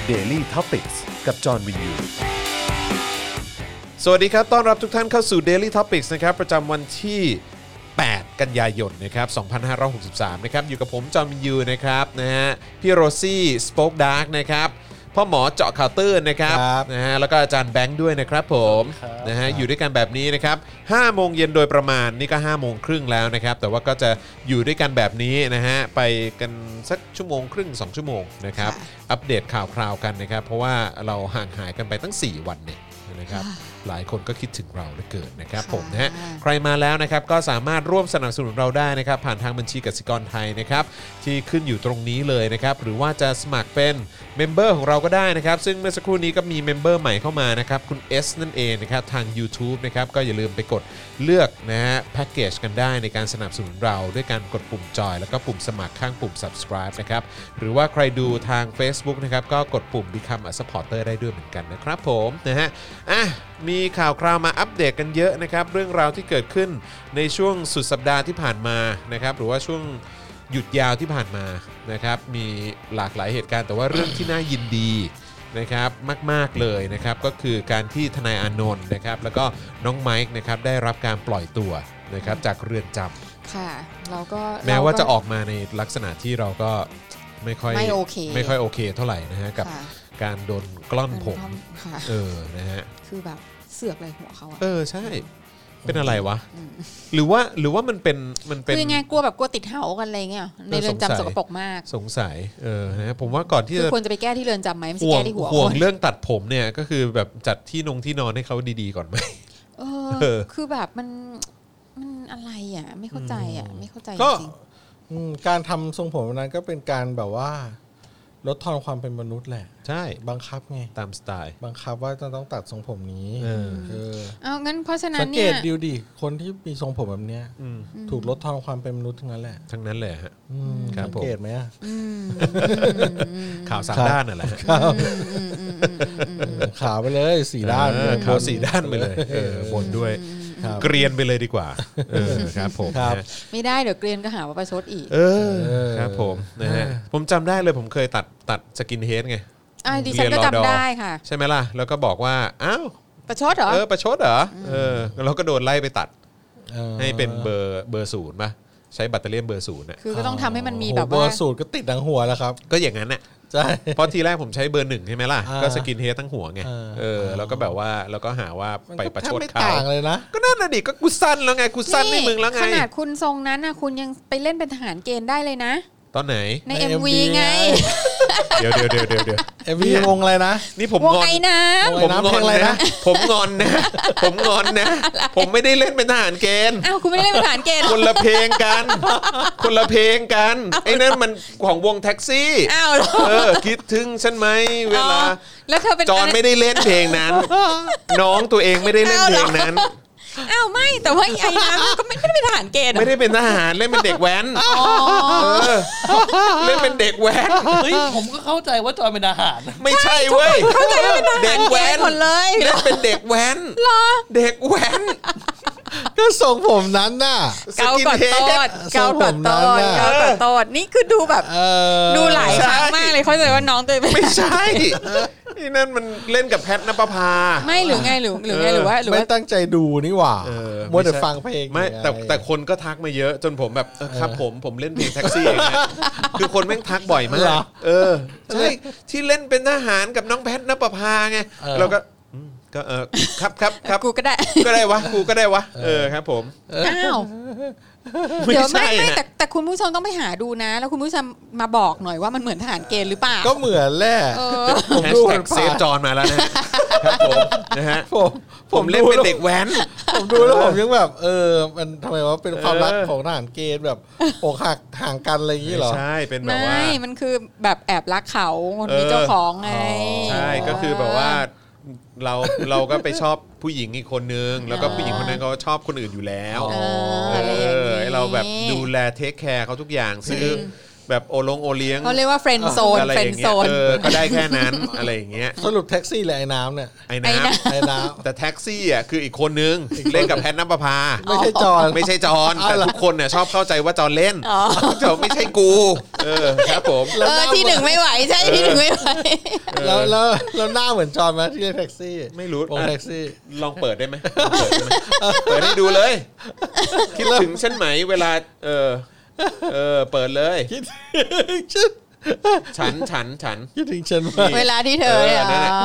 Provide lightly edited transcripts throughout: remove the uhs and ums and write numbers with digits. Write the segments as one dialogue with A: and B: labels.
A: Daily Topics กับจอห์นวินยู
B: สวัสดีครับต้อนรับทุกท่านเข้าสู่ Daily Topics นะครับประจำวันที่8กันยายนนะครับ2563นะครับอยู่กับผมจอห์นวินยูนะครับนะฮะพี่โรซี่สป็อคดาร์กนะครับพ่อหมอเจาะข่าวตื้นนะครับนะฮะแล้วก็อาจารย์แบงค์ด้วยนะครับผมนะฮะอยู่ด้วยกันแบบนี้นะครับ5โมงเย็นโดยประมาณนี่ก็5โมงครึ่งแล้วนะครับแต่ว่าก็จะอยู่ด้วยกันแบบนี้นะฮะไปกันสักชั่วโมงครึ่ง2ชั่วโมงนะครับอัปเดตข่าวคราวกันนะครับเพราะว่าเราห่างหายกันไปตั้ง4วันเนี่ยนะครับหลายคนก็คิดถึงเราเหลือเกินนะครับผมนะฮะใครมาแล้วนะครับก็สามารถร่วมสนับสนุนเราได้นะครับผ่านทางบัญชีกสิกรไทยนะครับที่ขึ้นอยู่ตรงนี้เลยนะครับหรือว่าจะสมัครเป็นเมมเบอร์ของเราก็ได้นะครับซึ่งเมื่อสักครู่นี้ก็มีเมมเบอร์ใหม่เข้ามานะครับคุณ S นั่นเองนะครับทาง YouTube นะครับก็อย่าลืมไปกดเลือกนะฮะแพ็กเกจกันได้ในการสนับสนุนเราด้วยการกดปุ่มจอยแล้วก็ปุ่มสมัครข้างปุ่ม subscribe นะครับหรือว่าใครดูทาง Facebook นะครับก็กดปุ่ม Become a supporter ได้ด้วยเหมือนกันนะครับผมนะฮะมีข่าวคราวมาอัปเดตกันเยอะนะครับเรื่องราวที่เกิดขึ้นในช่วงสุดสัปดาห์ที่ผ่านมานะครับหรือว่าช่วงหยุดยาวที่ผ่านมานะครับมีหลากหลายเหตุการณ์แต่ว่าเรื่องที่น่ายินดีนะครับมากๆเลยนะครับก็คือการที่ทนายอานนท์นะครับแล้วก็น้องไมค์นะครับได้รับการปล่อยตัวนะครับจากเรือนจำ
C: ค่ะเราก็
B: แม้ว่าจะออกมาในลักษณะที่เราก็ไม่ค่อย
C: โอเค
B: เท่าไหร่นะฮะกับการโดนกล้อนผมนะฮะ
C: คือแบบเสือกอะไรหัวเขา
B: ใช่เป็นอะไรวะหรือว่ามันเป็น
C: คือไงกลัวติดเหากันอะไรเงี้ยในเรือนจำสกปรกมาก
B: สงสัยนะผมว่าก่อนที่
C: ควรจะไปแก้ที่เรือนจำไหมไม่ใช่แก้ที่หัว
B: ห่วงเรื่องตัดผมเนี่ยก็คือแบบจัดที่นอนให้เขาดีๆก่อนไหม
C: คือแบบมันอะไรอ่ะไม่เข้าใจ
D: ก็
C: จริง
D: การทำทรงผมนั้นก็เป็นการแบบว่าลดทอนความเป็นมนุษย์แหละ
B: ใช่
D: บังคับไง
B: ตามสไตล์
D: บังคับว่าต้องตัดทรงผมนี้
C: เอางั้นเพราะฉะนั้น
D: เนี่ยสังเกตดูดิคนที่มีทรงผมแบบเนี้ยถูกลดทอนความเป็นมนุษย์ทั้งนั้นแหละ
B: ทั้งนั้นเลยฮะ
D: สังเกตไหม
B: ข่าว3ด้านน่ะแหละ
D: ข่าวไปเลย4ด้าน
B: ข่าว4ด้านไปเลยบ่นด้วยเกรียนไปเลยดีกว่าครับผม
C: ไม่ได้เดี๋ยวเกรียนก็หาว่าประชดอีก
B: ครับผมนะฮะผมจำได้เลยผมเคยตัดสกินเฮดไง
C: ดิฉันก็จำได้ค่ะ
B: ใช่ไหมล่ะแล้วก็บอกว่าอ้าว
C: ประชดเหรอ
B: ประชดเหรอแล้วก็โดนไล่ไปตัดให้เป็นเบอร์ศูนย์ป่ะใช้แบตเตอรี่เบอร์ศูนย์
C: คือก็ต้องทำให้มันมีแบบว่า
D: เบอร์ศูนย์ก็ติดดังหัวแล้วครับ
B: ก็อย่างนั้นน่ะ
D: ใช่
B: เพราะทีแรกผมใช้เบอร์1ใช่ไหมล่ะก็สกินเฮดทั้งหัวไงแล้วก็แบบว่าแล้วก็หาว่าไปประชดเขา
D: ต่างเลยนะ
B: ก็นั่นน่ะดิก็กูสั้นแล้วไงกูสั้นให้มึงแล้วไง
C: ขนาดคุณทรงนั้นนะคุณยังไปเล่นเป็นทหารเกณฑ์ได้เลยนะ
B: ตอนไหน
C: ใน MV ไง
B: เดี๋ยว
D: MV วงอะไรนะ
B: นี่ผมงอนผมงอนนะผมงอนนะผมไม่ได้เล่นเป็นทหารเกณฑ์
C: อ้าวคุณไม่ได้เล่นเป็นทหารเกณฑ์
B: คนละเพลงกันไอ้นั่นมันของวงแท็กซี่
C: อ้าว
B: คิดถึงฉันไหมเวลา
C: แล้วเธอเป็น
B: จอนไม่ได้เล่นเพลงนั้นน้องตัวเองไม่ได้เล่นเพลงนั้น
C: อ้าวไม่แต่ว่าไอ้น้ำก็ไม่ได้เป็นทหารเกณฑ์
B: ไม่ได้เป็นทหารเล่นเป็นเด็กแว้นเล่นเป็นเด็กแว้น
D: เฮ้ยผมก็เข้าใจว่าจอยเป็นทหาร
B: ไม่ใช่เว้ย
C: เข้าใจว่าเป็นทหารเด็กแว้นหมดเลย
B: เล่นเป็นเด็กแว้นเด็กแว้น
D: ก็ทรงผมนั้นน่ะ
C: เกาก่อนโตดนี่คือดูแบบดูหลายครั้งมากเลยเข้าใจว่าน้องตัว
B: ไม่ใช่นี่นั่นมันเล่นกับแพทณปภา
C: ไม่หรือไงหรือว่า
D: ไม่ตั้งใจดูนี่หว่ามัวแต่ฟังเพลง
B: ไม่แต่คนก็ทักมาเยอะจนผมแบบครับผมเล่นเพลงแท็กซี่อย่างเงี้ยคือคนแม่งทักบ่อยมากใช่ที่เล่นเป็นทหารกับน้องแพทณปภาไงเราก็ครับ
C: กูก็ได้
B: วะกูก็ได้วะครับผม
C: อ้าวเดี๋ยวไม่แต่คุณผู้ชมต้องไปหาดูนะแล้วคุณผู้ชมมาบอกหน่อยว่ามันเหมือนทหารเกณฑ์หรือเปล่า
D: ก็เหมือนแหละ
B: ผมดูเซฟจอนมาแล้วนะครับผมนะฮะผมเล่นเป็นเด็กแว้น
D: ผมดูแล้วผมยังแบบมันทำไมวะเป็นความรักของทหารเกณฑ์แบบอกหักห่างกันอะไรอย่างนี้เหรอ
B: ใช่เป็นแบบว่า
C: ไม่มันคือแบบแอบรักเขาคนมีเจ้าของไง
B: ใช่ก็คือแบบว่าเราก็ไปชอบผู้หญิงอีกคนนึงแล้วก็ผู้หญิงคนนั้นเขาชอบคนอื่นอยู่แล้วเราแบบดูแลเทคแคร์เขาทุกอย่างซื้อแบบโอเลี้ยง
C: เขาเรียกว่าเฟรนด์โซน
B: อะไร
C: เฟร
B: อน ย่าง
C: ด์
B: เงี้
C: โซ
B: ย
C: น
B: ก็ได้แค่นั้น อะไรอย่างเงี้ย
D: สรุปแท็กซี่เลยไอ้น้ำเนี่ย
B: ไอ้
C: ไอ้
B: น้
C: น้
D: ไอ้น้
B: ำแต่แท็กซี่อ่ะคืออีกคนนึงเล่นกับแพทณปภา
D: ำไม่ใช่จอน
B: ไม่ใช่จอนแต่ทุกคนเนี่ยชอบเข้าใจว่าจอนเล่นจอนไม่ใช่กูครับผม
C: ที่หนึ่งไม่ไหวใช่ที่หนึ่งไม่ไหว
D: แล้วหน้าเหมือนจอนไหมที่เรียกแท็กซี่
B: ไม่รู้
D: วงแท็กซี่
B: ลองเปิดได้ไหมเปิดให้ดูเลย คิดถึงฉันไหมเวลาเปิดเลย
D: คิดถึงฉัน
B: ฉัน
D: คิดถึงฉันไหม
C: เวลาที่เธอเนี่ย
B: นั่นแหละ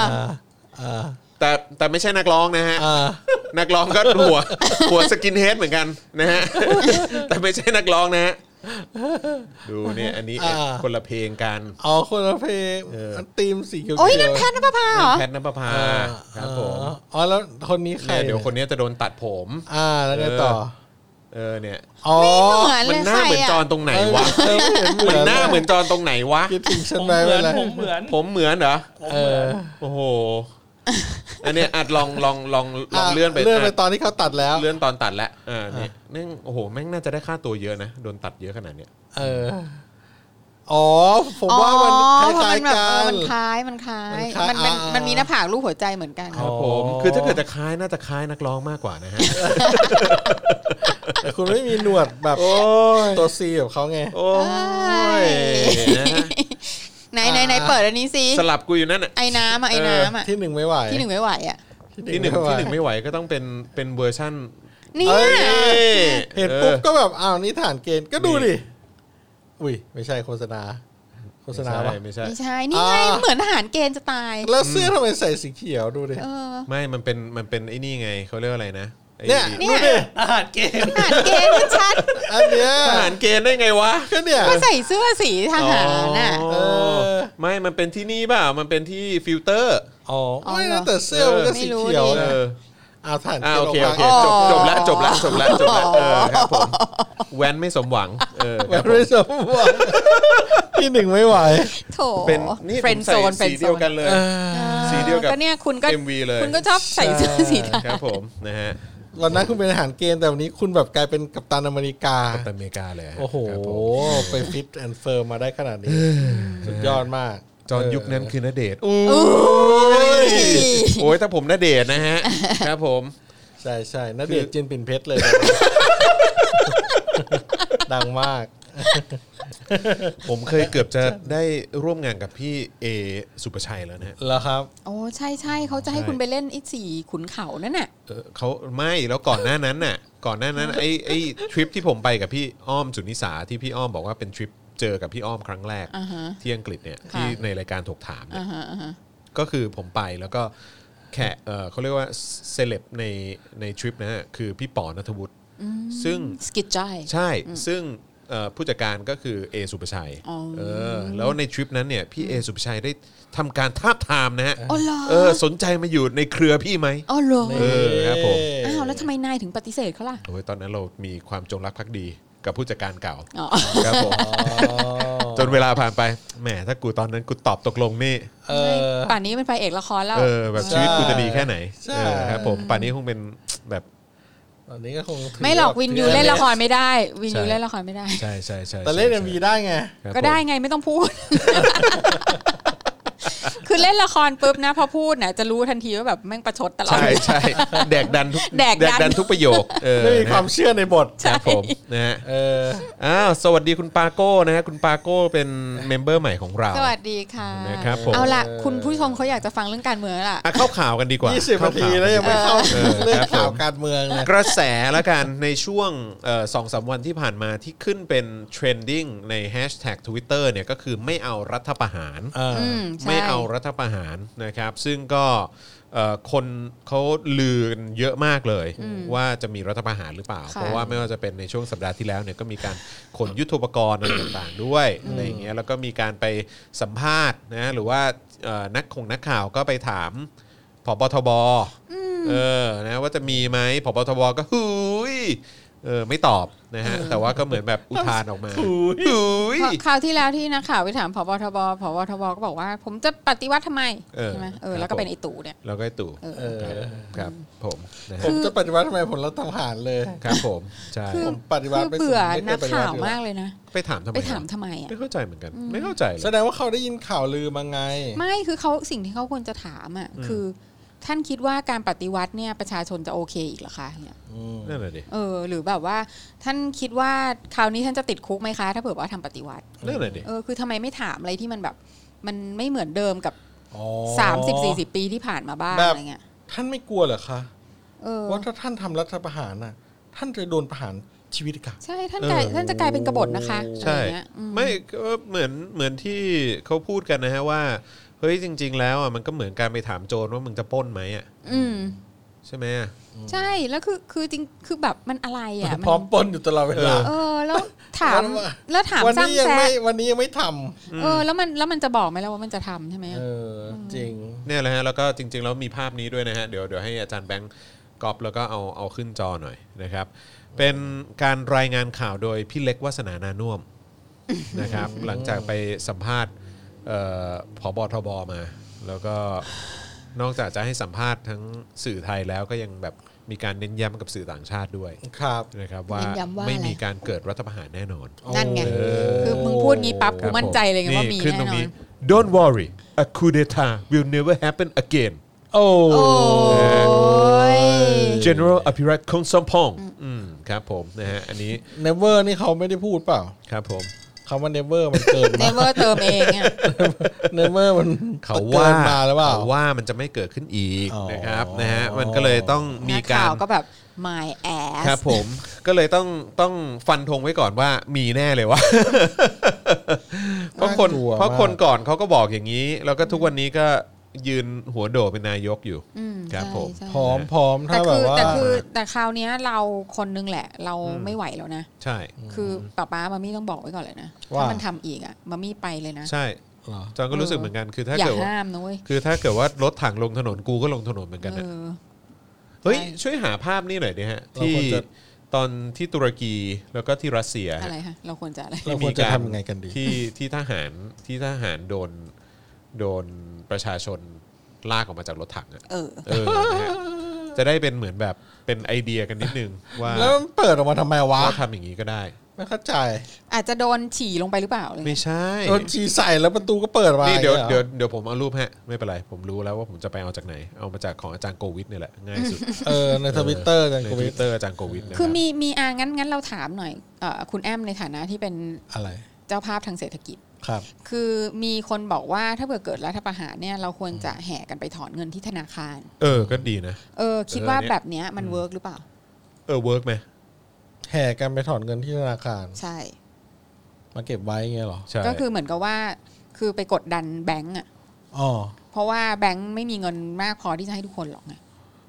B: แต่ไม่ใช่นักร้องนะฮะ นักร้องก็หัวสกินเฮดเหมือนกันนะฮะ แต่ไม่ใช่นักร้องนะฮะ ดูเนี่ยอันนี้คนละเพลงกัน
D: อ๋อคนละเพลงธีมสีเขียว
C: โอ้ยนั่นแพทย์นภพาเหรอ
B: แพทณปภาครับผม
D: อ๋อแล้วคนนี้ใคร
B: เนี่ยเดี๋ยวคนนี้จะโดนตัดผม
D: แล้วไงต่อ
B: เนี่ย
D: อ๋อ
C: ไม่เหมือนเลย
B: มันหน้าเหมือน
C: ใคร
B: จ
C: อะ
B: อนตรงไหนวะ
D: เออไม่เห็นเหมื
B: มั
D: อน น
B: หน้าเหมือนจอนตรงไหนวะ
D: คิดถึงฉัน
E: ผม
D: ไหม
E: เหมื
D: เว
E: อน
D: ลา
E: ผมเหมือน
B: ผมเหมือนเหรอ
D: เออ
B: โอ้โหอันเนี้ยอัดลองเลื่อนไป
D: เลื่อนไปตอนที่เขาตัดแล้ว
B: เลื่อนตอนตัดแล้วเนี่ยแม่งโอ้โหแม่งน่าจะได้ค่าตัวเยอะนะโดนตัดเยอะขนาดเนี้ย
D: อ๋อผมว่ามันคล้ายๆกัน
C: มันคล้ายมันมีหน้าผากรูปหัวใจเหมือนกัน
B: ครับผมคือถ้าเกิดจะคล้ายน่าจะคล้ายนักร้องมากกว่านะฮะ
D: แต่คุณไม่มีหนวดแบบตัวซีแบบเขาไง
B: โอ้ยนะฮะ
C: ไหนเปิดอันนี้สิ
B: สลับกูอยู่นั่นน่ะ
C: ไอ้น้ำอ่ะ
D: ที่หนึ่งไม่ไหว
C: ที่หนึ่งไม่ไหวอ่ะ
B: ที่หนึ่งไม่ไหวก็ต้องเป็นเวอร์ชั่น
C: เนี่
D: เอ้
C: ย
D: ย เห็นปุ๊บก็แบบอ้าวนี่ฐานเกณฑ์ก็ดูดิ อุ้ยไม่ใช่โฆษณาปะ
B: ไม่ใช่
C: ไม่ใช่นี่ไงเหมือนทหารเกณฑ์จะตาย
D: แล้วเสื้อทำไมใส่สีเขียวดูดิ
B: ไม่มันเป็นไอ้นี่ไงเขาเรียกว่าอะไรนะไอ้
D: เนี่ยดูดิ
E: อาหารเกม
C: ทหารเกณฑ์ชัด
D: อันเนี้ย
B: ทหารเกณฑ์ได้ไงวะ
D: ก็เนี่ย
C: ก็ใส่เสื้อสีทหารน่ะ
B: อ๋อไม่มันเป็นที่นี่เปล่ามันเป็นที่ฟิลเตอร์
D: อ๋อไม่นะแต่เสื้อมันก็สีเขียว
C: ไม่รู้ดิ
B: เออ
D: เอาฐานเกณ
B: โอ
D: ฑ์
B: เค
D: ออก
B: โอเค
D: มา
B: จบแล้วครับผมแวนไม่สมหวังค
D: แบ
B: รั
D: บบ
B: ผม
D: ไม่สมหวังที่หนึ่งไม่ไหว
C: โถ
B: เป็นนี่
C: เฟร
B: ผ
C: น
B: ม
C: ด์โซ
B: ใส่
C: นเฟรน
B: สี
C: ด์โซ
B: เดียวน กันเลย สีเดียวกับ
C: ก็เนี่ยคุณก็
B: MV เลย
C: คุณก็ชอบใส่เสื้อสีทหาร
B: ครับผมนะฮะ
D: วันนั้นคุณเป็นทหารเกณฑ์แต่วันนี้คุณแบบกลายเป็นกัปตันอเมริกา
B: แต่อเมริกาเลยฮะ
D: โอ้โห
B: ครับผม
D: ไปฟิตแอนด์เฟิร์มมาได้ขนาดนี้ สุดยอดมาก
B: จอนยุคนั้นคือณเดชน์
C: โอ้ย
B: โอ้ยถ้าผมณเดชน์นะฮะครับผม
D: ใช่ใช่ณเดชน์จินปิ่นเพชรเลย ดังมาก
B: ผมเคยเกือบจะได้ร่วมงานกับพี่เอสุปชัยแล้วนะฮะ
D: แล้วครับ
C: โอ้ใช่เขาจะให้คุณไปเล่นไอ้สี่ขุนเขานั่นน่ะ
B: เขาไม่แล้วก่อนหน้านั้นน่ะก่อนหน้านั้นไอ้ทริปที่ผมไปกับพี่อ้อมสุนิสาที่พี่อ้อมบอกว่าเป็นทริปเจอกับพี่อ้อมครั้งแรก
C: อ่าฮะ
B: ที่อังกฤษเนี่ย
C: ค่ะ
B: ที่ในรายการถกถามเนี่ย
C: อ่าฮะ
B: ก็คือผมไปแล้วก็แขกเขาเรียกว่าเซเลบในทริปนะฮะคือพี่ป๋อณัฐวุฒิซึ่ง
C: สกิดจอย
B: ใช่ซึ่งผู้จัดการก็คือเอสุปชัย
C: อ๋อ
B: แล้วในทริปนั้นเนี่ยพี่เอสุปชัยได้ทำการทาบทามนะฮะ
C: อ๋อเหรอ
B: สนใจมาอยู่ในเครือพี่ไหม
C: อ๋อเหรอ
B: ครับผม
C: อ้าวแล้วทำไมนายถึงปฏิเสธเขาล่ะ
B: โอ้ยตอนนั้นเรามีความจงรักภักดีกับผู้จัดการเก่า
C: อ๋อ
B: ครับผมจนเวลาผ่านไปแหมถ้ากูตอนนั้นกูตอบตกลงนี่
C: ป่านนี้เป็นพระเอกละครแล้ว
B: แบบชีวิตกูจะดีแค่ไหน
D: ใช่
B: ครับผมป่านนี้คงเป็นแบบ
D: ตอนนี้ก็คงถื
C: ไม่หรอกวินยูเล่นละคร
D: ร
C: ไม่ได้ วินยูเล่นละครไม่ได้
B: ใช่ใช่ใช่
D: แต่เล่นเอ็มวีได้ไง
B: ครับ
C: ก็ได้ไงไม่ต้องพูด คือเล่นละครปุ๊บนะพอพูดนะจะรู้ทันทีว่าแบบแม่งประชดตลอด
B: ใช่ใช่แดกดันทุก
C: แดกดัน
B: ทุกประโยค
D: ไม่มีความเชื่อในบท
B: ครับผมนะฮะอ้าวสวัสดีคุณปาโก้นะฮะคุณปาโก้เป็นเมมเบอร์ใหม่ของเรา
C: สวัสดีค่ะ
B: นะครับผม
C: เอาล่ะคุณผู้ชมเขาอยากจะฟังเรื่องการเมืองแล้วล่ะ
B: เข้าข่าวกันดีกว่า
D: 20 นาทีแล้วยังไม่เข้า
B: เออ
D: เรื่อง
B: ครับผม
D: ข่าวการเมืองเลย
B: กระแสแล้วกันในช่วง2-3 วันที่ผ่านมาที่ขึ้นเป็นเทรนดิ้งในแฮชแท็ก Twitter เนี่ยก็คือไม่เอารัฐประหาร
C: ใช่
B: ไม่เอารัฐประหารนะครับซึ่งก็คนเขาลือกันเยอะมากเลยว่าจะมีรัฐประหารหรือเปล่า
C: ค่ะ
B: เพราะว่าไม่ว่าจะเป็นในช่วงสัปดาห์ที่แล้วเนี่ยก็มีการขนยุทโธปกรณ์อะไรต่างๆด้วยอะไรอย่างเงี้ยแล้วก็มีการไปสัมภาษณ์นะหรือว่านักข่าวก็ไปถามผบทบนะว่าจะมีไหมผบทบก็หุยไม่ตอบนะฮะแต่ว่าก็เหมือนแบบอุทานออกมา
C: คราวที่แล้วที่นักข่าวไปถามผบ.ทบ.ก็บอกว่าผมจะปฏิวัติทำไมใช่ไหมแล้วก็เป็นไอ้ตู่เนี่ย
B: แล้วก็ไอ้ตู่ครับผม
D: ผมจะปฏิวัติทำไมผมรัฐประหารเลย
B: ครับผมใช่
D: ผมปฏิวัติ
C: ไม่เบื่อนักข่าวมากเลยนะ
B: ไปถามทำไม
C: ไม่
B: เข้าใจเหมือนกันไม่เข้าใจ
D: แสดงว่าเขาได้ยินข่าวลือมาไง
C: ไม่คือเขาสิ่งที่เขาควรจะถามอ่ะคือท่านคิดว่าการปฏิวัติเนี่ยประชาชนจะโอเคอีกเหรอคะเนี่ย
B: นั่นแหละดิ
C: หรือแบบว่าท่านคิดว่าคราวนี้ท่านจะติดคุกไหมคะถ้าเผื่อว่าทำปฏิวัติ
B: นั่นแหละดิ
C: คือทำไมไม่ถามอะไรที่มันแบบมันไม่เหมือนเดิมกับ30-40 ปีที่ผ่านมาบ้างอะไรเงี้ย
D: ท่านไม่กลัวเหรอคะว่าถ้าท่านทำรัฐประหารน่ะท่านจะโดนประหารชีวิตกัน
C: ใช่ท่านจะกลายเป็นกบฏนะคะ
B: ใช่ไม่ก็เหมือนที่เขาพูดกันนะฮะว่าเฮ้ยจริงๆแล้วอ่ะมันก็เหมือนการไปถามโจรว่ามึงจะปล้นไหมอ่ะใช่ไหม
C: ใช่แล้วคือจริงคือแบบมันอะไรอ่ะ
D: พร้อมปล้นอยู่ตลอดเวลา
C: แล้วถาม
D: ซ้ำแซะวันนี้ยังไม่ท
C: ำแล้วมันจะบอกไหมแล้วว่ามันจะทำใช่ไหม
D: จริง
B: เนี่ยแหละฮะแล้วก็จริงๆแล้วมีภาพนี้ด้วยนะฮะเดี๋ยวให้อาจารย์แบงค์ก๊อปแล้วก็เอาขึ้นจอหน่อยนะครับเป็นการรายงานข่าวโดยพี่เล็กวาสนานานุ่วมนะครับหลังจากไปสัมภาษณ์ผบ.ทบ.มาแล้วก็นอกจากจะให้สัมภาษณ์ทั้งสื่อไทยแล้วก็ยังแบบมีการเน้นย้ำกับสื่อต่างชาติด้วยนะครับว่าไม่มีการเกิดรัฐประหารแน่นอน
C: นั่นไงคือมึงพูดงี้ปั๊บกูมั่นใจเลยไงว่ามีแน่นอน
B: Don't worry a coup d'etat will never happen again General Apirat Kongsampong ครับผมนะฮะอันนี้
D: Never นี่เขาไม่ได้พูดเปล่า
B: ครับผม
D: คำว่า never มันเกิน
C: never เติมเองอ่ะ
D: never มัน
B: เขาว่าหรือเปล่าว่ามันจะไม่เกิดขึ้นอีกนะครับนะฮะมันก็เลยต้องมีการ
C: ก็แบบ my ass
B: ครับผมก็เลยต้องฟันธงไว้ก่อนว่ามีแน่เลยว่าเพราะคนก่อนเขาก็บอกอย่างนี้แล้วก็ทุกวันนี้ก็ยืนหัวโดเป็นนายกอยู่ครับผม
D: พร้อมถ้าแบบว่า
C: แต่คราวนี้เราคนนึงแหละเราไม่ไหวแล้วนะ
B: ใช่
C: คือป้ามามี่ต้องบอกไว้ก่อนเลยนะถ้ามันทำอีกอ่ะมามี่ไปเลยนะ
B: ใช่จอนก็รู้สึกเหมือนกันคือถ้าเกิด
C: ห้ามนะเว้ย
B: คือถ้าเกิดว่ารถถังลงถนนกูก็ลงถนนเหมือนกันนะเฮ้ยช่วยหาภาพนี่หน่อยดิฮะที่ตอนที่ตุรกีแล้วก็ที่รัสเซีย
C: อะไรคะเราควรจะอะไร
D: เราควรจะทำยังไงกันดี
B: ที่ทหารโดนประชาชนลากออกมาจากรถถังอ่ะจะได้เป็นเหมือนแบบเป็นไอเดียกันนิดนึงว่า
D: แล้วเปิดออกมาทำไมวะ
B: ทำอย่างนี้ก็ได้
D: ไม่เข้าใจ
C: อาจจะโดนฉี่ลงไปหรือเปล่า
B: ไม่ใช่
D: โดนฉี่ใส่แล้วประตูก็เปิดมา
B: เดี๋ยวผมเอารูปฮะไม่เป็นไรผมรู้แล้วว่าผมจะไปเอาจากไหนเอามาจากของอาจารย์โควิดนี่แหละง่ายสุด
D: ใน Twitter อาจารย์โควิด
B: อาจารย์โควิด
C: คือมีงั้นเราถามหน่อยคุณแอมในฐานะที่เป็น
D: อะไร
C: เจ้าภาพทางเศรษฐกิจ
D: ครับ
C: คือมีคนบอกว่าถ้าเกิดรัฐประหารเนี่ยเราควรจะแห่กันไปถอนเงินที่ธนาคาร
B: ก็ดีนะ
C: คิดว่าแบบนี้มันเวิร์กหรือเปล่า
B: เวิร์กไหม
D: แห่กันไปถอนเงินที่ธนาคาร
C: ใช่
D: มาเก็บไว้ไงหรอ
C: ก็คือเหมือนกับว่าคือไปกดดันแบงก์อ่ะเพราะว่าแบงก์ไม่มีเงินมากพอที่จะให้ทุกคนหรอกไง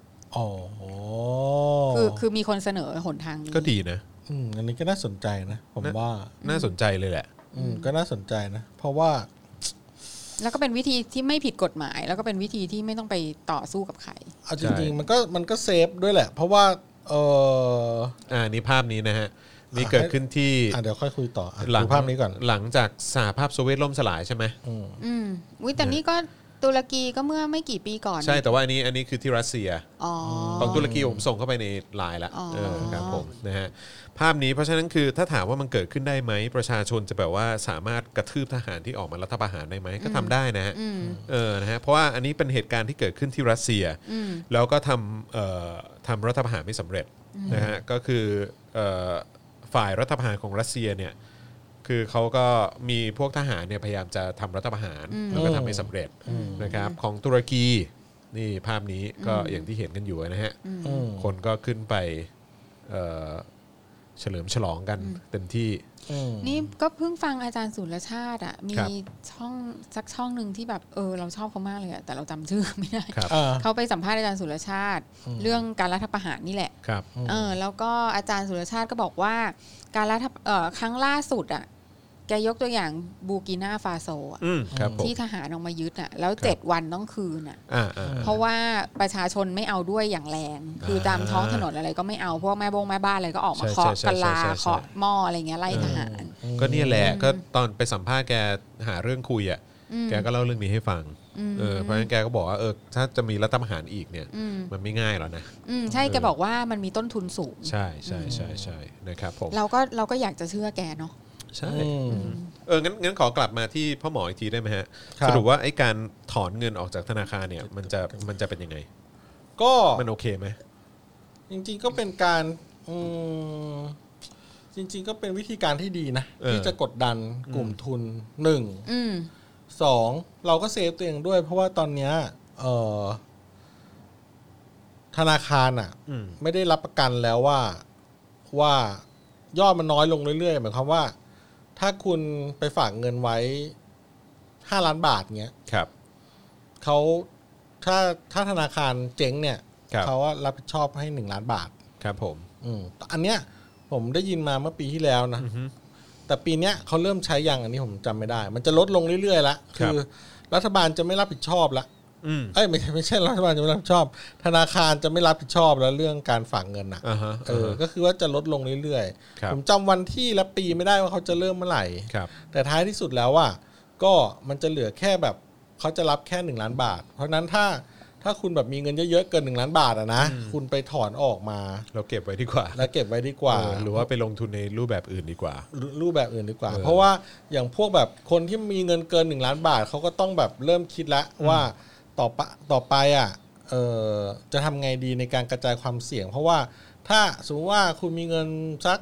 C: คือมีคนเสนอหนทางนี้
B: ก็ดีนะ
D: อันนี้ก็น่าสนใจนะผมว่า
B: น่าสนใจเลยแหละ
D: ก็น่าสนใจนะเพราะว่า
C: แล้วก็เป็นวิธีที่ไม่ผิดกฎหมายแล้วก็เป็นวิธีที่ไม่ต้องไปต่อสู้กับใคร
D: เอาจริงๆมันก็เซฟด้วยแหละเพราะว่า
B: นี่ภาพนี้นะฮะนี่เกิดขึ้นที่
D: เดี๋ยวค่อยคุยต่อหลังภาพนี้ก่อน
B: หลังจากสหภาพโซเวียตล่มสลายใช่ไหม
C: แต่นี่ก็ตุรกีก็เมื่อไม่กี่ปีก่อน
B: ใช่แต่ว่าอันนี้คือที่รัสเซียของตุรกีผมส่งเข้าไปในไลน์แล้วครับผมนะฮะภาพนี้เพราะฉะนั้นคือถ้าถามว่ามันเกิดขึ้นได้ไหมประชาชนจะแบบว่าสามารถกระทืบทหารที่ออกมารัฐประหารได้ไหมก็ทำได้นะฮะนะฮะเพราะว่าอันนี้เป็นเหตุการณ์ที่เกิดขึ้นที่รัสเซียแล้วก็ทำรัฐประหารไม่สำเร็จนะฮะก็คือฝ่ายรัฐประหารของรัสเซียเนี่ยคือเขาก็มีพวกทหารเนี่ยพยายามจะทำรัฐประหารแล้วก็ทำไม่สำเร็จนะครับของตุรกีนี่ภาพนี้ก็อย่างที่เห็นกันอยู่นะฮะคนก็ขึ้นไปเฉลิมฉลองกันเต็มที่
C: นี่ก็เพิ่งฟังอาจารย์สุรชาติอ่ะมีช่องสักช่องนึงที่แบบเราชอบเขามากเลยแต่เราจำชื่อไม่ได้เขาไปสัมภาษณ์อาจารย์สุรชาติเรื่องการรัฐประหารนี่แหละแล้วก็อาจารย์สุรชาติก็บอกว่าการรัฐครั้งล่าสุดอ่ะแกยกตัวอย่างบูกินาฟาโซที่ทหารออกมายึดอ่ะแล้ว7วันต้องคืนอ่ะเพราะว่าประชาชนไม่เอาด้วยอย่างแรงคือตามท้องถนนอะไรก็ไม่เอาพวกแม่บ้านอะไรก็ออกมาเคาะกะลาเคาะหม้ออะไรเงี้ยไล่ทหาร
B: ก็เนี่ยแหละก็ตอนไปสัมภาษณ์แกหาเรื่องคุยอ่ะแกก็เล่าเรื่องนี้ให้ฟังเพราะฉะนั้นแกก็บอกว่าถ้าจะมีรัฐประหารอีกเนี่ยมันไม่ง่ายหรอกนะ
C: ใช่แกบอกว่ามันมีต้นทุนสูง
B: ใช่ใช่ใช่ใช่นะครับผม
C: เราก็อยากจะเชื่อแกเนาะ
B: ใช่งั้นขอกลับมาที่พ่อหมออีกทีได้ไหมฮะสรุปว่าไอ้การถอนเงินออกจากธนาคารเนี่ยมันจะเป็นยังไง
D: ก็
B: มันโอเคไหม
D: จริงๆก็เป็นการจริงๆก็เป็นวิธีการที่ดีนะที่จะกดดันกลุ่มทุน2เราก็เซฟตัวเองด้วยเพราะว่าตอนเนี้ยธนาคารอ่ะไม่ได้รับประกันแล้วว่ายอดมันน้อยลงเรื่อยๆหมายความว่าถ้าคุณไปฝากเงินไว้5 ล้านบาทเงี้ย
B: ครับ
D: เขาถ้าธนาคารเจ๊งเนี่ยเขารับผิดชอบให้1 ล้านบาท
B: ครับผม
D: อันเนี้ยผมได้ยินมาเมื่อปีที่แล้วนะแต่ปีเนี้ยเขาเริ่มใช้ยังอันนี้ผมจำไม่ได้มันจะลดลงเรื่อยๆแล้วคือรัฐบาลจะไม่รับผิดชอบละไม่ใช่รัฐบาลจะไม่รับผิดชอบธนาคารจะไม่รับผิดชอบแล้วเรื่องการฝากเงินอ่ะก็คือว่าจะลดลงเรื่อยๆผมจำวันที่และปีไม่ได้ว่าเขาจะเริ่มเมื่อไหร่แต่ท้ายที่สุดแล้วว่าก็มันจะเหลือแค่แบบเขาจะรับแค่1 ล้านบาทเพราะนั้นถ้าคุณแบบมีเงินเยอะๆเกิน1 ล้านบาทนะคุณไปถอนออกมา
B: เราเก็บไว้ดีกว่าหรือว่าไปลงทุนในรูปแบบอื่นดีกว่า
D: เพราะว่าอย่างพวกแบบคนที่มีเงินเกิน1 ล้านบาทเขาก็ต้องแบบเริ่มคิดแล้วว่าต่อไปอ่ะจะทำไงดีในการกระจายความเสี่ยงเพราะว่าถ้าสมมติว่าคุณมีเงินสัก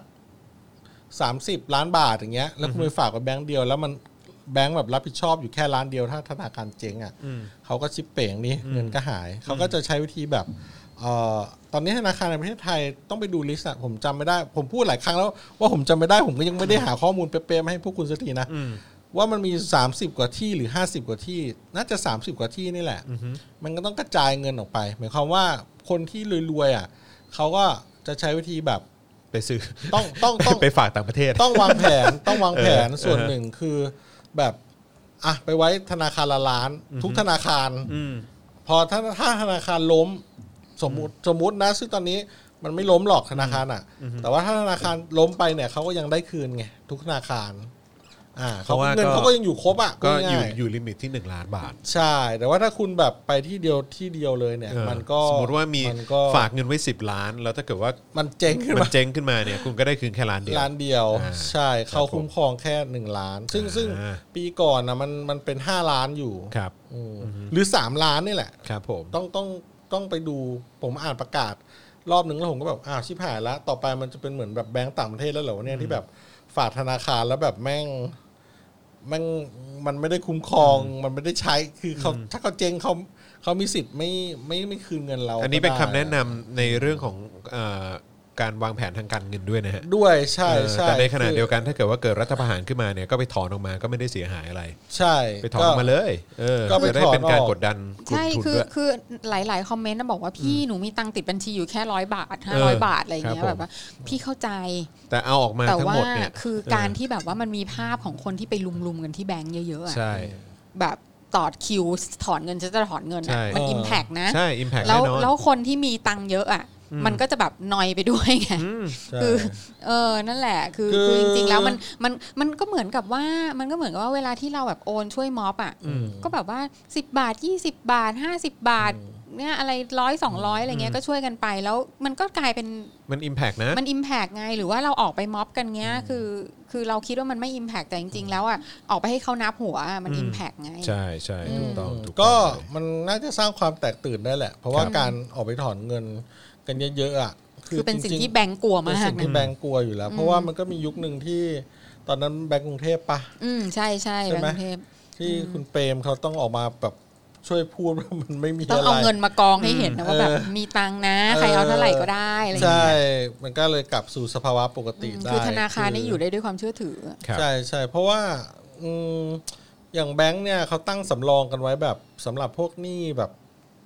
D: 30 ล้านบาทอย่างเงี้ยแล้วคุณไปฝากกับแบงก์เดียวแล้วมันแบงก์แบบรับผิดชอบอยู่แค่ล้านเดียวถ้าธนาคารเจ๊งอ่ะเขาก็ชิปเป่งนี่เงินก็หายเขาก็จะใช้วิธีแบบตอนนี้ธนาคารในประเทศไทยต้องไปดูลิสต์ผมจำไม่ได้ผมพูดหลายครั้งแล้วว่าผมจำไม่ได้ผมก็ยังไม่ได้หาข้อมูลเป๊ะๆมาให้พวกคุณสักทีนะว่ามันมี30 กว่าที่หรือ50 กว่าที่น่าจะ30 กว่าที่นี่แหละมันก็ต้องกระจายเงินออกไปหมายความว่าคนที่รวยๆอ่ะเขาก็จะใช้วิธีแบบ
B: ไปซื้อ
D: ต้อง
B: ไปฝากต่างประเทศ
D: ต้องวางแผนส่วนหนึ่งคือแบบไปไว้ธนาคารละล้านทุกธนาคารพอถ้าธนาคารล้มสมมุตินะซึ่งตอนนี้มันไม่ล้มหรอกธนาคารอ่ะแต่ว่าถ้าธนาคารล้มไปเนี่ยเขาก็ยังได้คืนไงทุกธนาคารเขาเงินเขาก็ยังอยู่ครบอ่ะ
B: ก็อยู่ลิมิตที่1 ล้านบาท
D: ใช่แต่ว่าถ้าคุณแบบไปที่เดียวเลยเนี่ยมันก็
B: สมมติว่ามีฝากเงินไว้10 ล้านแล้วถ้าเกิดว่า
D: มันเจ๊ง
B: ขึ้นมาเนี่ยคุณก็ได้คืนแค่ล้านเดียว
D: ใช่เขาคุ้มครองแค่1 ล้านซึ่งปีก่อนนะมันเป็น5 ล้านอยู่
B: ครับ
D: หรือ3 ล้านนี่แหละ
B: ครับผม
D: ต้องไปดูผมอ่านประกาศรอบนึงแล้วผมก็แบบชิบหายแล้วต่อไปมันจะเป็นเหมือนแบบแบงก์ต่างประเทศแล้วเหรอเนี่ยที่แบบฝากธนาคารแล้วแบบแม่งมันไม่ได้คุ้มครองมันไม่ได้ใช้คือเขาถ้าเขาเจ๊งเขามีสิทธิ์ไม่คืนเงินเรา
B: อันนี้เป็นคำแนะนำในเรื่องของการวางแผนทางการเงินด้วยนะฮะ
D: ด้วยใช่
B: แต่ในขณะเดียวกันถ้าเกิดว่าเกิดรัฐประหารขึ้นมาเนี่ยก็ไปถอนออกมาก็ไม่ได้เสียหายอะไร
D: ใช่
B: ไปถอนออกมาเลยก็จะได้เป็นการกดดัน
C: ใช่คือหลายๆคอมเมนต์นะบอกว่าพี่หนูมีตังค์ติดบัญชีอยู่แค่100 บาท500 บาทอะไรอย่างเงี้ยแบบว่าพี่เข้าใจ
B: แต่เอาออกมาทั้งหมดเนี่ย
C: คือการที่แบบว่ามันมีภาพของคนที่ไปลุมกันที่แบงก์เยอะๆ
B: ใช่
C: แบบต่อคิวถอนเงินจะถอนเงินมันอิมแพกนะ
B: ใช่อิมแพก
C: แล้วคนที่มีตังค์เยอะอ่ะมันก็จะแบบนอยไปด้วยไงคือนั่นแหละคือจริงๆแล้วมันก็เหมือนกับว่าเวลาที่เราแบบโอนช่วยม็อบอ่ะก็แบบว่า10 บาท20 บาท50 บาทเนี่ยอะไร100 200อะไรเงี้ยก็ช่วยกันไปแล้วมันก็กลายเป็น
B: มันอิมแพกนะ
C: มันอิมแพกไงหรือว่าเราออกไปม็อบกันเงี้ยคือเราคิดว่ามันไม่อิมแพกแต่จริงๆแล้วอ่ะออกไปให้เขานับหัวมันอิมแพกไง
B: ใช่ใช่ถูกต้อง
D: ก็มันน่าจะสร้างความแตกตื่นได้แหละเพราะว่าการออกไปถอนเงินกันเยอะๆอ่ะ
C: คือเป็นสิ่งที่แบงก์กลัวมาก
D: เป็นสิ่งที่แบงก์กลัวอยู่แล้วเพราะว่ามันก็มียุคนึงที่ตอนนั้นแบงก์กรุงเทพป่ะ
C: ใช่แบงก์กรุงเทพ
D: ที่คุณเปรมเขาต้องออกมาแบบช่วยพูดว่ามันไม่มีอะไร
C: ต้องเอาเงินมากองให้เห็นนะว่าแบบมีตังค์นะใครเอาเท่าไหร่ก็ได้อะไรอย่างเงี้ย
D: ใช่มันก็เลยกลับสู่สภาวะปกติได้
C: คือธนาคารนี่อยู่ได้ด้วยความเชื่อถือ
D: ใช่เพราะว่าอย่างแบงก์เนี่ยเขาตั้งสำรองกันไว้แบบสำหรับพวกหนี้แบบค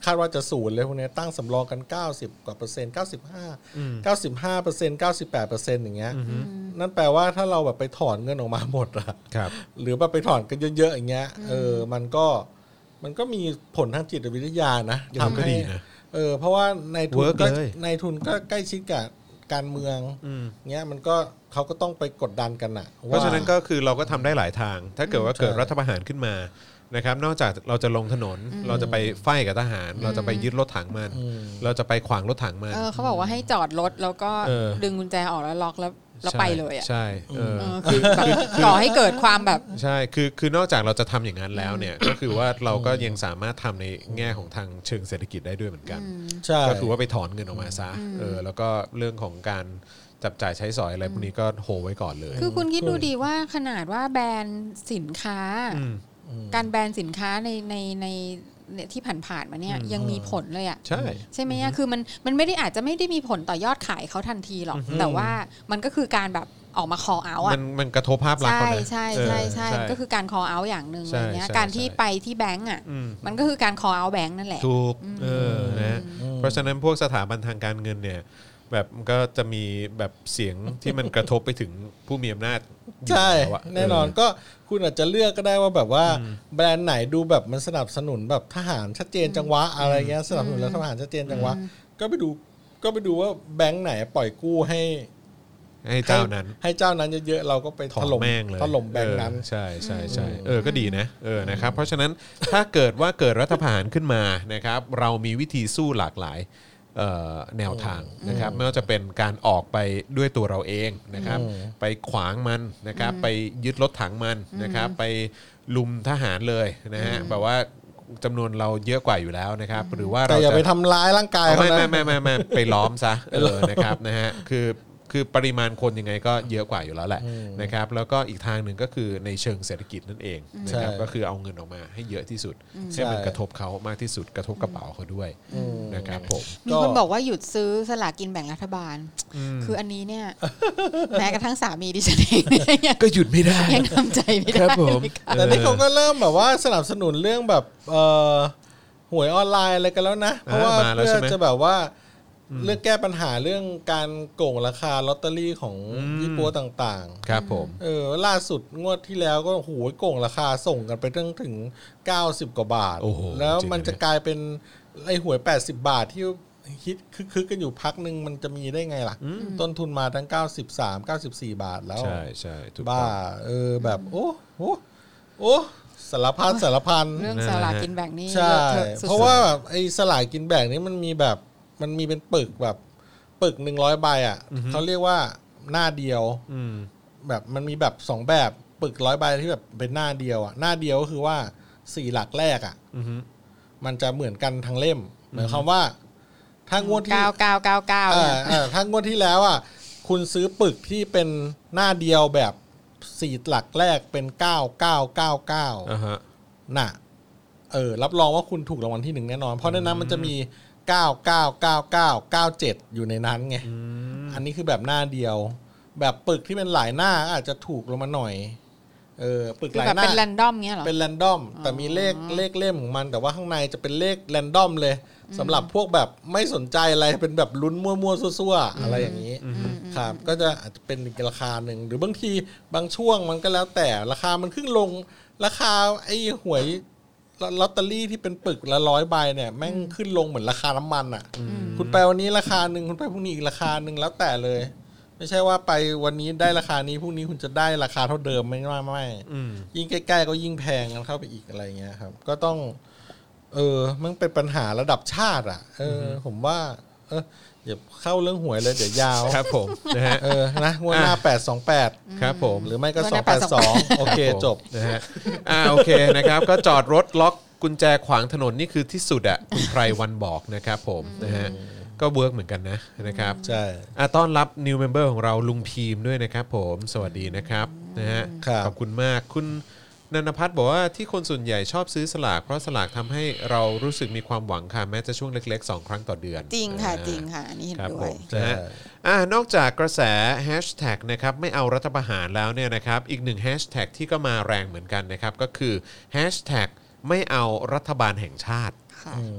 D: าดว่าจะศูนย์เลยพวกนี้ตั้งสำรองกัน90กว่าเปอร์เซ็นต์95% 98%อย่างเงี้ยนั่นแปลว่าถ้าเราแบบไปถอนเงินออกมาหมดอะหรือแบบไปถอนกันเยอะๆอย่างเงี้ยมันก็มีผลทางจิตวิทยานะทำให้เพราะว่าในทุนก็ใกล้ชิดกับการเมืองเงี้ยมันก็เขาก็ต้องไปกดดันกันอ่ะ
B: เพราะฉะนั้นก็คือเราก็ทำได้หลายทางถ้าเกิดว่าเกิดรัฐประหารขึ้นมานะครับนอกจากเราจะลงถนนเราจะไปไฟกับทหารเราจะไปยึดรถถังมันเราจะไปขวางรถถังมัน
C: เขาบอกว่าให้จอดรถแล้วก็ดึงกุญแจออกแล้วล็อกแล้วไปเลยอ่ะ
B: ใช่
C: คือก่อให้เกิดความแบบ
B: ใช่คือนอกจากเราจะทำอย่างนั้นแล้วเนี่ยก็คือว่าเราก็ยังสามารถทำในแง่ของทางเชิงเศรษฐกิจได้ด้วยเหมือนกันก็คือว่าไปถอนเงินออกมาซะแล้วก็เรื่องของการจับจ่ายใช้สอยอะไรพวกนี้ก็โหไว้ก่อนเลย
C: คือคุณคิดดูดีว่าขนาดว่าแบรนด์สินค้าการแบรนด์สินค้าในที่ผ่านๆมาเนี่ยยังมีผลเลยอ่ะใช่ไหมอ่ะคือมันไม่ได้อาจจะไม่ได้มีผลต่อยอดขายเขาทันทีหรอกแต่ว่ามันก็คือการแบบออกมา call out อ่ะ
B: มันกระทบภาพลักษณ์เขานะ
C: ใช่ก็คือการ call out อย่างนึงอะไรเงี้ยการที่ไปที่แบงก์อ่ะมันก็คือการ call out แบงก์นั่นแหละ
B: ถูกนะเพราะฉะนั้นพวกสถาบันทางการเงินเนี่ยแบบก็จะมีแบบเสียงที่มันกระทบไปถึงผู้มีอำนาจ
D: ใช่แน่นอนก็คุณอาจจะเลือกก็ได้ว่าแบบว่าแบรนด์ไหนดูแบบมันสนับสนุนแบบทหารชัดเจนจังหวะอะไรเงี้ยสนับสนุนแล้วทหารชัดเจนจังหวะก็ไปดูว่าแบงค์ไหนปล่อยกู้ให้
B: เจ้านั้น
D: เยอะๆเราก็ไปถล่มแบงค์นั้น
B: ใช่ก็ดีนะนะครับเพราะฉะนั้นถ้าเกิดว่าเกิดรัฐประหารขึ้นมานะครับเรามีวิธีสู้หลากหลายแนวทางนะครับไม่ว่าจะเป็นการออกไปด้วยตัวเราเองนะครับไปขวางมันนะครับไปยึดรถถังมันนะครับไปลุมทหารเลยนะฮะแบบว่าจำนวนเราเยอะกว่าอยู่แล้วนะครับหรือว่าเรา
D: อย่าไปทำร้ายร่างกายเขานะ
B: ไม่ไปล้อมซะนะครับนะฮะคือปริมาณคนยังไงก็เยอะกว่าอยู่แล้วแหละนะครับแล้วก็อีกทางหนึ่งก็คือในเชิงเศรษฐกิจนั่นเองนะครับก็คือเอาเงินออกมาให้เยอะที่สุดให้มันกระทบเขามากที่สุดกระทบกระเป๋าเขาด้วยนะครับผม
C: มีคนบอกว่าหยุดซื้อสลากกินแบ่งรัฐบาลคืออันนี้เนี่ยแม้กระทั่งสามีดิฉันเอง
B: ก็หยุดไม่ได้
C: ยังทำใจไม่ได้
D: แต่นี่เขาก็เริ่มแบบว่าสนับสนุนเรื่องแบบหวยออนไลน์อะไรกันแล้วนะเพราะว่าเพื่อจะแบบว่าเรื่องแก้ปัญหาเรื่องการโกงราคาลอตเตอรี่ของยี่ปัวต่าง
B: ๆครับผม
D: ล่าสุดงวดที่แล้วก็โหโกงราคาส่งกันไปถึง90กว่าบาทแล้วมันจะกลายเป็นไอ้หวย80บาทที่ฮิตคึกกันอยู่พักนึงมันจะมีได้ไงล่ะต้นทุนมาทั้ง93 94บาทแล้ว
B: ใช่
D: บ้าแบบโอ้สารพัน
C: เรื่องสลากกินแบ่งนี่
D: ใช่เพราะว่าไอ้สลากกินแบ่งนี้มันมีเป็นปึกแบบปึก100ใบอ่ะเขาเรียกว่าหน้าเดียวแบบมันมีแบบ2แบบปึก100ใบที่แบบเป็นหน้าเดียวอ่ะหน้าเดียวก็คือว่า4หลักแรกอ่ะมันจะเหมือนกันทั้งเล่มหมายความว่าถ้างวดที่99ถ้างวดที่แล้วอ่ะคุณซื้อปึกที่เป็นหน้าเดียวแบบ4หลักแรกเป็น9999น่ะรับรองว่าคุณถูกรางวัลที่1แน่นอนเพราะในนั้นมันจะมี999997อยู่ในนั้นไงอันนี้คือแบบหน้าเดียวแบบปึกที่เป็นหลายหน้าอาจจะถูกลงมาหน่อยปึกหลายหน้า
C: เป็นแรนดอมเงี้ยหรอ
D: เป็นแรนดอมแต่มีเลขเล่มของมันแต่ว่าข้างในจะเป็นเลขแรนดอมเลยสำหรับพวกแบบไม่สนใจอะไรเป็นแบบลุ้นมั่วๆซั่วๆอะไรอย่างนี้ครับก็จะอาจจะเป็นราคาหนึ่งหรือบางทีบางช่วงมันก็แล้วแต่ราคามันขึ้นลงราคาไอ้หวยลอตเตอรี่ที่เป็นปึกละ100ใบเนี่ยแม่งขึ้นลงเหมือนราคาน้ำมันอ่ะคุณไปวันนี้ราคานึงคุณไปพรุ่งนี้อีกราคานึงแล้วแต่เลยไม่ใช่ว่าไปวันนี้ได้ราคานี้พรุ่งนี้คุณจะได้ราคาเท่าเดิมไม่ยิ่งใกล้ๆก็ยิ่งแพงกันเข้าไปอีกอะไรเงี้ยครับก็ต้องมันเป็นปัญหาระดับชาติอ่ะผมว่าอย่าเข้าเรื่องหวยเลยเดี๋ยวยาว
B: ครับผมนะฮะ
D: นะงวดหน้า828
B: ครับผม
D: หรือไม่ก็282โอเคจบ
B: นะฮะโอเคนะครับก็จอดรถล็อกกุญแจขวางถนนนี่คือที่สุดอ่ะคุณไพรวันบอกนะครับผมนะฮะก็เวิร์กเหมือนกันนะครับ
D: ใช่
B: ต้อนรับ new member ของเราลุงพีมด้วยนะครับผมสวัสดีนะครับนะฮะขอบคุณมากคุณนันพัฒน์บอกว่าที่คนส่วนใหญ่ชอบซื้อสลากเพราะสลากทำให้เรารู้สึกมีความหวังค่ะแม้จะช่วงเล็กๆ2ครั้งต่อเดือน
C: จริงค่ะอันนี้เห็นด้วย
B: นะฮะนอกจากกระแสแฮชแท็กนะครับไม่เอารัฐประหารแล้วเนี่ยนะครับอีกหนึ่งแฮชแท็กที่ก็มาแรงเหมือนกันนะครับก็คือแฮชแท็กไม่เอารัฐบาลแห่งชาติ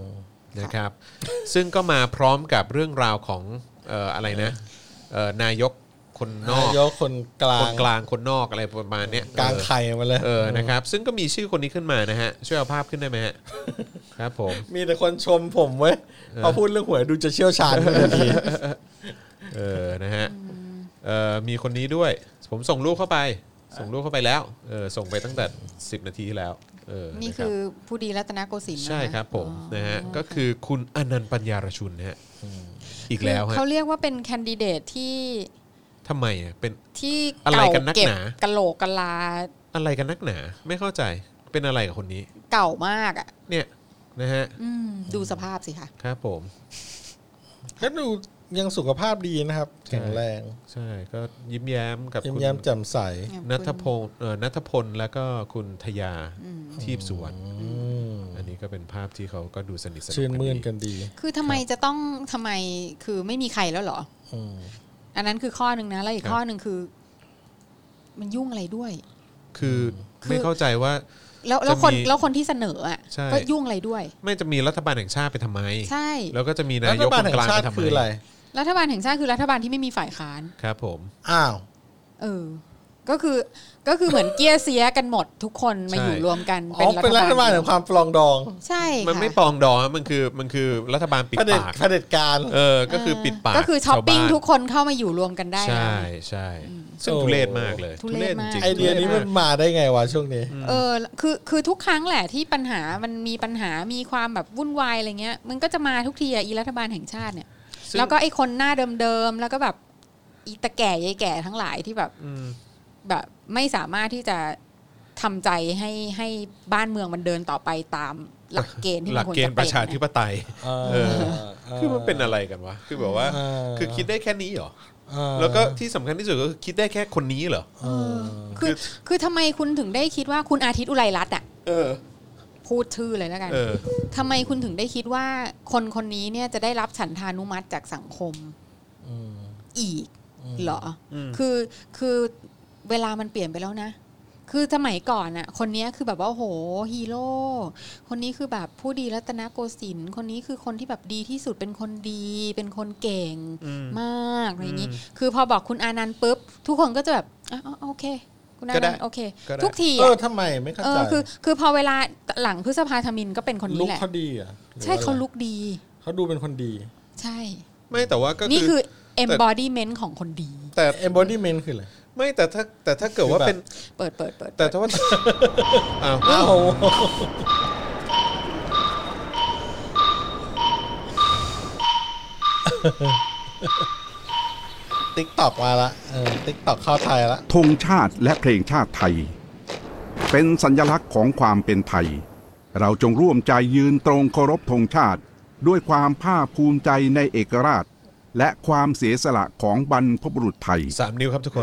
B: นะครับซึ่งก็มาพร้อมกับเรื่องราวของอะไรนะนายกคนนอก
D: นายกคนกลาง
B: คนกลางคนนอกอะไรประมาณเนี้ย
D: กลางไข่มาเลย
B: นะครับซึ่งก็มีชื่อคนนี้ขึ้นมานะฮะช่วยเอาภาพขึ้นได้ไหมฮะครับผม
D: มีแต่คนชมผมเว้ยพอพูดเรื่องหวยดูจะเชี่ยวชาญขึ้นทันที
B: นะฮะมีคนนี้ด้วยผมส่งรูปเข้าไปแล้วส่งไปตั้งแต่10 นาทีที่แล้ว
C: นี่
B: ะรับ
C: คือผู้ดีรัตนโกสินทร์
B: ใช่ครับผมนะฮะก็คือคุณอนันต์ปัญญารชุนนะฮะอีกแล้วฮะ
C: เขาเรียกว่าเป็นแคนดิเดตที่
B: ทำไมอ่ะเป็น
C: ที่
B: อะไรกันนักหนา
C: กะโหลกกะลา
B: อะไรกันนักหนาไม่เข้าใจเป็นอะไรกับคนนี้
C: เก่ามากอ่ะ
B: เนี่ยนะฮะ
C: ดูสภาพสิคะ
B: ครับผม
D: ก็ดูยังสุขภาพดีนะครับ แข็งแรง
B: ใช่ก็ยิ้มแย้มกับ
D: ยิ้ม
B: คุณ
D: แย้มแจ่มใส
B: ณัฐพงศ์ณัฐพลแล้วก็คุณทยาทีพสุวรรณอันนี้ก็เป็นภาพที่เขาก็ดูสนิทสนม
D: ชื่นมื่น
B: กั
D: กัน นดี
C: คือทำไมจะต้องทำไมคือไม่มีใครแล้วเหรออันนั้นคือข้อหนึ่งนะแล้วอีกข้อหนึ่งคือ มันยุ่งอะไรด้วย
B: คือไม่เข้าใจว่า
C: แล้วคนที่เสนออ่ะ
B: ใช่
C: ก็ยุ่งอะไรด้วย
B: ไม่จะมีรัฐบาลแห่งชาติไปทำไม
C: ใช่
B: แล้วก็จะมีนายกคนกลางไปทำไม
D: คืออะไร
C: รัฐบาลแห่งชาติคือรัฐบาลที่ไม่มีฝ่ายค้าน
B: ครับผม
D: อ้าว
C: ก็คือเหมือนเกี้ยเสียกันหมดทุกคนมาอยู่รวมกัน
D: เป็นรัฐบาลแห่งความปลองดอง
C: ใช่
B: มันไม่ปองดองมันคือรัฐบาลปิดปาก
D: เผด็จการ
B: ก็คือปิดปาก
C: ก็คือช้อปปิ้ง
B: ชาวบ้าน
C: ทุกคนเข้ามาอยู่รวมกันได้
B: ใช่ใช่ซึ่งทุเรศมากเลย
C: ทุเรศมาก
B: จริง
D: ไอเดียนี้มันมาได้ไงวะช่วงนี้
C: คือทุกครั้งแหละที่ปัญหามันมีปัญหามีความแบบวุ่นวายอะไรเงี้ยมันก็จะมาทุกทีอีรัฐบาลแห่งชาติเนี่ยแล้วก็ไอคนหน้าเดิมๆแล้วก็แบบอีตะแก่ยายแก่ทั้งหลายที่แบบแบบไม่สามารถที่จะทำใจให้บ้านเมืองมันเดินต่อไปตามหลักเกณฑ์ที่
B: ห
C: มั
B: ลั
C: น
B: ก
C: ควร
B: เกณ
C: จะ
B: ฑ์ป
C: เป็น
B: ระชาธิปไตยคือมันเป็นอะไรกันวะคือแบบว่าคือคิดได้แค่นี้เหรอแล้วก็ที่สำคัญที่สุดก็คือคิดได้แค่คนนี้เหรอ
C: คือทำไมคุณถึงได้คิดว่าคุณอาทิตย์อุไรรัตน์อ่ะพูดชื่อเลยแล้วกันทำไมคุณถึงได้คิดว่าคนนี้เนี่ยจะได้รับฉันทานุมัติจากสังคมอีกเหรอคือเวลามันเปลี่ยนไปแล้วนะคือสมัยก่อนอ่ะคนนี้คือแบบว่าโอ้โหฮีโร่คนนี้คือแบบผู้ดีรัตนโกสินทร์คนนี้คือคนที่แบบดีที่สุดเป็นคนดีเป็นคนเก่งมากอะไรอย่างนี้คือพอบอกคุณอานันต์ปุ๊บทุกคนก็จะแบบโอเคคุณอานันต์โอเคทุกที
D: ทำไมไม่เข้าใจ
C: คือพอเวลาหลังพฤษภาธมิฬก็เป็นคนนี้แหละ
D: ลุคเขาดีอ่ะ
C: ใช่เขาลุคดี
D: เขาดูเป็นคนดี
C: ใช่
B: ไม่แต่ว่าก็
C: นี่คือ embodiment ของคนดี
D: แต่ embodiment คืออะไร
B: ไม่แต่ถ้าเกิดว่าเป็น
C: เปิด
B: แต่ถ้าว่าอ้าว
D: TikTok มาละTikTok เข้าไทยละ
E: ธงชาติและเพลงชาติไทยเป็นสัญลักษณ์ของความเป็นไทยเราจงร่วมใจยืนตรงเคารพธงชาติด้วยความภาคภูมิใจในเอกราชและความเสียสละของบรรพบุรุษไทย
B: 3 นิ้วครับทุกคน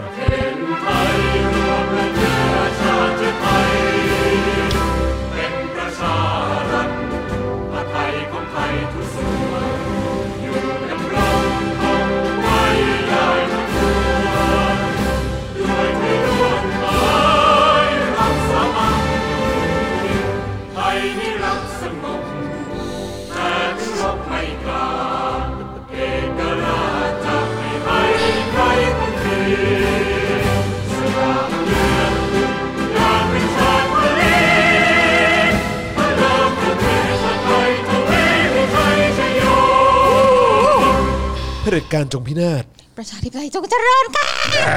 B: เผด็จการจงพินาศ
C: ประชาธิปไตยจงเจริญค่ะ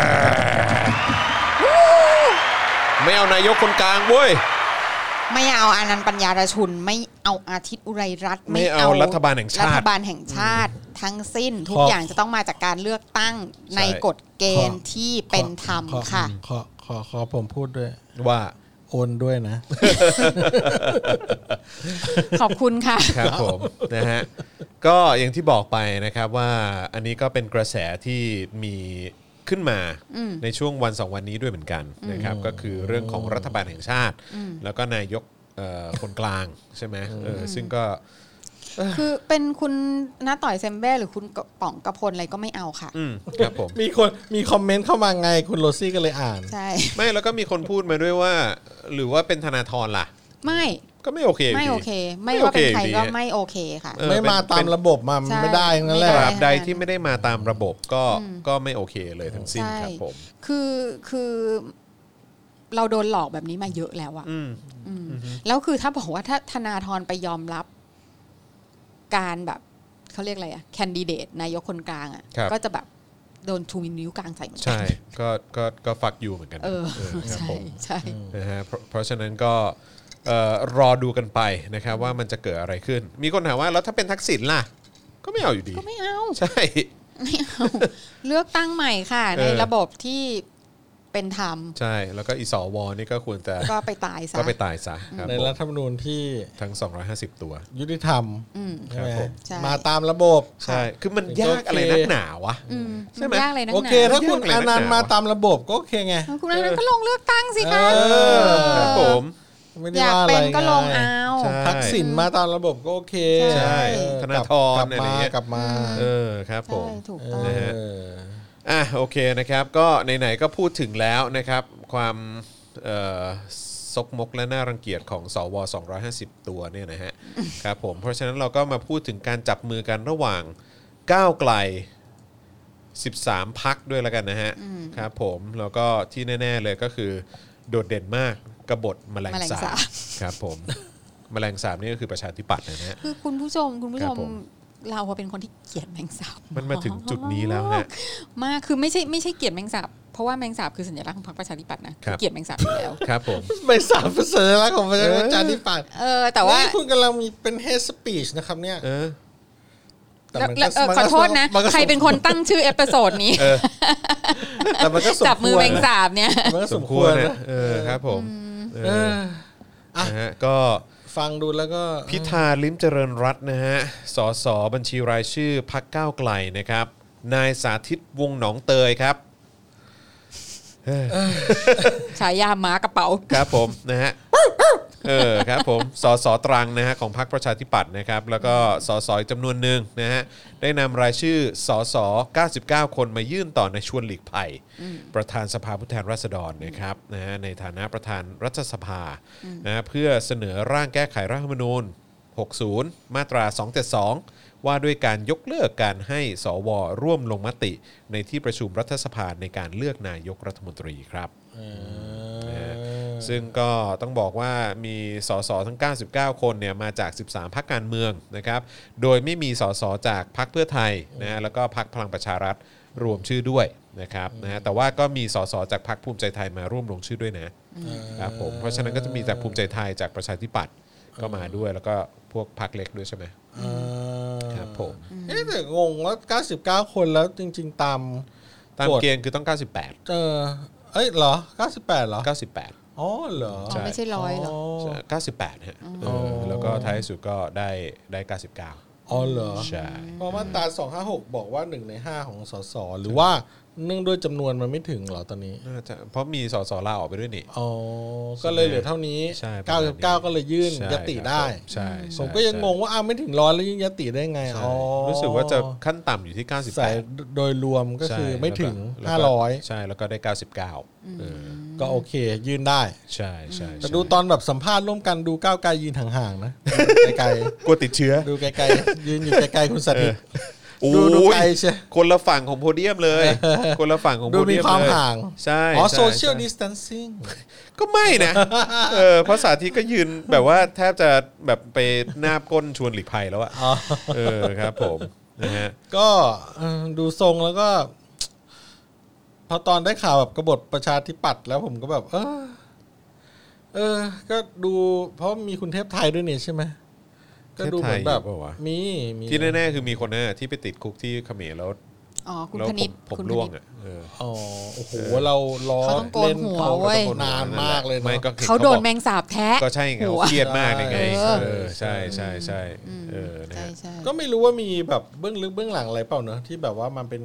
B: ไม่เอานายกคนกลางเว้ย
C: ไม่เอาอานันต์ปัญญารชุนไม่เอาอาทิตย์อุไรรัตน์
B: ไม่เอารัฐบาลแห่งชาติ
C: รัฐบาลแห่งชาติทั้งสิ้นทุกอย่างจะต้องมาจากการเลือกตั้งในกฎเกณฑ์ที่เป็นธรรมค่ะ
D: ขอผมพูดด้วย
B: ว่า
D: โอนด้วยนะ
C: ขอบคุณค่ะ
B: ครับผมนะฮะก็อย่างที่บอกไปนะครับว่าอันนี้ก็เป็นกระแสที่มีขึ้นมาในช่วงวัน2วันนี้ด้วยเหมือนกันนะครับก็คือเรื่องของรัฐบาลแห่งชาติแล้วก็นายกคนกลางใช่ไหมซึ่งก็
C: คือเป็นคุณณต่อยเซมเบ้หรือคุณป๋องกระพลอะไรก็ไม่เอาค่ะ
B: ครับผม
D: มีคอมเมนต์เข้ามาไงคุณโรซี่ก็เลยอ่าน
C: ใช่
B: ไม่แล้วก็มีคนพูดมาด้วยว่าหรือว่าเป็นธนาธรล่ะ
C: ไม่
B: ก็ไม่โอเค
C: ไม่โอเค ไม่ว่าเป็นใครก็ไม่โอเคค่ะ
D: ไม่มาตามระบบมาไม่ได้นั่นแหละ
B: ตราบใดที่ไม่ได้มาตามระบบก็ไม่โอเคเลยทั้งสิ้นครับผม
C: คือเราโดนหลอกแบบนี้มาเยอะแล้วอะแล้วคือถ้าบอกว่าถ้าธนาธรไปยอมรับการแบบเขาเรียกอะไรอะแคนดิเดตนายกคนกลางอะก็จะแบบโดนชูนิ้วกลางใส่เหมือนกัน
B: ใช่ก็ฟักอยู่เหมือนกัน
C: ใช่ใช่
B: นะฮะเพราะฉะนั้นก็รอดูกันไปนะครับว่ามันจะเกิดอะไรขึ้นมีคนถามว่าแล้วถ้าเป็นทักษิณล่ะก็ไม่เอาอยู่ดี
C: ก็ไม่เอา
B: ใช่
C: ไม่เอาเลือกตั้งใหม่ค่ะในระบบที่เป็นธรรม
B: ใช่แล้วก็อีสวนี่ก็ควรจะ
C: ก็ไปตายซะ
B: ครับ
D: ในรัฐธรรมนูญที่
B: ทั้ง250ตัว
D: ยุติธรรม
B: ใช่ไหม
D: มาตามระบบ
B: ใช่คือมันยากอะไรนักหนาวะ
C: ใช่ไหมยากเลยนักหนา
D: โอเคถ้าคุณอนันต์มาตามระบบก็โอเคไง
C: คุณอนันต์ก็ลงเลือกตั้งสิคะ
B: ครับผม
C: อยากเป็นก็ลงเอา
D: ทักษิณมาตามระบบก็โอเค
B: ใช่ธนาธร
D: กลับมา
B: ครับผม
C: ถูกต้อง
B: โอเคนะครับก็ไหนๆก็พูดถึงแล้วนะครับความซกมกและน่ารังเกียจของสว250ตัวเนี่ยนะฮะครับผมเพราะฉะนั้นเราก็มาพูดถึงการจับมือกันระหว่างก้าวไกล13พรรคด้วยแล้วกันนะฮะครับผมแล้วก็ที่แน่ๆเลยก็คือโดดเด่นมากกบฏแมลงสาบครับผมแมลงสาบนี่ก็คือประชาธิปัตย์นะฮะ
C: คือคุณผู้ชมเราเป็นคนที่เกลียดแมงสาบ
B: มันมาถึงจุดนี้แล้วฮะ
C: มากคือไม่ใช่เกลียดแมงสาบเพราะว่าแมงสาบคือสัญลักษณ์ของพรรคประชาธิปัตย์นะเกลียดแมงสาบอยู่แล้ว
B: ครับผม
D: แมงสาบเป็นสัญลักษณ์ของประชาธิปัตย์
C: แต่ว่า
D: คุณกำลังมีเป็น hate speech นะครับเนี่ย
C: ขอโทษนะใครเป็นคนตั้งชื่อเอพิโซดนี้
D: แต่มันก็
C: จับมือแมงสาบเนี่ย
D: มันก็สมควร
B: นะครับผมก็
D: ฟังดูแล้วก็
B: พิธาลิ้มเจริญรัตน์นะฮะสสบัญชีรายชื่อพรรคก้าวไกลนะครับนายสาธิตวงศ์หนองเตยครับ
C: ฉายาม้ากระเป๋า
B: ครับผมนะฮะครับผมสสตรังนะฮะของพรรคประชาธิปัตย์นะครับแล้วก็สสจำนวนหนึ่งนะฮะได้นำรายชื่อสส99คนมายื่นต่อในชวนหลีกภัยประธานสภาผู้แทนราษฎรนะครับนะฮะในฐานะประธานรัฐสภานะเพื่อเสนอร่างแก้ไขรัฐธรรมนูญ60มาตรา272ว่าด้วยการยกเลิกการให้สวร่วมลงมติในที่ประชุมรัฐสภาในการเลือกนายกรัฐมนตรีครับซึ่งก็ต้องบอกว่ามีสสทั้ง99คนเนี่ยมาจาก13พรรคการเมืองนะครับโดยไม่มีสสจากพรรคเพื่อไทยนะแล้วก็พรรคพลังประชารัฐรวมชื่อด้วยนะครับนะแต่ว่าก็มีสสจากพรรคภูมิใจไทยมาร่วมลงชื่อด้วยนะครับผมเพราะฉะนั้นก็จะมีจากภูมิใจไทยจากประชาธิปัตย์ก็มาด้วยแล้วก็พวกพรรคเล็กด้วยใช่ไหมครับผม
D: แต่งงว่า99คนแล้วจริงๆตาม
B: เกณฑ์คือต้อง98
D: เหรอ98เหรอ
B: 98
D: อ๋อเหรอ
C: ไม่ใช่100หรอ
B: 98ฮะแล้วก็ท้ายสุดก็ได้99
D: อ๋อเหรอ
B: ใช่
D: เพราะมาตรา256บอกว่า1ใน5ของสสหรือว่าเนื่องด้วยจำนวนมันไม่ถึงเหรอตอนนี้
B: เพราะมีสสลาออกไปด้วยนี่
D: อ๋อก็เลยเหลือเท่านี้99ก็เลยยื่นยติได้
B: ใช่
D: ผมก็ยังงงว่าไม่ถึง100แล้วยื่นยติได้ไงอ๋อ
B: รู้สึกว่าจะขั้นต่ำอยู่ที่
D: 98โดยรวมก็คือไม่ถึง500
B: ใช่แล้วก็ได้99
D: ก็โอเคยื่นได้
B: ใช่ใช่
D: แต่ดูตอนแบบสัมภาษณ์ร่วมกันดูก้าวไกลยืนห่างๆนะไกล
B: ๆกลัวติดเชื้อ
D: ดูไกลๆยืนอยู่ไกลๆคุณสถิต
B: ดูไกลใช่คนละฝั่งของโพเดียมเลยคนละฝั่งของโพเดียม
D: ดูมีความห่าง
B: ใช่
D: โซเชียลดิสแทนซิ่ง
B: ก็ไม่นะเพราะสาธิตก็ยืนแบบว่าแทบจะแบบไปนาบก้นชวนหลีกภัยแล้วอะครับผมนะฮะ
D: ก็ดูทรงแล้วก็พอตอนได้ข่าวแบบกบฏประชาธิปัตย์แล้วผมก็แบบก็ดูเพราะมีคุณเทพไทยด้วยนี่ใช่ไหมก็ดูเหมือนแบบมี
B: ที่แน่ๆคือมีคนที่ไปติดคุกที่เขมรแล้ว
C: คุณธนิต
B: ผมร่วง
D: โอ้โหเราล้อ
C: เล่นเขา
D: นานมากเลย
C: เขาโดนแมงสาบแท้
B: ก็ใช่ไงเครียดมากไงใช่ใช่ใช่
D: ก็ไม่รู้ว่ามีแบบเบื้องลึกเบื้องหลังอะไรเปล่าเนอะที่แบบว่ามันเป็น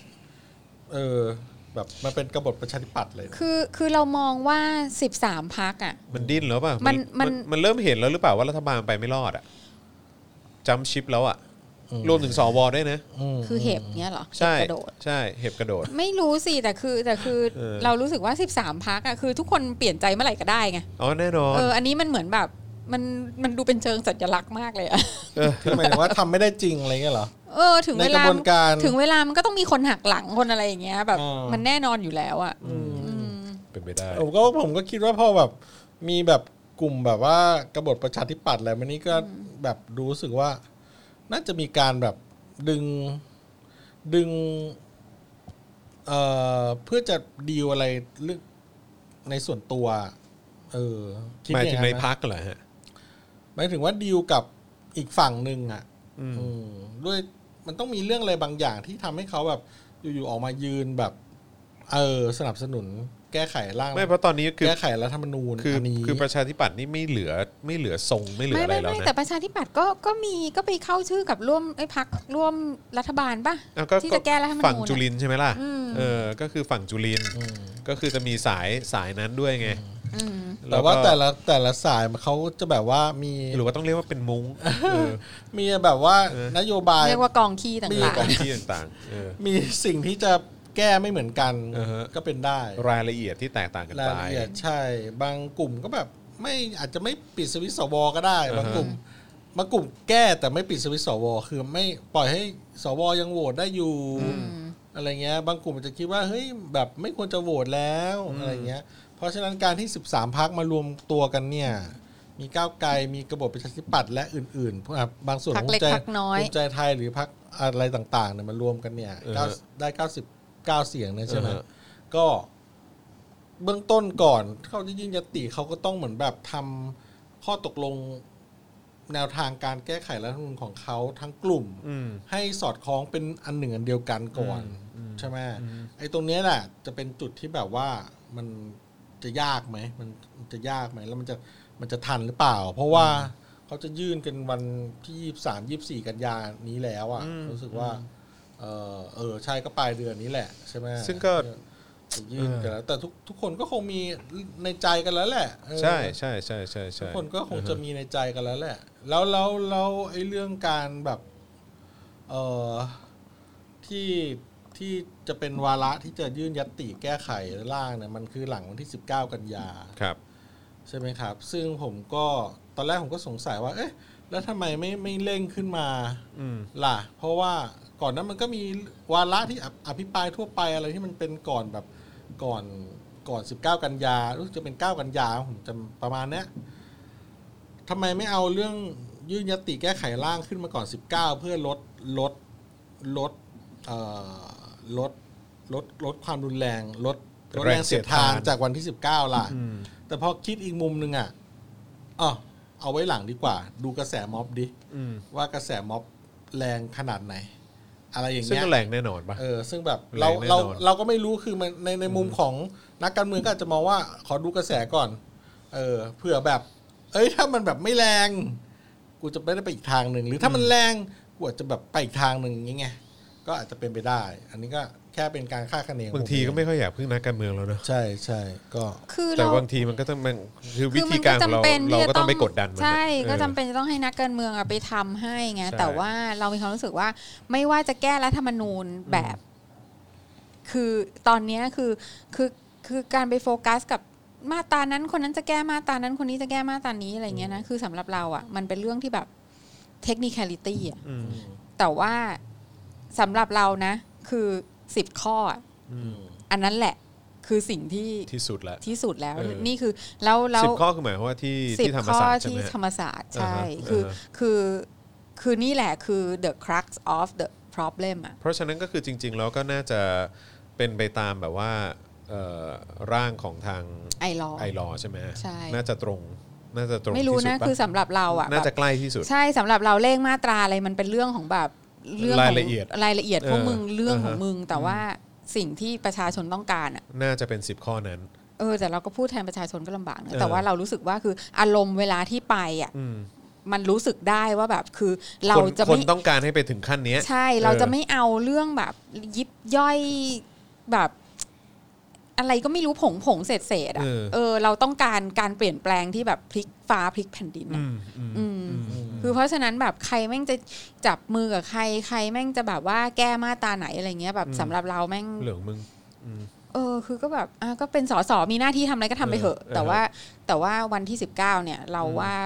D: แบบมันเป็นกบฏประชาธิปัตย์เลย
C: คือเรามองว่า13พรรคอ่ะ
B: มันดิ้นหรือเปล่ามันเริ่มเห็นแล้วหรือเปล่าว่ารัฐบาลไปไม่รอดอ่ะจัมชิปแล้วอ่ะรวมถึงสวด้วยนะ
C: คือเห็บเนี้ยเหรอ
B: ใช่ใช่เห็บกระโดด
C: ไม่รู้สิแต่คือเรารู้สึกว่า13พรรคอ่ะคือทุกคนเปลี่ยนใจเมื่อไหร่ก็ได้ไง
B: อ๋อแน่นอน
C: อันนี้มันเหมือนแบบมันดูเป็นเชิงสัญลักษณ์มากเลยอะ
D: คือหมายถึงว่าทำไม่ได้จริงอะไรเงี้ยเหรอ
C: ถึงเวลา
D: ในกระบวนการ
C: ถึงเวลามันก็ต้องมีคนหักหลังคนอะไรอย่างเงี้ยแบบมันแน่นอนอยู่แล้วอะ
B: เป็นไปได้
D: ผมก็คิดว่าพอแบบมีแบบกลุ่มแบบว่ากบฏประชาธิปัตย์อะไรมันนี้ก็แบบรู้สึกว่าน่าจะมีการแบบดึงเพื่อจะดีลอะไรเรื่องในส่วนตัว
B: หมายถึงในพรรคเหรอฮะ
D: หมายถึงว่าดีลกับอีกฝั่งหนึ่งอ่ะด้วยมันต้องมีเรื่องอะไรบางอย่างที่ทำให้เขาแบบอยู่ๆออกมายืนแบบสนับสนุนแก้ไขร่าง
B: ไม่เพราะตอนนี้คือ
D: แก้ไขรัฐธรรมนูญ
B: คือประชาธิปัตย์นี่ไม่เหลือทรงไม่เหลืออะไรแล้วนะ
C: ไม่แต่ประชาธิปัตย์ก็ไปเข้าชื่อกับร่วมพรรคร่วมรัฐบาลป่ะที่จะแก้รัฐธรรมนูญ
B: ฝั่งจุลินใช่ไหมล่ะก็คือฝั่งจุลินก็คือจะมีสายนั้นด้วยไง
D: แต่ว่าแต่ละสายเขาจะแบบว่ามี
B: หรือว่าต้องเรียกว่าเป็นมุ้ง
D: มีแบบว่านโยบาย
C: เรียกว่ากองขี้ต่
B: าง
D: ๆมีสิ่งที่จะแก้ไม่เหมือนกันก็เป็นได้
B: รายละเอียดที่แตกต่างกันไป
D: รายละเอียดใช่บางกลุ่มก็แบบไม่อาจจะไม่ปิดสวิตช์สวก็ได้บางกลุ่มแก้แต่ไม่ปิดสวิตช์สวคือไม่ปล่อยให้สวยังโหวตได้อยู่อะไรเงี้ยบางกลุ่มจะคิดว่าเฮ้ยแบบไม่ควรจะโหวตแล้วอะไรเงี้ยเพราะฉะนั้นการที่13พรรคมารวมตัวกันเนี่ยมีก้าวไกลมีกบฏประชาธิปัตย์และอื่นๆบางส่วน
C: ของ
D: ภูมิใจไทยหรือพรรคอะไรต่างๆเนี่ยมารวมกันเนี่ยได้99เสียงเนี่ยใช่ไหมก็เบื้องต้นก่อนเขาจะยื่นยติเขาก็ต้องเหมือนแบบทำข้อตกลงแนวทางการแก้ไขรัฐธรรมนูญของเขาทั้งกลุ่มให้สอดคล้องเป็นอันหนึ่งอันเดียวกันก่อนใช่ไหมไอ้ตรงนี้แหละจะเป็นจุดที่แบบว่ามันจะยากไหมมันจะยากไหมแล้วมันจะทันหรือเปล่าเพราะว่าเขาจะยื่นกันวันที่23-24 กันยายนนี้แล้วอ่ะรู้สึกว่าใช่ก็ปลายเดือนนี้แหละใช่ไหม
B: ซึ่งก็
D: จะยื่นกันแล้วแต่ทุกคนก็คงมีในใจกันแล้วแหละ
B: ใช่
D: ทุกคนก็คงจะมีในใจกันแล้วแหละแล้วไอ้เรื่องการแบบที่จะเป็นวาระที่จะยื่นญัตติแก้ไขร่างเนี่ยมันคือหลังวันที่19กันยา
B: ครับ
D: ใช่ไหมครับซึ่งผมก็ตอนแรกผมก็สงสัยว่าเอ๊ะแล้วทำไมไม่เร่งขึ้นมาล่ะเพราะว่าก่อนนั้นมันก็มีวาระที่อภิปรายทั่วไปอะไรที่มันเป็นก่อนแบบก่อน19กันยารู้สึกจะเป็น9กันยาผมจำประมาณเนี้ยทำไมไม่เอาเรื่องยื่นญัตติแก้ไขร่างขึ้นมาก่อน19เพื่อลดความรุนแรงลดแรงเสียดทานจากวันที่19ล่ะแต่พอคิดอีกมุมนึงอ่ะเอาไว้หลังดีกว่าดูกระแสม็อบดิว่ากระแสม็อบแรงขนาดไหนอะไรอย่างเงี้ย
B: ซึ่งก็แรงแน่นอนป่ะ
D: ซึ่งแบบเราก็ไม่รู้คือมันในมุมของนักการเมืองก็อาจจะมองว่าขอดูกระแสก่อนเผื่อแบบถ้ามันแบบไม่แรงกูจะไม่ได้ไปอีกทางนึงหรือถ้ามันแรงกูอาจจะแบบไปอีกทางนึงอย่างเงี้ยก็อาจจะเป็นไปได้อันนี้ก็แค่เป็นการคาดคะเน
B: บางทีก็ไม่ค่อยอยากพึ่งนักการเมืองแล้วเนอะ
D: ใช่ก็
B: แต่บางทีมันก็ต้องมันคือวิธีการของเราก็ต้องไปกดดันมัน
C: ใช่ก็จำเป็นจะต้องให้นักการเมืองไปทำให้ไงแต่ว่าเรามีความรู้สึกว่าไม่ว่าจะแก้รัฐธรรมนูญแบบคือตอนนี้คือการไปโฟกัสกับมาตรานั้นคนนั้นจะแก้มาตรานั้นคนนี้จะแก้มาตรานี้อะไรเงี้ยนะคือสำหรับเราอ่ะมันเป็นเรื่องที่แบบเทคนิคอลิตี้อ่ะแต่ว่าสำหรับเรานะคือ10ข้ออันนั้นแหละคือสิ่งที่สุดแล้วนี่คือแล้ว
B: 10ข้อคือหมายความว่าที่ธรรมศาสตร์ใช่ไหม
C: ที่ธรรมศาสตร์ใช่คือนี่แหละคือ the crux of the problem อ่ะ
B: เพราะฉะนั้นก็คือจริงๆแล้วก็น่าจะเป็นไปตามแบบว่าร่างของทางไอลอใช่ไหมน่าจะตรง
C: ไม่รู้นะคือสำหรับเราอ่ะ
B: น่าจะใกล้ที่สุด
C: ใช่สำหรับเราเลขมาตราอะไรมันเป็นเรื่องของแบบเรื่อง
B: รายละเอียด
C: พวกมึงเรื่องของมึงแต่ว่าสิ่งที่ประชาชนต้องการอ่ะ
B: น่าจะเป็น10ข้อนั้น
C: แต่เราก็พูดแทนประชาชนก็ลำบากนะแต่ว่าเรารู้สึกว่าคืออารมณ์เวลาที่ไปอ่ะมันรู้สึกได้ว่าแบบคือเราจะ
B: คนต้องการให้ไปถึงขั้นนี้
C: ใช่เราจะไม่เอาเรื่องแบบยิบย่อยแบบอะไรก็ไม่รู้ผงเศษอ่ะเราต้องการเปลี่ยนแปลงที่แบบพลิกฟ้าพลิกแผ่นดินอ่ะคือเพราะฉะนั้นแบบใครแม่งจะจับมือกับใครแม่งจะแบบว่าแก้มาตราไหนอะไรเงี้ยแบบสำหรับเราแม่ง
B: เหลืองมึง
C: คือก็แบบก็เป็นสสมีหน้าที่ทำอะไรก็ทำไปเถอะแต่ว่าวันที่19เนี่ยเราว่า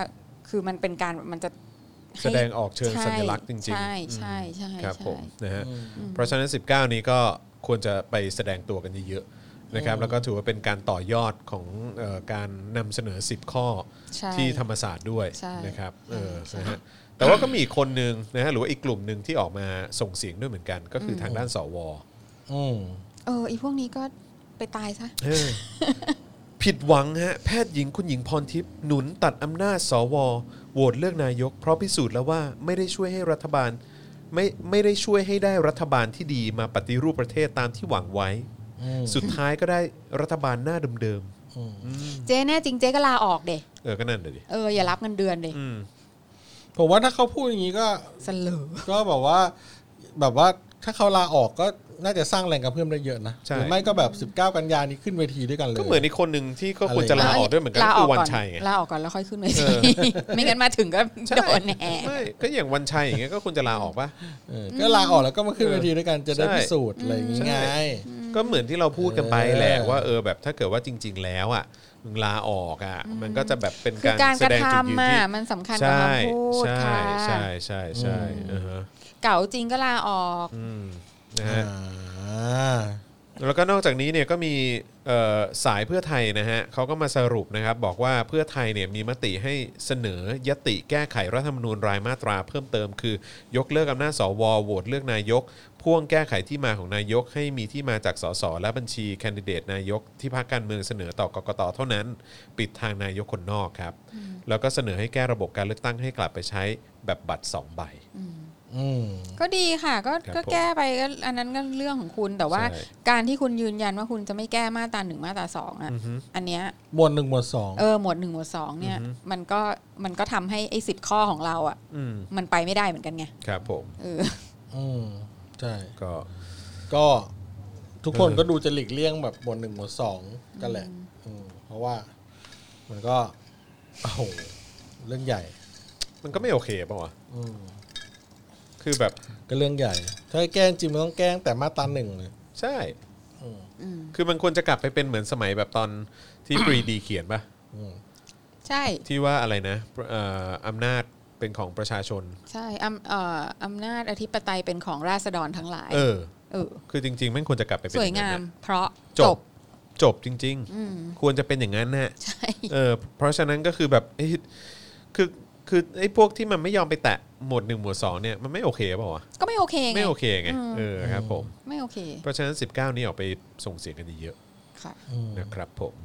C: คือมันเป็นการมันจะ
B: แสดงออกเชิงสัญลักษณ์จริงๆ
C: ใช่ใช่ใช่
B: ครับ
C: ใช่
B: ผมนะฮะเพราะฉะนั้น19นี้ก็ควรจะไปแสดงตัวกันเยอะๆนะครับแล้วก็ถือว่าเป็นการต่อยอดของการนำเสนอ10ข้อ
C: ใช่
B: ที่ธรรมศาสตร์ด้วย
C: ใช่
B: นะครับ
C: ใช่
B: นะฮะแต่ว่าก็มีอีกคนนึงนะฮะหรือว่าอีกกลุ่มหนึ่งที่ออกมาส่งเสียงด้วยเหมือนกัน ก็คือทางด้านสว
C: อีพวกนี้ก็ไปตายซะ
B: ผิดหวังฮะแพทย์หญิงคุณหญิงพรทิพย์หนุนตัดอำนาจสวโหวตเลือกนายกเพราะพิสูจน์แล้วว่าไม่ได้ช่วยให้รัฐบาลไม่ได้ช่วยให้ได้รัฐบาลที่ดีมาปฏิรูปประเทศตามที่หวังไว้สุดท้ายก็ได้รัฐบาลหน้าเดิม
C: เจ๊แน่จริงเจ๊ก็ลาออกเด็
B: ก็นั่นเลยดิ
C: อย่ารับเงินเดือนเด็
D: ผมว่าถ้าเขาพูดอย่างนี้ก็
C: เสลอ
D: ก็แบบว่าถ้าเขาลาออกก็น่าจะสร้างแรงกระเพื่อมได้เยอะนะหรือไม่ก็แบบ19กันยานี้ขึ้นเวทีด้วยกันเลย
B: ก็เหมือนอีกคนหนึ่งที่ก็ควรจะลาออกด้วยเหมือนกันคือวันชัยไง
C: ลาออกก่อนแล้วค่อยขึ้นเวทีไม่งั้นมาถึงก็โดนแน่
B: ไม่ก็อย่างวันชัยอย่างเงี้ยก็ควรจะลาออกป่ะ
D: ก็ลาออกแล้วก็มาขึ้นเวทีด้วยกันจะได้พิสูจน์อะไรอย่างงี้ไง
B: ก็เหมือนที่เราพูดกันไปแหละว่าแบบถ้าเกิดว่าจริง ๆ แล้วอ่ะมึงลาออกอ่ะมันก็จะแบบเป็น
C: คือ
B: การ
C: การ
B: แส
C: กระ
B: ดงจุดยืน
C: ทำ
B: ที่
C: มันสำคัญกว่าคำพูดค่ะ
B: ใช่
C: เก่าจริงก็ลาออก
B: นะฮะแล้วก็นอกจากนี้เนี่ยก็มีสายเพื่อไทยนะฮะเขาก็มาสรุปนะครับบอกว่าเพื่อไทยเนี่ยมีมติให้เสนอยติแก้ไขรัฐธรรมนูญรายมาตราเพิ่มเติมคือยกเลิกอำนาจสวโหวตเลือกนายกพ่วงแก้ไขที่มาของนายกให้มีที่มาจากสสและบัญชีแคนดิเดตนายกที่พรรคการเมืองเสนอต่อกกตเท่านั้นปิดทางนายกคนนอกครับแล้วก็เสนอให้แก้ระบบการเลือกตั้งให้กลับไปใช้แบบบัตร2ใบ
C: ก็ดีค่ะก็แก้ไปก็อันนั้นก็เรื่องของคุณแต่ว่าการที่คุณยืนยันว่าคุณจะไม่แก้มาตรา1มาตรา2อ่ะอันเนี้ย
D: หมวด1หมวด2
C: หมวด1หมวด2เนี่ยมันก็ทำให้ไอ้10ข้อของเราอ่ะมันไปไม่ได้เหมือนกันไง
B: ครับผม
D: ใช่ก็ทุกคนก็ดูจะหลีกเลี่ยงแบบหมวด1หมวด2กันแหละเพราะว่ามันก็โอ้โหเรื่องใหญ่
B: มันก็ไม่โอเคป่ะวะคือแบบ
D: ก็เรื่องใหญ่ถ้าแก้จริงมันต้องแก้แต่มาตรา1เลย
B: ใช่คือมันควรจะกลับไปเป็นเหมือนสมัยแบบตอนที่ปรีดีเขียนป่ะ
C: ใช่
B: ที่ว่าอะไรนะอำนาจเป็นของประชาชน
C: ใช่อำนาจอธิปไตยเป็นของราษฎรทั้งหลาย
B: คือจริงๆไม่ควรจะกลับไปเป็น
C: สวยงามเพราะ
B: จบจริงๆควรจะเป็นอย่างนั้นนะ
C: ใช่
B: เพราะฉะนั้นก็คือแบบคือไอ้พวกที่มันไม่ยอมไปแตะหมวด1หมวด2เนี่ยมันไม่โอเคป่าววะ
C: ก็ไม่โอเคไง
B: ไม่โอเคไงครับผม
C: ไม่โอเค
B: เพราะฉะนั้น19นี้ออกไปส่งเสียงกันเยอะ
C: ค่ะ
B: นะครับผม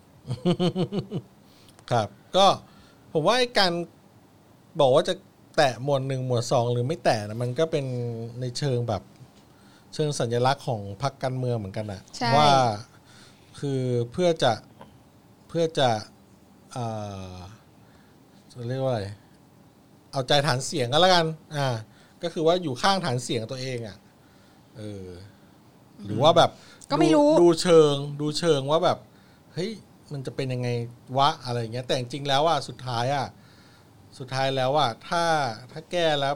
D: ครับก็ผมว่าการบอกว่าจะแตะหมวด1หมวด2หรือไม่แตะนะมันก็เป็นในเชิงแบบเชิงสัญลักษณ์ของพรรคการเมืองเหมือนกันนะว่าคือเพื่อจะเรียกว่าอะไรเอาใจฐานเสียงกันแล้วกันก็คือว่าอยู่ข้างฐานเสียงตัวเองหรือว่าแบบ
C: ก็ไม่รู้
D: ดูเชิงว่าแบบเฮ้ยมันจะเป็นยังไงวะอะไรเงี้ยแต่จริงๆแล้วสุดท้ายแล้วถ้าแก้แล้ว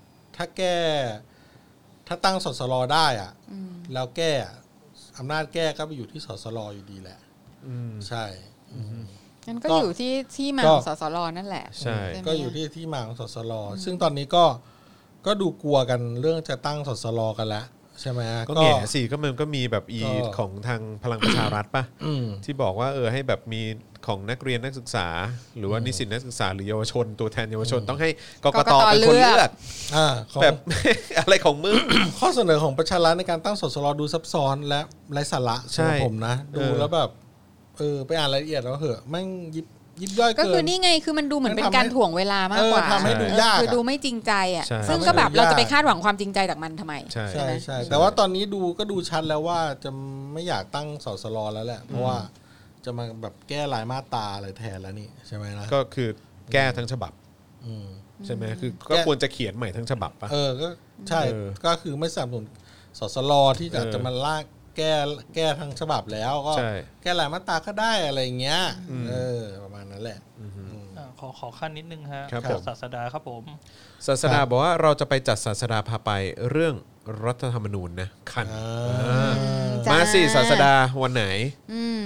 D: ถ้าตั้งสสรได้แล้วแก้อำนาจแก้ก็ไปอยู่ที่สสรอยู่ดีแหละใช่
C: นั่นก็อยู่ที่มาของสสรนั่นแหละ
B: ใช่
D: ก็อยู่ที่มาของสสรซึ่งตอนนี้ก็ดูกลัวกันเรื่องจะตั้งสสรกันแล้วใช่ไหม
B: ก็แง่สิก็มันก็มีแบบของทางพลังประชารัฐป่ะที่บอกว่าให้แบบมีของนักเรียนนักศึกษาหรือว่านิสิตนักศึกษาหรือเยาวชนตัวแทนเยาวชนต้องให้กกตเป็นคนเลือกแบบอะไรของมึง
D: ข้อเสนอของประชารัฐในการตั้งสสรดูซับซ้อนและไร้สาระสำหรับผมนะดูแล้วแบบไปอ่านรายละเอียดแล้วเหอะแม่งยิบย่อยเกิน
C: ก็คือนี่ไงคือมันดูเหมือนเป็นการถ่วงเวลามากกว่า
D: ทำให้ดูยาก
C: คือดูไม่จริงใจซึ่งก็แบบเราจะไปคาดหวังความจริงใจจากมันทำไม
D: ใช่แต่ว่าตอนนี้ดูชัดแล้วว่าจะไม่อยากตั้งสสรแล้วแหละเพราะว่าจะมาแบบแก้รายมาตราอะไรแทนแล้วนี่ใช่ไหมล่ะ
B: ก็คือแก้ทั้งฉบับใช่ไหมคือก็ควรจะเขียนใหม่ทั้งฉบับป่ะ
D: ก็ใช่ก็คือไม่สนับสนุนสสรที่จะมาลากแก้ทั้งฉบับแล้วก็แก้หลายมาตราก็ได้อะไรเงี้ยประมาณนั้นแหละ
F: ขอขั้นนิดนึงฮะศาสดาครับผม
B: ศาสดาบอกว่าเราจะไปจัดศาสดาพาไปเรื่องรัฐธรรมนูญนะคันมาสิศาสดาวันไหนข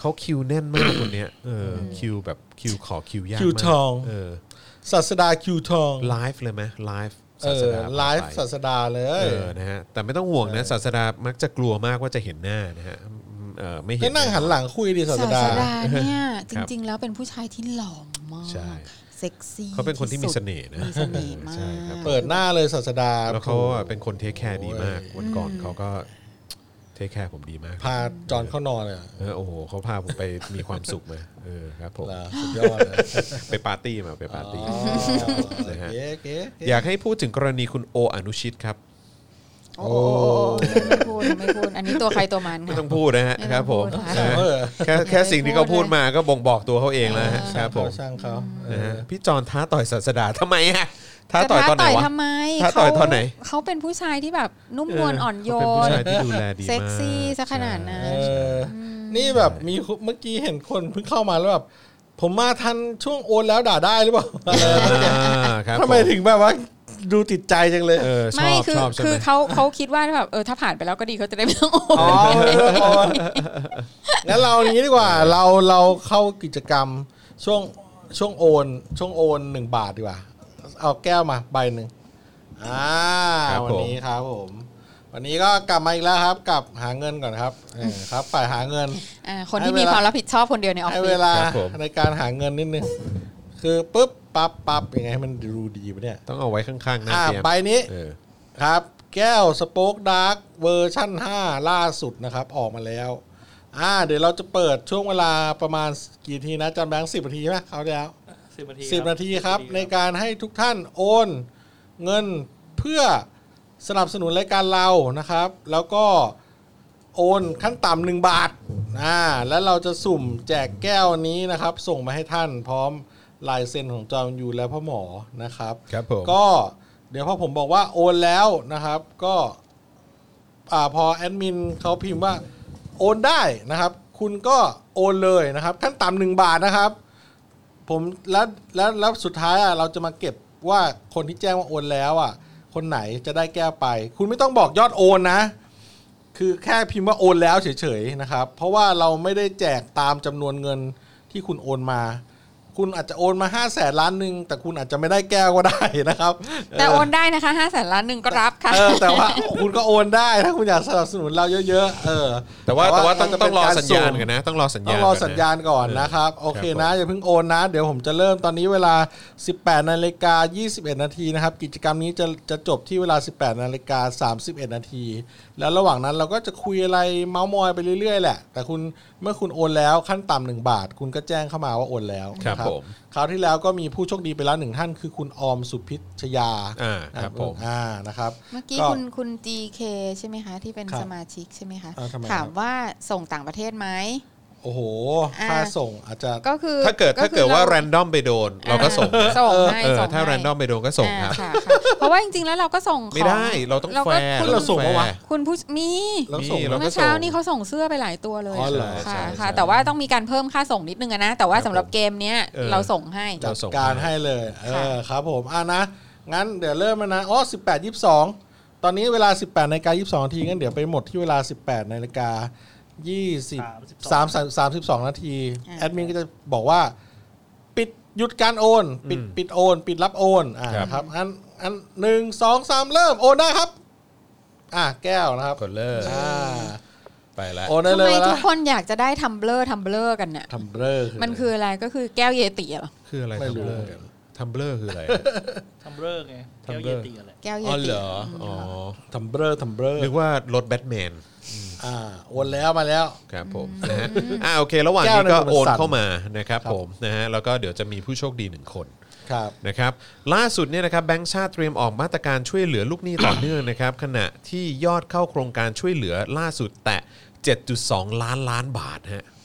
B: เขาคิวแน่นมากคนเนี้ยคิวแบบคิวขอคิวยากมาก
D: คิวทอง ศาสดาคิวทอง
B: ไลฟ์เลยไหมไลฟ์
D: ไลฟ์ศาสดาเลย
B: นะฮะแต่ไม่ต้องห่วงนะศาสดามักจะกลัวมากว่าจะเห็นหน้านะฮะไม่เห็น
D: ก็นั่งหันหลังคุยดีศาสดา
C: เนี่ยจริงๆแล้วเป็นผู้ชายที่หล่อมากเซ็กซี่
B: เขาเป็นคนที่มีเสน่ห์นะ
C: มีเสน่ห์มาก
D: เปิดหน้าเลยศาสดา
B: แล้วเขาเป็นคนเทคแคร์ดีมากวันก่อนเขาก็เทคแคร์ผมดีมาก
D: พาจอนเข้านอนเลย
B: โอ้โหเขาพาผมไปมีความสุขมาครับผม
D: สุดยอดเลย
B: ไปปาร์ตี้มาไปปาร์ตี้นะฮะอยากให้พูดถึงกรณีคุณโออนุชิตครับ
C: โอ้ไม่พูดอันนี้ตัวใครตัวมัน
B: ไม่ต้องพูดนะฮะครับผมแค่สิ่งที่เขาพูดมาก็บ่งบอกตัวเขาเองแล้วครับผม
D: ช่างเขา
B: นะฮะพี่จอนท้าต่อยศาสดาทำไมฮะท้าต่อยตอนไหนวะ
C: ทำไม
B: ท้าต่อยตอนไหน
C: เขาเป็นผู้ชายที่แบบนุ่มนวลอ่อนโยน
B: เป็นผู้ชายที่ดูแลดีมาก
C: เซ็กซี่ซะขนาดนั้น
D: นี่แบบมีเมื่อกี้เห็นคนเพิ่งเข้ามาแล้วแบบผมมาทันช่วงโอนแล้วด่าได้หรือเปล่าทำไมถึงแบบว่าดูติดใจจังเลย
C: ไม่คือเขาคิดว่าแบบถ้าผ่านไปแล้วก็ดีเขาจะได้ไม่ต้องโอน
D: งั้นเราอย่างนี้ดีกว่าเราเข้ากิจกรรมช่วงโอน1 บาทดีกว่าเอาแก้วมาใบหนึ่งวันนี้ครับผมวันนี้ก็กลับมาอีกแล้วครับกับหาเงินก่อนครับครับฝ่ายหาเงิน
C: คนที่มีความรับผิดชอบคนเดียวในออฟฟิศ
D: ให้เวลาในการหาเงินนิดนึงคือปุ๊บปั๊บยังไงให้มันดูดีปะเนี่ย
B: ต้องเอาไว้ข้างๆนะ
D: ใบนี้ครับแก้วสโป๊กดาร์กเวอร์ชั่น5ล่าสุดนะครับออกมาแล้วเดี๋ยวเราจะเปิดช่วงเวลาประมาณกี่ทีนะจำแบงค์10 นาทีไหมเขาแล้ว10 นาทีครับในการให้ทุกท่านโอนเงินเพื่อสนับสนุนรายการเรานะครับแล้วก็โอนขั้นต่ำ1 บาทแล้วเราจะสุ่มแจกแก้วนี้นะครับส่งมาให้ท่านพร้อมลายเซ็นของจอมยูและพ่อหมอนะครับก็เดี๋ยวพอผมบอกว่าโอนแล้วนะครับก็พอแอดมินเขาพิมพ์ว่าโอนได้นะครับคุณก็โอนเลยนะครับขั้นต่ำ1 บาทนะครับผมแล้วสุดท้ายเราจะมาเก็บว่าคนที่แจ้งว่าโอนแล้วคนไหนจะได้แก้วไปคุณไม่ต้องบอกยอดโอนนะคือแค่พิมพ์ว่าโอนแล้วเฉยๆนะครับเพราะว่าเราไม่ได้แจกตามจำนวนเงินที่คุณโอนมาคุณอาจจะโอนมา500,000 ล้านนึงแต่คุณอาจจะไม่ได้แก้วก็ได้นะครับ
C: แต่โอนได้นะคะ500,000 ล้านนึงก็รับค่ะ
D: แต่ว่าคุณก็โอนได้ถ้าคุณอยากสนับสนุนเราเยอะ
B: ๆแต่ว่าต้องรอสัญญาณกันนะต้องรอสัญญาณ
D: ก่อนนะครับโอเคนะอย่าเพิ่งโอนนะเดี๋ยวผมจะเริ่มตอนนี้เวลา 18:21 นาทีนะครับกิจกรรมนี้จะจบที่เวลา 18:31 นาทีแล้วระหว่างนั้นเราก็จะคุยอะไรเมาส์มอยไปเรื่อยๆแหละแต่เมื่อคุณโอนแล้วขั้นต่ำ1 บาทคุณก็แจ้งเข้ามาว่าโอนแล้ว
B: ครับ
D: คราวที่แล้วก็มีผู้โชคดีไปแล้ว1 ท่านคือคุณออมสุพิชยา
B: ครับผม
D: นะครับ
C: เมื่อกี้คุณ GK ใช่ไหมคะที่เป็นสมาชิกใช่ไหมคะถามว่าส่งต่างประเทศไหม
D: โอ้โหค่าส่งอาจจะ
C: ก็คือ
B: ถ้าเกิดว่าแรนดอมไปโดนเราก็ส่ง
C: ให้
B: ถ้าแรนดอมไปโดนก็ส่งครับ
C: เพราะว่าจริงๆแล้วเราก็ส่ง
B: ไม่ได้เราต้องแฟร์
D: เราส่งวะ
C: คุณผู้มีเมื่อเช้านี้เขาส่งเสื้อไปหลายตัวเลยค่ะแต่ว่าต้องมีการเพิ่มค่าส่งนิดนึงนะแต่ว่าสำหรับเกมเนี้ยเราส่งให้
D: จัดการให้เลยครับผมนะงั้นเดี๋ยวเริ่มนะ18:22ตอนนี้เวลา 18:22 นาทีงั้นเดี๋ยวไปหมดที่เวลา 18:32 นาทีแอดมินก็จะบอกว่าปิดหยุดการโอนปิดโอนปิดรับโอนครับอัน1 2 3เริ่มโอนได้ครับแก้วนะครับ
B: กดเลยไปแล้ว
C: โอนได้เลยทำไมทุกคนอยากจะได้ทัมเบลอกันเนี่ย
D: ทัมเบลอ
C: มันคืออะไรก็คือแก้วเยติเหรอ
B: คืออะไรทัมเบลอคืออะไร
F: ทัมเบลอไงแก้วเยติอะไร
C: แก้วเยติ
B: เหรอ
D: ทัมเบลอ
B: นึกว่ารถแบทแมน
D: โอนแล้วมาแล้ว
B: ครับผมนะฮะโอเคระหว่างนี้ก็โอนเข้ามานะครับผมนะฮะแล้วก็เดี๋ยวจะมีผู้โชคดี1 คนนะครับล่าสุดเนี่ยนะครับแบงก์ชาติเตรียมออกมาตรการช่วยเหลือลูกหนี้ต่อเนื่องนะครับขณะที่ยอดเข้าโครงการช่วยเหลือล่าสุดแตะ 7.2 ล้านบาทฮะ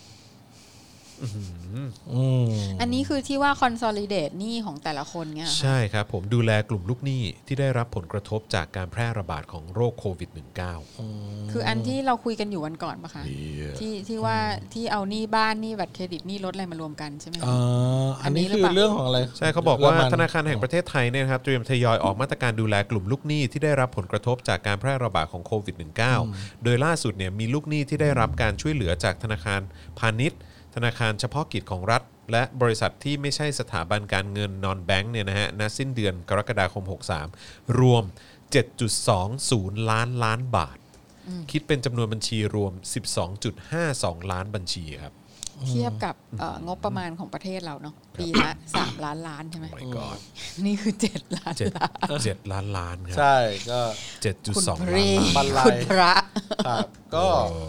C: อันนี้คือที่ว่า consolidate หนี้ของแต่ละคนเงี้ย
B: ใช่ครับผมดูแลกลุ่มลูกหนี้ที่ได้รับผลกระทบจากการแพร่ระบาดของโรคโควิด -19
C: คืออันที่เราคุยกันอยู่วันก่อนปะคะที่ว่าที่เอาหนี้บ้านหนี้บัตรเครดิตหนี้รถอะไรมารวมกันใช่ไหม
D: อันนี้คือเรื่องของอะไร
B: ใช่เขาบอกว่าธนาคารแห่งประเทศไทยเนี่ยครับเตรียมทยอยออกมาตรการดูแลกลุ่มลูกหนี้ที่ได้รับผลกระทบจากการแพร่ระบาดของโควิด -19 โดยล่าสุดเนี่ยมีลูกหนี้ที่ได้รับการช่วยเหลือจากธนาคารพาณิชย์ธนาคารเฉพาะกิจของรัฐและบริษัทที่ไม่ใช่สถาบันการเงินนอนแบงค์เนี่ยนะฮะณสิ้นเดือนกรกฎาคม63รวม 7.20 ล้านบาทคิดเป็นจำนวนบัญชีรวม 12.52 ล้านบัญชีครับ
C: เทียบกับงบประมาณของประเทศเราเนาะปีละ3 ล้านใช่ไหม
B: my god
C: นี่คือ7 ล้าน
B: 7 ล้านครับ
D: ใช่ก็
B: 7.2 ล้าน
D: บรรลัย
C: พระ
D: ครับก็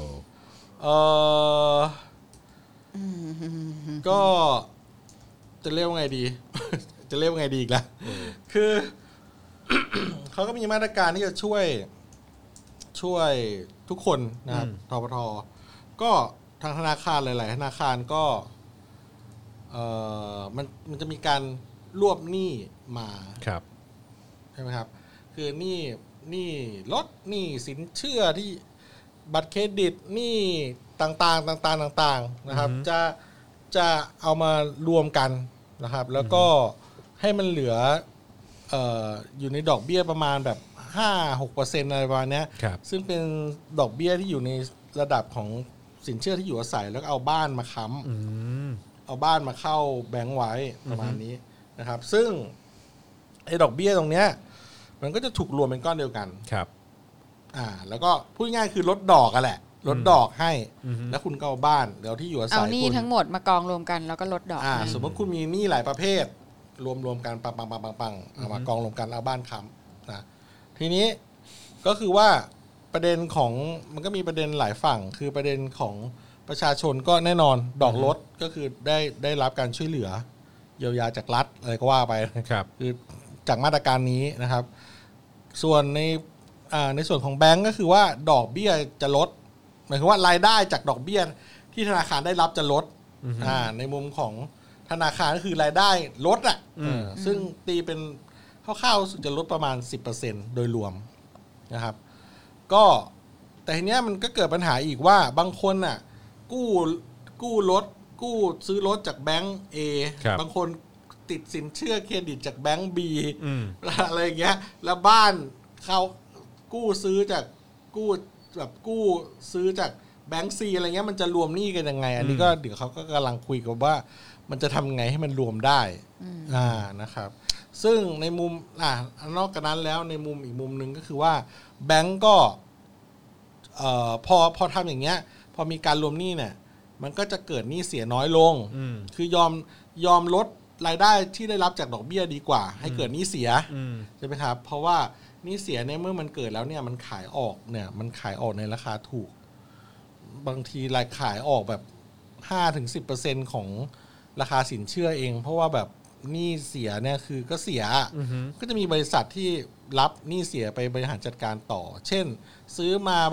D: ก็จะเรียกว่าไงดี จะเรียกว่าไงดีอีกแล้วคือ เขาก็มีมาตรการที่จะช่วยทุกคนนะครับทปท.ก็ทางธนาคารหลายๆธนาคารก็มันจะมีการรวบหนี้มา
B: ครับ
D: ใช่ไหมครับคือหนี้ลดหนี้สินเชื่อที่บัตรเครดิตหนี้ต่างๆนะครับจะเอามารวมกันนะครับแล้วก็ให้มันเหลืออยู่ในดอกเบี้ยประมาณแบบ 5-6% อะไรประมาณนี้ซึ่งเป็นดอกเบี้ยที่อยู่ในระดับของสินเชื่อที่อยู่อาศัยแล้วก็เอาบ้านมาค้ำเอาบ้านมาเข้าแบงก์ไว้ประมาณนี้นะครับซึ่งไอ้ดอกเบี้ยตรงเนี้ยมันก็จะถูกรวมเป็นก้อนเดียวกัน
B: ครับ
D: แล้วก็พูดง่ายคือลดดอกกันแหละลดดอกให้แล้วคุณก็เอาบ้านเดี๋ยวที่อยู่อาศัย
C: เอาหนี้ทั้งหมดมากองรวมกันแล้วก็ลดดอก
D: สมมติคุณมีหนี้หลายประเภทรวมกันปังเอามากองรวมกันเอาบ้านค้ำนะทีนี้ก็คือว่าประเด็นของมันก็มีประเด็นหลายฝั่งคือประเด็นของประชาชนก็แน่นอนดอกลดก็คือได้รับการช่วยเหลือเยียวยาจากรัฐอะไรก็ว่าไปคือจากมาตรการนี้นะครับส่วนในส่วนของแบงก์ก็คือว่าดอกเบี้ยจะลดหมายความว่ารายได้จากดอกเบี้ยที่ธนาคารได้รับจะลดในมุมของธนาคารก็คือรายได้ลดซึ่งตีเป็นคร่าวๆจะลดประมาณ 10% โดยรวมนะครับก็แต่ทีเนี้ยมันก็เกิดปัญหาอีกว่าบางคนกู้รถกู้ซื้อรถจากแบงก์ A บางคนติดสินเชื่อเครดิตจากแบงก์ B อะไรอย่างเงี้ยแล้วบ้านเขากู้ซื้อจากกู้ซื้อจากแบงก์ C อะไรเงี้ยมันจะรวมหนี้กันยังไงอันนี้ก็เดี๋ยวเขาก็กำลังคุยกันว่ามันจะทำไงให้มันรวมได้นะครับซึ่งในมุมนอกจากนั้นแล้วในมุมอีกมุมนึงก็คือว่าแบงก์ก็พอทำอย่างเงี้ยพอมีการรวมหนี้เนี่ยมันก็จะเกิดหนี้เสียน้อยลงคือยอมลดรายได้ที่ได้รับจากดอกเบี้ยดีกว่าให้เกิดหนี้เสียใช่ไหมครับเพราะว่าหนี้เสียเนี่ยเมื่อมันเกิดแล้วเนี่ยมันขายออกในราคาถูกบางทีรายขายออกแบบ 5-10% ของราคาสินเชื่อเองเพราะว่าแบบหนี้เสียเนี่ยคือก็เสียก็จะมีบริษัทที่รับหนี้เสียไปบริหารจัดการต่อเช่นซื้อมาแบบ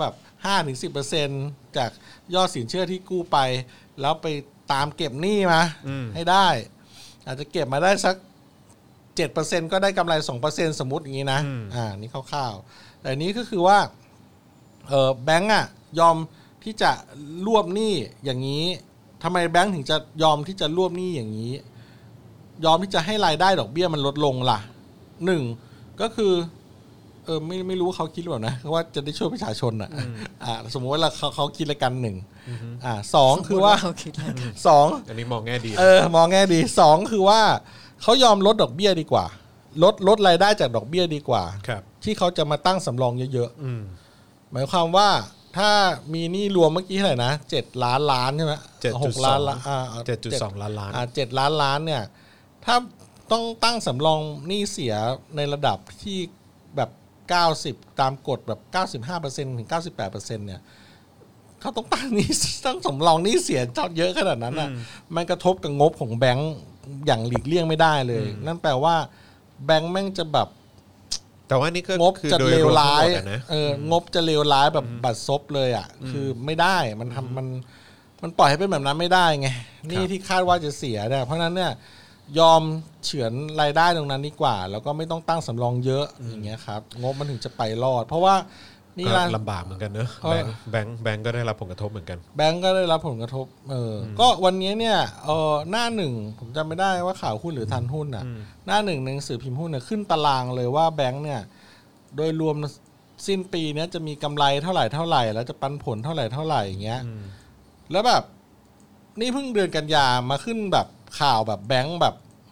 D: 5-10% จากยอดสินเชื่อที่กู้ไปแล้วไปตามเก็บหนี้มาให้ได้อาจจะเก็บมาได้สัก 7% ก็ได้กำไร 2% สมมุติอย่างนี้นะนี่คร่าวๆแต่นี้ก็คือว่าแบงก์ยอมที่จะรวบหนี้อย่างนี้ทำไมแบงก์ถึงจะยอมที่จะรวบหนี้อย่างนี้ยอมที่จะให้รายได้ดอกเบี้ยมันลดลงล่ะ1ก็คือไม่รู้เขาคิดหรือเปล่านะว่าจะได้ช่วยประชาชนสมมติว่าเขาคิดละกัน2คือว่า2
B: อันนี้มองแง่ดี
D: มองแง่ดี2คือว่าเขายอมลดดอกเบี้ยดีกว่าลดรายได้จากดอกเบี้ยดีกว่าที่เขาจะมาตั้งสำรองเยอะๆหมายความว่าถ้ามีหนี้รวมเมื่อกี้เท่าไหร่นะ7 ล้านใช่ไหม6 ล้าน
B: 7.2 ล้าน
D: 7 ล้านเนี่ยถ้าต้องตั้งสำรองหนี้เสียในระดับที่แบบ90ตามกฎแบบ 95% ถึง 98% เนี่ยเขาต้องตั้งสำรองหนี้เสียเยอะขนาดนั้นมันกระทบกับงบของแบงก์อย่างหลีกเลี่ยงไม่ได้เลยนั่นแปลว่าแบงก์แม่งจะแบบ
B: แต่ว่านี่ก็
D: งบจะเลวร้ายงบจะเลวร้ายแบบบัดซบเลยคือไม่ได้มันปล่อยให้เป็นแบบนั้นไม่ได้ไงนี่ที่คาดว่าจะเสียเนี่ยเพราะนั้นเนี่ยยอมเฉือนรายได้ตรงนั้นดีกว่าแล้วก็ไม่ต้องตั้งสำรองเยอะอย่างเงี้ยครับงบมันถึงจะไปรอดเพราะว่านี่
B: ลำบากเหมือนกันเนอะแบงก์ก็ได้รับผลกระทบเหมือนกัน
D: แบงก์ก็ได้รับผลกระทบก็วันนี้เนี่ยหน้าหนึ่งผมจำไม่ได้ว่าข่าวหุ้นหรือทันหุ้นหน้าหนึ่งในหนังสือพิมพ์หุ้นเนี่ยขึ้นตารางเลยว่าแบงก์เนี่ยโดยรวมสิ้นปีนี้จะมีกำไรเท่าไหร่แล้วจะปันผลเท่าไหร่อย่างเงี้ยแล้วแบบนี่เพิ่งเดือนกันยามาขึ้นแบบข่าวแบบแบงค์แบบ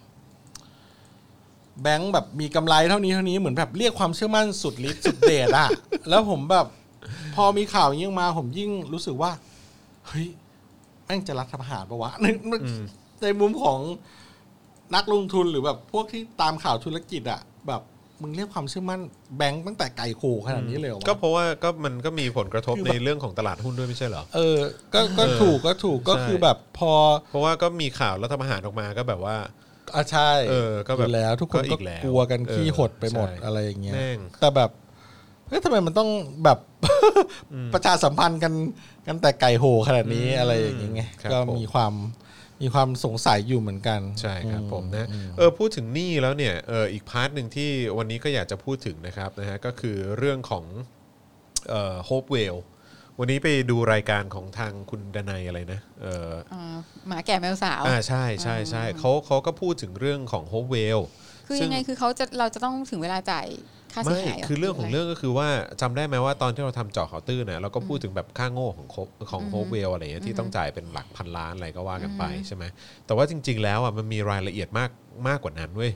D: มีกำไรเท่านี้เหมือนแบบเรียกความเชื่อมั่นสุดฤทธิ์สุดเดชอะ แล้วผมแบบพอมีข่าวอย่างนี้มาผมยิ่งรู้สึกว่าเฮ้ยแม่งจะรัฐประหารปะวะในมุมของนักลงทุนหรือแบบพวกที่ตามข่าวธุรกิจอะแบบมึงเรียกความเชื่อมั่นแบงค์ตั้งแต่ไก่โขขนาดนี้เลยเหรอวะ
B: ก็เพราะว่าก็มันก็มีผลกระทบในเรื่องของตลาดหุ้นด้วยไม่ใช่เหรอ
D: ก็ถูกก็คือแบบ
B: เพราะว่าก็มีข่าวรัฐประหารออกมาก็แบบว่า
D: ใช่
B: ก็แบบ
D: แล้วทุกคนก็กลัวกันขี้หดไปหมดอะไรอย่างเงี้ยแต่แบบเฮ้ยทำไมมันต้องแบบประชาสัมพันธ์กันแต่ไก่โหขนาดนี้อะไรอย่างเงี้ยก็มีความสงสัยอยู่เหมือนกัน
B: ใช่ครับผมนะพูดถึงหนี้แล้วเนี่ยอีกพาร์ทหนึ่งที่วันนี้ก็อยากจะพูดถึงนะครับนะฮะก็คือเรื่องของHopewell วันนี้ไปดูรายการของทางคุณดนัยอะไรนะ
C: หมาแก่แมวสาว
B: ใช่เขาก็พูดถึงเรื่องของ Hopewell
C: คือยังไงคือเราจะต้องถึงเวลาจ่ายค่าเสียหาย
B: คือเรื่องของเรื่องก็คือว่าจำได้ไหมว่าตอนที่เราทำเจาะข่าวตื้นนะเราก็พูดถึงแบบค่าโง่ของโฮปเวลอะไรเงี้ยที่ต้องจ่ายเป็นหลักพันล้านอะไรก็ว่ากันไปใช่ไหมแต่ว่าจริงๆแล้วอ่ะมันมีรายละเอียดมากกว่านั้นเว้ย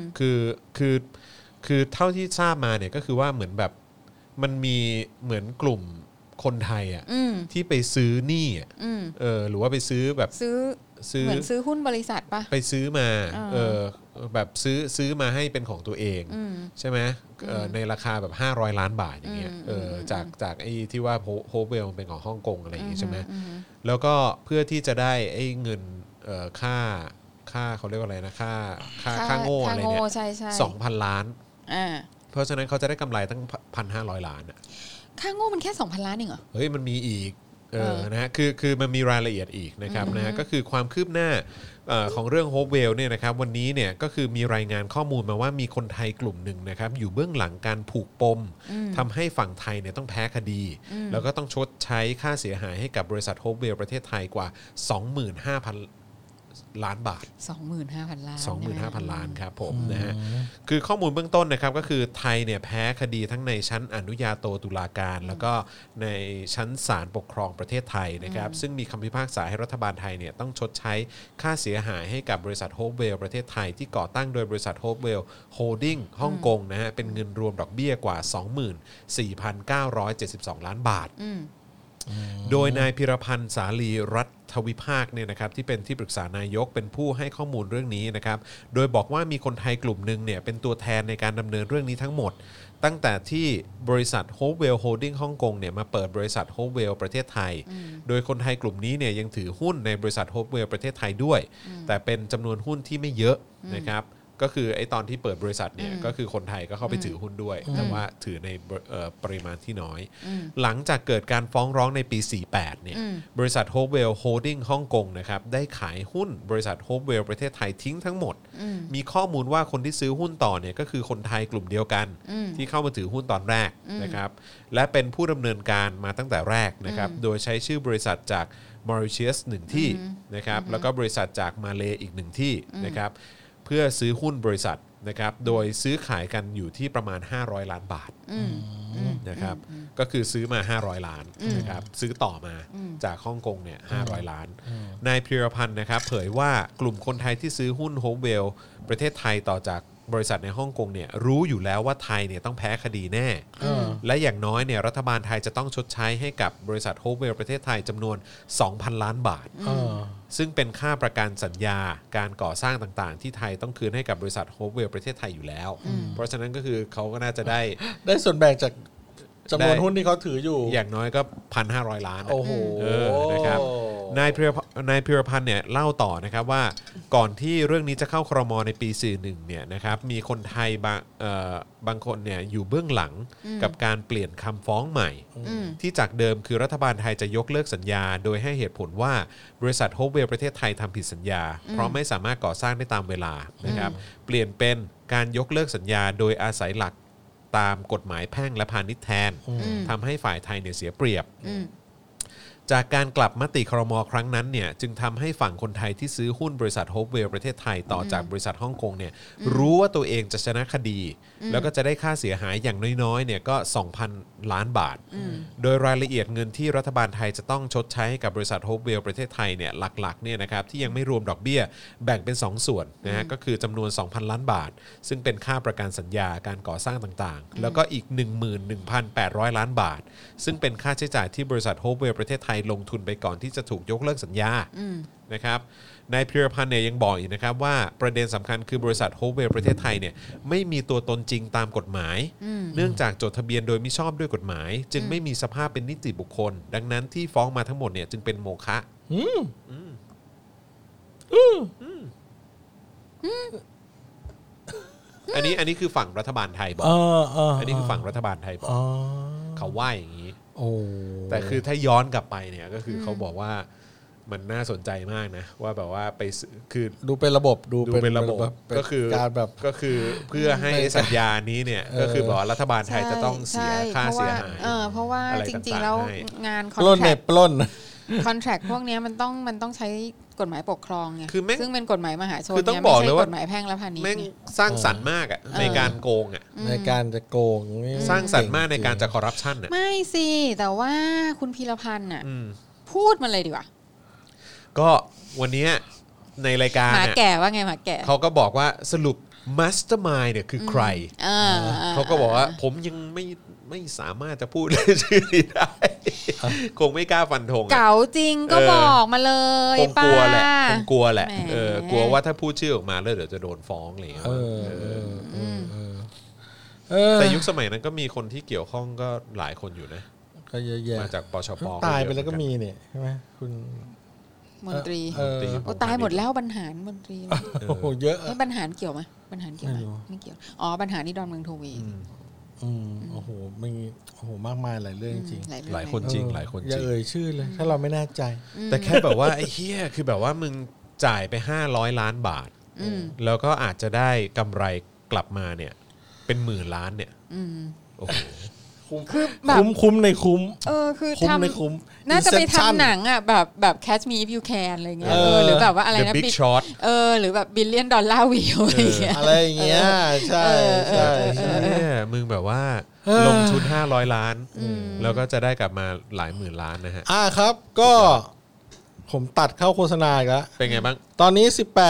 B: คือเท่าที่ทราบมาเนี่ยก็คือว่าเหมือนแบบมันมีเหมือนกลุ่มคนไทยอ่ะที่ไปซื้อหนี้หรือว่าไปซื้อแบบ
C: เหมือนซื้อหุ้นบริษัทป่ะ
B: ไปซื้อมาแบบซื้อมาให้เป็นของตัวเองใช่ไหมในราคาแบบ500 ล้านบาทอย่างเงี้ยจากไอ้ที่ว่าโฮเวลเป็นของฮ่องกงอะไรอย่างงี้ใช่ไหมแล้วก็เพื่อที่จะได้ไอ้เงินค่าเขาเรียกว่าอะไรนะค่าโง่อะไรเนี่ย2,000 ล้านเพราะฉะนั้นเขาจะได้กำไรตั้ง 1,500 ล้านอ่ะ
C: ค่าโง่มันแค่ 2,000 ล้านเองเหรอ
B: เฮ้ยมันมีอีกนะฮะคือมันมีรายละเอียดอีกนะครับนะฮะก็คือความคืบหน้าของเรื่องโฮปเวลเนี่ยนะครับวันนี้เนี่ยก็คือมีรายงานข้อมูลมาว่ามีคนไทยกลุ่มหนึ่งนะครับอยู่เบื้องหลังการผูกปมทำให้ฝั่งไทยเนี่ยต้องแพ้คดีแล้วก็ต้องชดใช้ค่าเสียหายให้กับบริษัทโฮปเวลประเทศไทยกว่า 25,000 ล้านบาท
C: 25,000 ล้าน
B: 25,000 ล้านครับผมนะฮะคือข้อมูลเบื้องต้นนะครับก็คือไทยเนี่ยแพ้คดีทั้งในชั้นอนุญาโตตุลาการแล้วก็ในชั้นศาลปกครองประเทศไทยนะครับซึ่งมีคำพิพากษาให้รัฐบาลไทยเนี่ยต้องชดใช้ค่าเสียหายให้กับบริษัทโฮปเวลประเทศไทยที่ก่อตั้งโดยบริษัทโฮปเวลโฮลดิ้งฮ่องกงนะฮะเป็นเงินรวมดอกเบี้ยกว่า 24,972 ล้านบาทโดยนายพิรพันธ์สาลีรัฐวิภาคเนี่ยนะครับที่เป็นที่ปรึกษานายกเป็นผู้ให้ข้อมูลเรื่องนี้นะครับโดยบอกว่ามีคนไทยกลุ่มหนึ่งเนี่ยเป็นตัวแทนในการดำเนินเรื่องนี้ทั้งหมดตั้งแต่ที่บริษัท Hopewell Holding ฮ่องกงเนี่ยมาเปิดบริษัท Hopewell ประเทศไทยโดยคนไทยกลุ่มนี้เนี่ยยังถือหุ้นในบริษัท Hopewell ประเทศไทยด้วยแต่เป็นจำนวนหุ้นที่ไม่เยอะนะครับก็คือไอ้ตอนที่เปิดบริษัทเนี่ยก็คือคนไทยก็เข้าไปถือหุ้นด้วยแต่ว่าถือในปริมาณที่น้อยหลังจากเกิดการฟ้องร้องในปี 48 เนี่ยบริษัท Hopewell Holding ฮ่องกงนะครับได้ขายหุ้นบริษัท Hopewell ประเทศไทยทิ้งทั้งหมดมีข้อมูลว่าคนที่ซื้อหุ้นต่อเนี่ยก็คือคนไทยกลุ่มเดียวกันที่เข้ามาถือหุ้นตอนแรกนะครับและเป็นผู้ดำเนินการมาตั้งแต่แรกนะครับโดยใช้ชื่อบริษัทจากมอริเชียส1ที่นะครับแล้วก็บริษัทจากมาเลอีก1ที่นะครับเพื่อซื้อหุ้นบริษัทนะครับโดยซื้อขายกันอยู่ที่ประมาณ500 ล้านบาทนะครับก็คือซื้อมา500 ล้านนะครับซื้อต่อมาจากฮ่องกงเนี่ย500 ล้านนายพิรพันธ์นะครับเผยว่ากลุ่มคนไทยที่ซื้อหุ้นโฮปเวลประเทศไทยต่อจากบริษัทในฮ่องกงเนี่ยรู้อยู่แล้วว่าไทยเนี่ยต้องแพ้คดีแน่และอย่างน้อยเนี่ยรัฐบาลไทยจะต้องชดใช้ให้กับบริษัทโฮปเวลประเทศไทยจำนวน 2,000 ล้านบาทซึ่งเป็นค่าประกันสัญญาการก่อสร้างต่างๆที่ไทยต้องคืนให้กับบริษัทโฮปเวลประเทศไทยอยู่แล้วเพราะฉะนั้นก็คือเขาก็น่าจะได้
D: ส่วนแบ่งจากจำนวนหุ้นที่เขาถืออยู่
B: อย่างน้อยก็ 1,500 ล้าน
D: โอ้โห
B: นะครับนายพิรพันธ์เนี่ยเล่าต่อนะครับว่าก่อนที่เรื่องนี้จะเข้าครม.ในปี 41 เนี่ยนะครับมีคนไทยบางคนเนี่ยอยู่เบื้องหลังกับการเปลี่ยนคำฟ้องใหม่ที่จากเดิมคือรัฐบาลไทยจะยกเลิกสัญญาโดยให้เหตุผลว่าบริษัทโฮปเวลประเทศไทยทำผิดสัญญาเพราะไม่สามารถก่อสร้างได้ตามเวลานะครับเปลี่ยนเป็นการยกเลิกสัญญาโดยอาศัยหลักตามกฎหมายแพ่งและพาณิชย์แทนทำให้ฝ่ายไทยเนี่ยเสียเปรียบจากการกลับมติครม.ครั้งนั้นเนี่ยจึงทำให้ฝั่งคนไทยที่ซื้อหุ้นบริษัทโฮปเวลประเทศไทยต่อจากบริษัทฮ่องกงเนี่ยรู้ว่าตัวเองจะชนะคดีแล้วก็จะได้ค่าเสียหายอย่างน้อยๆเนี่ยก็ 2,000 ล้านบาทโดยรายละเอียดเงินที่รัฐบาลไทยจะต้องชดใช้ให้กับบริษัทโฮปเวลประเทศไทยเนี่ยหลักๆเนี่ยนะครับที่ยังไม่รวมดอกเบี้ยแบ่งเป็น2ส่วนนะฮะก็คือจำนวน 2,000 ล้านบาทซึ่งเป็นค่าประกันสัญญาการก่อสร้างต่างๆแล้วก็อีก 11,800 ล้านบาทซึ่งเป็นค่าใช้จ่ายที่บริษัทโฮปเวลประเทศไทยลงทุนไปก่อนที่จะถูกยกเลิกสัญญานะครับนายพิรพันธ์เนี่ยยังบอกอีกนะครับว่าประเด็นสำคัญคือบริษัทโฮปเวลประเทศไทยเนี่ยไม่มีตัวตนจริงตามกฎหมายเนื่องจากจดทะเบียนโดยมิชอบด้วยกฎหมายจึงไม่มีสภาพเป็นนิติบุคคลดังนั้นที่ฟ้องมาทั้งหมดเนี่ยจึงเป็นโมฆะอันนี้คือฝั่งรัฐบาลไทยบอกอันนี้คือฝั่งรัฐบาลไทยบอกเขาว่าอย่างนี้แต่คือถ้าย้อนกลับไปเนี่ยก็คือเขาบอกว่ามันน่าสนใจมากนะว่าแบบว่าไปคือ
D: ดูเป็นระบบดู
B: เป็นระบบก็คือ
D: การแบบ
B: ก็คือเพื่อให้สัญญานี้เนี่ยก็คือบอกว่ารัฐบาลไทยจะต้องเสียค่าเสียหาย
C: เพราะว่าจริงๆแล้วงาน
D: คอนแทคปล้น
C: คอนแทคพวกนี้มันต้องใช้กฎหมายปกครองไงซึ่งเป็นกฎหมายมหาชน
B: คือต้องบอกเลยว่าก
C: ฎหมายแพ่งและพาณิชย์แม่ง
B: สร้างสรรค์มากอ่ะในการโกงอ่ะ
D: ในการจะโกง
B: สร้างสรรค์มากในการจะคอร์รัปชันอ่ะ
C: ไม่สิแต่ว่าคุณพีรพันธ์น่ะพูดมาเลยดีกว่า
B: ก็วันนี้ในรายการ
C: หมาแก่ว่าไงหมาแก่
B: เขาก็บอกว่าสรุปมาสเตอร์มายด์เนี่ยคือใครเขาก็บอกว่าผมยังไม่สามารถจะพูดชื่อนี้ได้คงไม่กล้าฟันธง
C: เก๋าจริงก็บอกมาเลย
B: ป้ากลัวแหละคงกลัวแหละกลัวว่าถ้าพูดชื่อออกมาแล้วเดี๋ยวจะโดนฟ้องอะไรอย่างเงี้ยแต่ยุคสมัยนั้นก็มีคนที่เกี่ยวข้องก็หลายคนอยู่นะ
D: ก็เยอะแยะ
B: มาจากปชป.
D: ตายไปแล้วก็มีเนี่ยใช่ไหมคุณ
C: มนตรีตายหมดแล้วบรรหารมนตรี
D: โอ้โหเยอะ
C: บรรหารเกี่ยวไหมบรรหารเกี่ยวไหมไม่เกี่ยวอ๋อบรรหารนี่ดอนเมืองทวี
D: โอ้โหมีโอ้โหมากมายหลายเรื่องจริง
B: หลายคนจริงหลายคนจริง
D: อย่าเอ่ยชื่อเลยถ้าเราไม่แน่ใจ
B: แต่แค่แบบว่าไอ้เหี้ยคือแบบว่ามึงจ่ายไป500 ล้านบาทแล้วก็อาจจะได้กำไรกลับมาเนี่ยเป็นหมื่นล้านเนี่ยโอ้โห
C: คือแบบ
D: คุ้มในคุ้ม
C: คือทำน่าจะไปทำหนังอ่ะแบบ Catch Me If You Can อะไรเงี้ยหรือแบบว่าอะไรนะ
B: Big Short
C: หรือแบบ Billion Dollar View
D: อะไรอย่างเงี้ยใช่ใช่
B: มึงแบบว่าลงทุน500 ล้านแล้วก็จะได้กลับมาหลายหมื่นล้านนะฮะ
D: ครับก็ผมตัดเข้าโฆษณาอีกแล้ว
B: เป็นไงบ้าง
D: ตอนนี้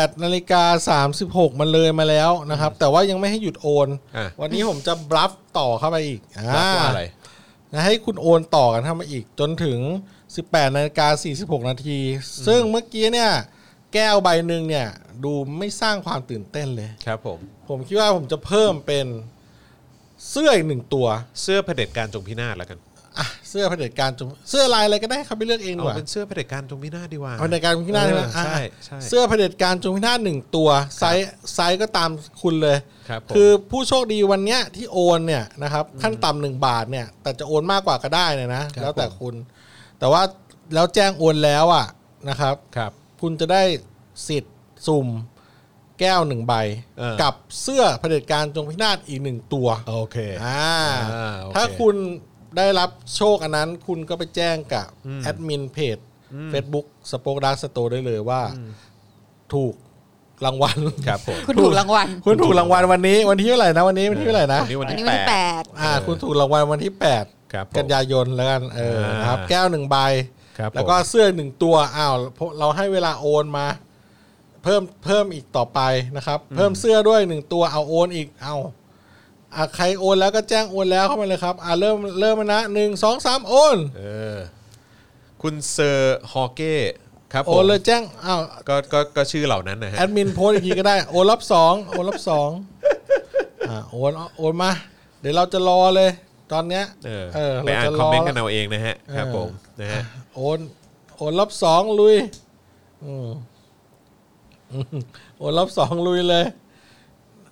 D: 18:36 มันเลยมาแล้วนะครับแต่ว่ายังไม่ให้หยุดโอนวันนี้ผมจะบลัฟต่อเข้าไปอีก
B: ว่าอะไร
D: นะให้คุณโอนต่อกันเข้ามาอีกจนถึง 18:46 นาทีซึ่งเมื่อกี้เนี่ยแก้วใบหนึ่งเนี่ยดูไม่สร้างความตื่นเต้นเลย
B: ครับ
D: ผมคิดว่าผมจะเพิ่มเป็นเสื้ออีก1ตัว
B: เสื้อเผด็จการจงพินาศแล้วกัน
D: เสื้อเผด็จการจงเสื้อลายอะไรก็ได้ครับไปเลือกเองดีกว่า
B: เป็นเสื้อเผด็จการจงพินาศดีกว่า
D: เผด็จการจงพินาศใช่เสื้อเผด็จการจงพินาศ1ตัวไซส์ก็ตามคุณเลยคือผู้โชคดีวันเนี้ยที่โอนเนี่ยนะครับขั้นต่ำ1 บาทเนี่ยแต่จะโอนมากกว่าก็ได้นะแล้วแต่คุณแต่ว่าแล้วแจ้งโอนแล้วอ่ะนะครับคุณจะได้สิทธิ์สุ่มแก้ว1 ใบกับเสื้อเผด็จการจงพินาศอีก1 ตัว
B: โอเค
D: ถ้าคุณได้รับโชคอันนั้นคุณก็ไปแจ้งกับแอดมินเพจ Facebook Spoke Dark Store ได้เลยว่าถูกรางวัล
B: ครับผม
C: คุณถูกรางวัล
D: คุณถูกรางวัลวันนี้วันที่เท่าไหร่นะวันนี้ที่เท่าไหร่นะ
C: วันที่8
D: คุณถูกรางวัลวันที่8กันยายนแล้วกันนะครับแก้ว1 ใบแล้วก็เสื้อ1 ตัวเราให้เวลาโอนมาเพิ่มอีกต่อไปนะครับเพิ่มเสื้อด้วย1 ตัวเอาโอนอีกใครโอนแล้วก็แจ้งโอนแล้วเข้ามาเลยครับเริ่มมานะ1 2 3โอน
B: คุณเซอร์ฮอเก้ครับผม
D: โอนเลยแจ้ง
B: ก็ชื่อเหล่านั้นนะฮะ
D: แอดมินโพสอีกทีก็ได้โอนรับ2โอนรับ2โอนมาเดี๋ยวเราจะรอเลยตอนเนี้ย
B: ไปอ่านคอมเมนต์กันเอาเองนะฮะครับผมนะฮะ
D: โอนรับ2ลุยโอนรับ2ลุยเลย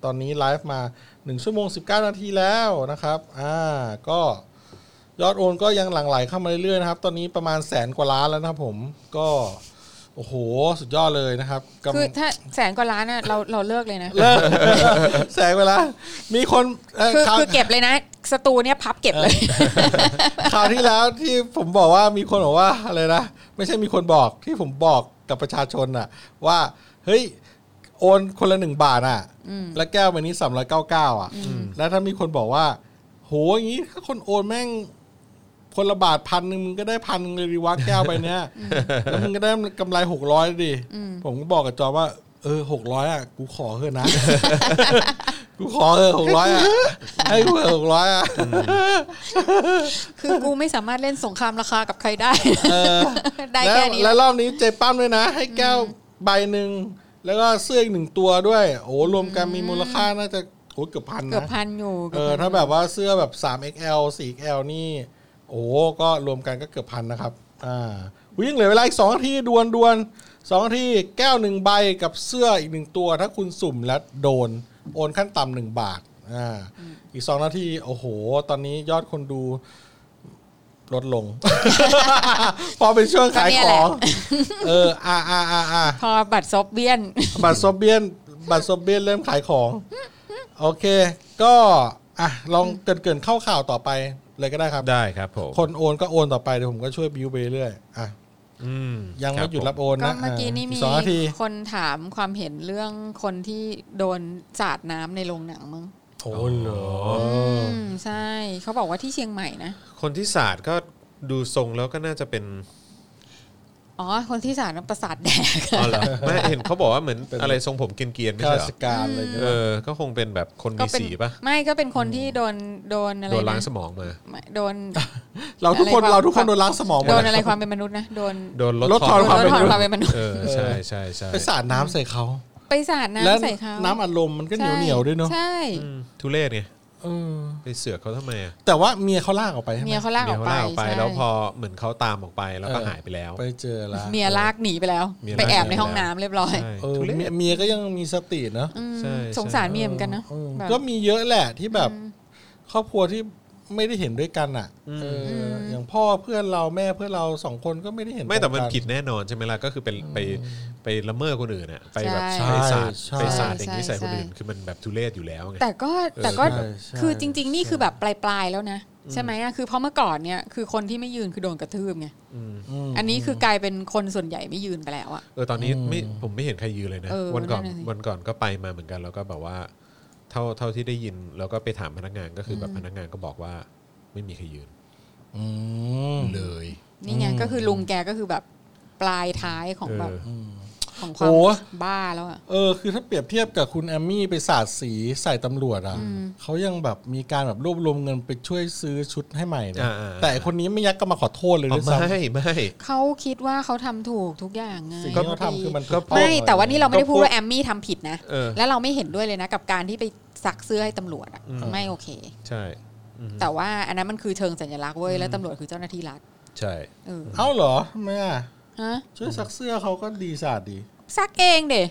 D: ตอนนี้ไลฟ์มา1ชั่วโมง19นาทีแล้วนะครับก็ยอดโอนก็ยังหลั่งไหลเข้ามาเรื่อยๆนะครับตอนนี้ประมาณ100,000 กว่าล้านแล้วนะครับผมก็โอ้โหสุดยอดเลยนะครับ
C: คือถ้า100,000 กว่าล้านน่ะเราเลิกเลยนะ
D: 100,000 กว่าล้านมีคน
C: คือเก็บเลยนะสตูเนี่ยพับเก็บเลย
D: คราวที่แล้วที่ผมบอกว่ามีคนบอกว่าอะไรนะไม่ใช่มีคนบอกที่ผมบอกกับประชาชนอ่ะว่าเฮ้ยโอนคนละ1 บาทอ่ะแล้วแก้วใบนี้399อ่ะแล้วถ้ามีคนบอกว่าโหอย่างนี้ถ้าคนโอนแม่งคนละบาท1,000มึงก็ได้1,000เลยดีวะแก้วใบเนี้ยแล้วมึงก็ได้กำไร600ดิผมก็บอกกับจอว่า600อ่ะกูขอเถอะนะกูขอ600อ่ะให้กู600อ่ะ
C: คือกูไม่สามารถเล่นสงครามราคากับใครได้ได้แค่นี้
D: แล้วรอบนี้เจปั้มด้วยนะให้แก้วใบนึงแล้วก็เสื้ออีก1 ตัวด้วยโอ้รวมกันมีมูลค่าน่าจะเกือบ1,000นะ
C: เกือบ1,000อยู่
D: ถ้าแบบว่าเสื้อแบบ 3XL 4XL นี่โอ้ก็รวมกันก็เกือบ1,000นะครับวิ่งเหลือเวลาอีก2 นาทีดวน2 นาทีแก้ว1 ใบกับเสื้ออีก1 ตัวถ้าคุณสุ่มแล้วโดนโอนขั้นต่ำ1 บาทอีก2 นาทีโอ้โหตอนนี้ยอดคนดูลดลง พอเป็นช่วงขายของ
C: พอบัตรซบเบี้ยน
D: เริ่มขายของโอเคก็ลองเกินเข้าข่าวต่อไปเลยก็ได้ครับ
B: ได้ครับผม
D: คนโอนก็โอนต่อไปเดี๋ยวผมก็ช่วยบิวไปเรื่อยยังไม่หยุดรับโอนนะ
C: เมื่อกี้นี่มีคนถามความเห็นเรื่องคนที่โดนสาดน้ำในโรงหนังมั้ง
D: โอ้เหรอ
C: ใช่เขาบอกว่าที่เชียงใหม่นะ
B: คนที่สาดก็ดูทรงแล้วก็น่าจะเป็น
C: คนที่สาดน้ำประสาทแดก
B: เหรอไม่เห็นเขาบอกว่าเหมือนอะไรทรงผมเกรียนๆไม่ใช่เหรอ
D: อะไร
B: ก็คงเป็นแบบคนมีสีป่ะ
C: ไม่ก็เป็นคนที่โดนอะไร
B: โดนล้างสมองมา
C: โดน
D: เราทุกคนโดนล้างสมอง
C: โดนอะไรความเป็นมนุษย์นะโดน
D: ลดทอนความ
C: เป็นมนุษย์
B: ใช่
D: ไปสาดน้ำใส่เขา
C: ไปสาดน้ำใส่เขา
D: น้ำอัดลมมันก็เหนียวด้วยเนาะ
C: ใช่
B: ทุเรศไงไปเสือกเขาทำไม
D: แต่ว่าเมียเขาลากออกไป
C: เมียเขาลากออกไป
B: แล้วพอเหมือนเขาตามออกไปแล้วก็หายไปแล้ว
D: ไปเจอแล้ว
C: เมียลากหนีไปแล้วไปแอบในห้องน้ำเรียบร้อย
D: เมียก็ยังมีสติเนาะ
C: สงสารเมียเหมือนกันนะ
D: ก็มีเยอะแหละที่แบบครอบครัวที่ไม่ได้เห็นด้วยกันอ่ะอย่างพ่อเพื่อนเราแม่เพื่อนเรา2 คนก็ไม่ได้เห็น
B: ไม่แต่มันผิดแน่นอนใช่ไหมล่ะก็คือไปละเมอคนอื่นอ่ะไปแบบไปสาดอย่างนี้ใส่คนอื่นคือมันแบบทุเรศอยู่แล้วไง
C: แต่ก็คือจริงๆนี่คือแบบปลายๆแล้วนะใช่ไหมคือเพราะเมื่อก่อนเนี่ยคือคนที่ไม่ยืนคือโดนกระทืบไงอันนี้คือกลายเป็นคนส่วนใหญ่ไม่ยืนไปแล้วอ่ะ
B: ตอนนี้ผมไม่เห็นใครยืนเลยนะวันก่อนก็ไปมาเหมือนกันแล้วก็แบบว่าเท่าที่ได้ยินแล้วก็ไปถามพนักงานก็คือแบบพนักงานก็บอกว่าไม่มีใครยืนเลย
C: นี่ไงก็คือลุงแกก็คือแบบปลายท้ายของแบบของความบ้าแล้วอ่ะ
D: คือถ้าเปรียบเทียบกับคุณแอมมี่ไปสาดสีใส่ตำรวจอ่ะเขายังแบบมีการแบบรวบรวมเงินไปช่วยซื้อชุดให้ใหม่เนี่ยแต่คนนี้ไม่ยักก็มาขอโทษเลยด้วยซ้ำ
B: ไม่
C: เขาคิดว่าเขาทำถูกทุกอย่างไง
D: สิ่งที่เขาทำคือมัน
C: ไม่แต่ว่านี่เราไม่ได้พูดว่าแอมมี่ทำผิดนะและเราไม่เห็นด้วยเลยนะกับการที่ไปซักเสื้อให้ตำรวจอ่ะไม่โอเค
B: ใช่
C: แต่ว่าอันนั้นมันคือเชิงสัญลักษณ์เว้ยแล้วตำรวจคือเจ้าหน้าที่รัฐ
B: ใช่
D: เหรอทำไมอ่ะช่วยซักเสื้อเขาก็ดีสะอาดดี
C: ซักเองเด้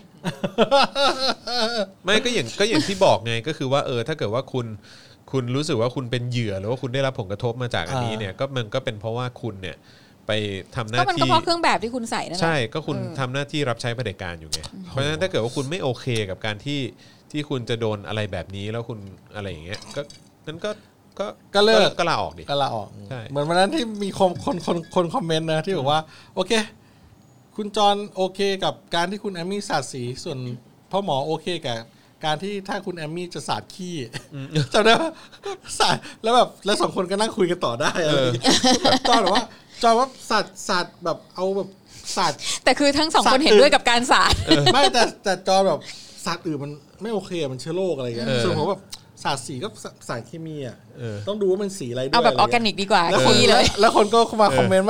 B: ไม่ก็อย่างที่บอกไงก็คือว่าถ้าเกิดว่าคุณรู้สึกว่าคุณเป็นเหยื่อหรือว่าคุณได้รับผลกระทบมาจากอันนี้เนี่ยก็มันก็เป็นเพราะว่าคุณเนี่ยไปทำหน้าที่ก็มันก็
C: เพราะเครื่องแบบที่คุณใส่นั่นแหละ
B: ใช่ก็คุณทำหน้าที่รับใช้เผด็จการอยู่ไงเพราะฉะนั้นถ้าเกิดว่าคุณไม่โอเคกับการที่คุณจะโดนอะไรแบบนี้แล้วคุณอะไรอย่างเงี้ยก็นั้นก็
D: เลิก
B: ก็ลาออกดิ
D: ก็ลาออกเหมือนวันนั้นที่มีคนคอมเมนต์นะที่บอกว่าโอเคคุณจอนโอเคกับการที่คุณแอมมี่สาดสีส่วนพ่อหมอโอเคกับการที่ถ้าคุณแอมมี่จะสาดขี้จำได้ปะสาดแล้วแบบแล้ว2 คนก็นั่งคุยกันต่อได้จอนบอกว่าสาดแบบเอาแบบสาด
C: แต่คือทั้ง2 คนเห็นด้วยกับการสาด
D: ไม่แต่จอนแบบสาดอื่นมันไม่โอเคมันเชื้อโรคอะไรอย่างเงี้ยส่วนผมแบบสารสีก็สารเคมีอ่ะต้องดูว่ามันสีอะไรด้วย
C: เอาแบบออร์แกนิกดีกว่าขี้เลย
D: แล้วคนก็มาคอมเมนต์ว่า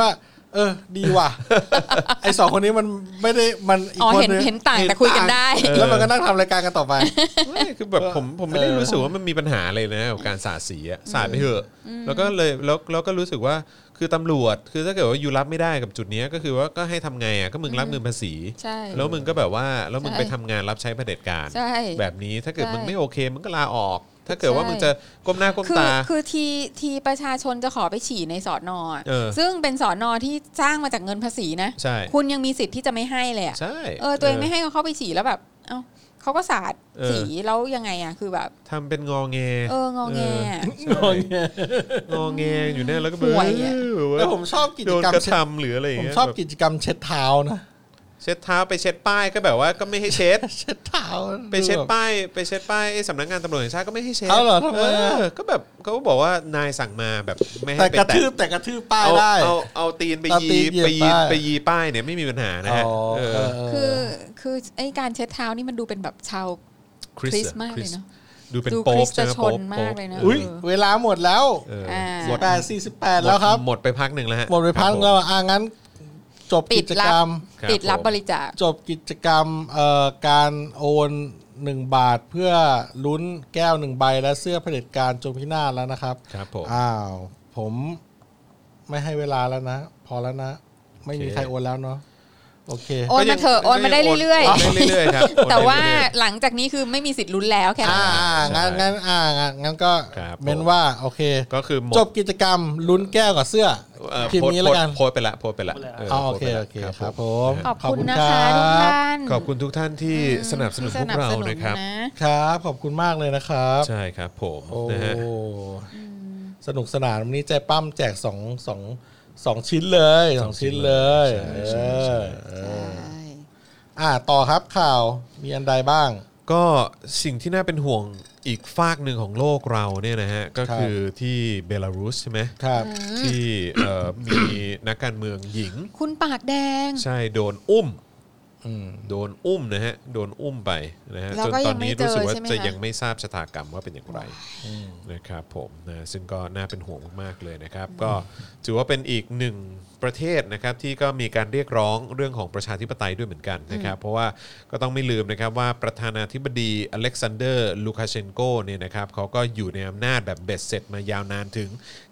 D: ดีว่ะ ไอ้สองคนนี้มันไม่ได้มันอีกคนนึง
C: เห็นต่างแต่คุยกันได้
D: แล้วมันก็นั่งทำรายการกันต่อไป
B: ไม่คือแบบผมไม่ได้รู้สึกว่ามันมีปัญหาเลยนะกับการสาดสีอะสาดไปเถอะแล้วก็เลยแล้วก็รู้สึกว่าคือตำรวจคือถ้าเกิดว่าอยู่รับไม่ได้กับจุดนี้ก็คือว่าก็ให้ทำไงอ่ะก็มึงรับเงินภาษี
C: ใช่
B: แล้วมึงก็แบบว่าแล้วมึง
C: ใช่
B: ไปทำงานรับใช้เผด็จการ
C: ใช่
B: แบบนี้ถ้าเกิด
C: ใช่
B: มึงไม่โอเคมึงก็ลาออก ถ้าเกิดว่า
C: ใช่
B: มึงจะก้มหน้าก้มตา
C: คือทีประชาชนจะขอไปฉี่ในสอนอ
B: เออ
C: ซึ่งเป็นสอนอที่สร้างมาจากเงินภาษีนะ
B: ใช่
C: คุณยังมีสิทธิ์ที่จะไม่ให้เลยอ่ะ
B: ใช่
C: ตัวเองไม่ให้เขาเข้าไปฉี่แล้วแบบเอ้าเขาก็สาดสีแล้วยังไงอ่ะคือแบบ
B: ทำเป็นงอแง
C: งอแงอะ
B: งอแงอยู่เนี่ยแล้วก็แบบ
C: ห่วยอะ
D: แล้วผมชอบกิ
B: โด
D: จ
B: น
D: กรรม
B: กระทำหรืออะไรอย่าง
D: ผม
B: เงี้ย
D: ชอบ
B: แบบ
D: กิจกรรมเช็ดเท้านะ
B: เช็ดเท้าไปเช็ดป้ายก็แบบว่าก็ไม่ให้เช็ด
D: เช็ดเท้า
B: ไปเช็ดป้ายไอ้สำนักงานตำรวจแห่งชาติก็ไม่ให้เช็ด
D: เอาเหรอทำไมอะ
B: ก็แบบเขาก็บอกว่านายสั่งมาแบบไม่ให้
D: แต่
B: ไป
D: กระทืบป้ายได้
B: เอาตีนไป
D: เอาตีนเหยียบป้าย
B: ไปยีป้ายเนี่ยไม่มีปัญหานะฮะ
C: คือไอ้การเช็ดเท้านี่มันดูเป็นแบบชาวคริสต์มากเลยเนาะ
B: ดูเป็น
C: ดู
B: โป๊
C: คริ
B: ป
C: สต์
B: ใช่ไหม
C: ช
B: โป๊
C: น
B: ป
C: มากเลยนะ
D: อุ้ยเวลาหมดแล้ว
B: หมด
D: 8:48แล้วครับ
B: หมดไปพักหนึ่งแล้วฮะ
D: หมดไปพักแล้วงั้นจบกิจกรรม
B: ครับ
C: ปิดรับบริจาค
D: จบกิจกรรมการโอน1 บาทเพื่อลุ้นแก้ว1 ใบและเสื้อเผด็จการจงพินาศแล้วนะครับ
B: ครับผม
D: ผมไม่ให้เวลาแล้วนะ พอแล้วนะ ไม่มีใครโอนแล้วเนาะโอเค
C: โอนมาเถอะโอนมาได้เรื่อย
B: ได้เรื่อยๆครับ
C: ๆแต่ว่าหลังจากนี้คือไม่มีสิทธิ์ลุ้นแล้วแค่นั้น
D: งั้นก็
B: ครับ
D: เมนว่าโอเค
B: ก็คือหมด
D: จบกิจกรรมลุ้นแก้วกับเสื้อพิมพ์นี้แล้วกัน
B: โพสต์ไปละโพสต์ไปละ
D: โอเคครับผม
C: ขอบคุณนะคะทุกท่าน
B: ขอบคุณทุกท่านที่สนับสนุนพวกเรานะครับ
D: ครับขอบคุณมากเลยนะครับ
B: ใช่ครับผม
D: โอ้
B: นะฮะ
D: สนุกสนานวันนี้ใจปั้มแจกสองชิ้นเลย2 ชิ้นเลย
B: ใช่
D: ต่อครับข่าวมีอันใดบ้าง
B: ก็สิ่งที่น่าเป็นห่วงอีกฝากหนึ่งของโลกเราเนี่ยนะฮะก็คือที่เบลารุสใช่ไหม
D: ครับ
B: ที่มีนักการเมืองหญิง
C: คุณปากแดง
B: ใช่โดนอุ้มนะฮะโดนอุ้มไปนะฮะ
C: แล้ว
B: จน
C: ก็
B: ต
C: ยั
B: อน
C: งไม่
B: นี้รู้สึกว่า
C: เจอใช่ไหม
B: จะ
C: คะ
B: ยังไม่ทราบชะตากรรมว่าเป็นอย่างไรนะครับผมนะซึ่งก็น่าเป็นห่วงมากๆเลยนะครับก็ถือว่าเป็นอีกหนึ่งประเทศนะครับที่ก็มีการเรียกร้องเรื่องของประชาธิปไตยด้วยเหมือนกันนะครับเพราะว่าก็ต้องไม่ลืมนะครับว่าประธานาธิบดีอเล็กซานเดอร์ลูคาเชนโกเนี่ยนะครับเขาก็อยู่ในอำนาจแบบเบ็ดเสร็จมายาวนานถึง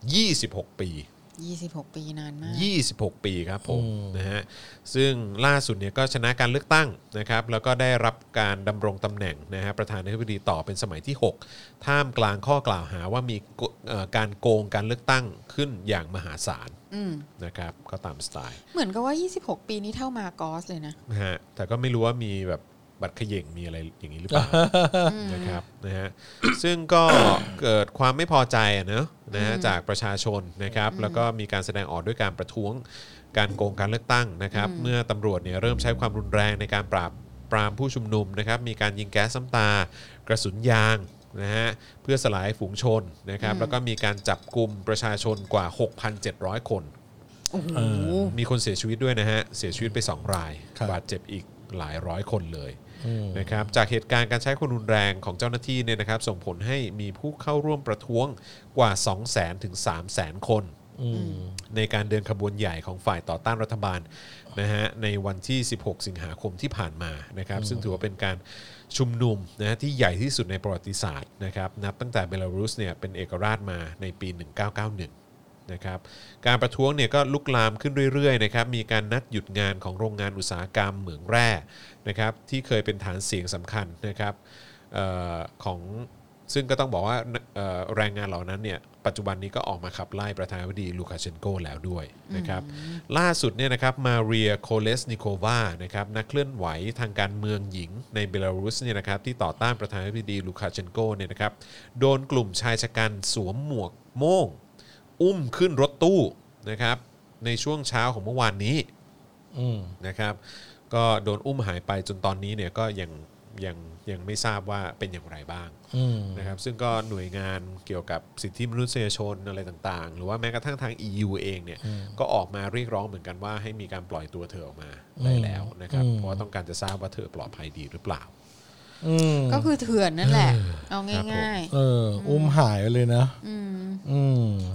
B: 26 ปี
C: 26 ปีนานมาก
B: 26 ปีครับผมนะฮะซึ่งล่าสุดเนี่ยก็ชนะการเลือกตั้งนะครับแล้วก็ได้รับการดำรงตำแหน่งนะฮะประธานาธิบดีต่อเป็นสมัยที่ 6 ท่ามกลางข้อกล่าวหาว่ามีการโกงการเลือกตั้งขึ้นอย่างมหาศาลนะครับก็ตามสไตล์
C: เหมือนกับว่า26 ปีนี้เท่ามากอสเลยนะ
B: นะฮะแต่ก็ไม่รู้ว่ามีแบบบัตรเขย่งมีอะไรอย่างนี้หรือเปล่า นะครับนะฮะซึ่งก็เกิดความไม่พอใจนะฮะจากประชาชนนะครับแล้วก็มีการแสดงออกด้วยการประท้วงการโกงการเลือกตั้งนะครับเมื่อตำรวจเนี่ยเริ่มใช้ความรุนแรงในการปรามผู้ชุมนุมนะครับมีการยิงแก๊สน้ำตากระสุนยางนะฮะเพื่อสลายฝูงชนนะครับแล้วก็มีการจับกลุ่มประชาชนกว่า 6,700 คนมีคนเสียชีวิตด้วยนะฮะเสียชีวิตไป2 รายบาดเจ็บอีกหลายร้อยคนเลยนะครับจากเหตุการณ์การใช้ความรุนแรงของเจ้าหน้าที่เนี่ยนะครับส่งผลให้มีผู้เข้าร่วมประท้วงกว่า 200,000 ถึง 300,000 คนในการเดินขบวนใหญ่ของฝ่ายต่อต้านรัฐบาลนะฮะในวันที่ 16 สิงหาคมที่ผ่านมานะครับซึ่งถือว่าเป็นการชุมนุมนะที่ใหญ่ที่สุดในประวัติศาสตร์นะครับนับตั้งแต่เบลารุสเนี่ยเป็นเอกราชมาในปี 1991นะครับการประท้วงเนี่ยก็ลุกลามขึ้นเรื่อยๆนะครับมีการนัดหยุดงานของโรงงานอุตสาหกรรมเหมืองแร่นะครับที่เคยเป็นฐานเสียงสำคัญนะครับของซึ่งก็ต้องบอกว่าแรงงานเหล่านั้นเนี่ยปัจจุบันนี้ก็ออกมาขับไล่ประธานาธิบดีลูคาเชนโกแล้วด้วยนะครับล่าสุดเนี่ยนะครับมาเรียโคเลสนิโควานะครับนักเคลื่อนไหวทางการเมืองหญิงในเบลารุสเนี่ยนะครับที่ต่อต้านประธานาธิบดีลูคาเชนโกเนี่ยนะครับโดนกลุ่มชายชะกันสวมหมวกโม่งอุ้มขึ้นรถตู้นะครับในช่วงเช้าของเมื่อวานนี้นะครับก็โดนอุ้มหายไปจนตอนนี้เนี่ยก็ยังไม่ทราบว่าเป็นอย่างไรบ้างนะครับซึ่งก็หน่วยงานเกี่ยวกับสิทธิมนุษยชนอะไรต่างๆหรือว่าแม้กระทั่งทาง EU เองเนี่ยก็ออกมาเรียกร้องเหมือนกันว่าให้มีการปล่อยตัวเธอออกมาได้แล้วนะครับเพราะว่าต้องการจะทราบว่าเธอปลอดภัยดีหรือเปล่า
C: ก็คือเถื่อนนั่นแหละเอาง่าย
D: อุ้มหายไปเลยนะ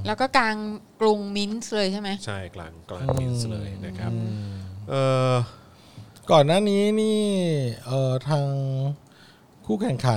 C: แล้วก็กลางกรุงมินส์เลยใช่ไหม
B: ใช่กลางมินส์เลยนะครับ
D: ก่อนหน้านี้นี่ทางคู่แข่งขัน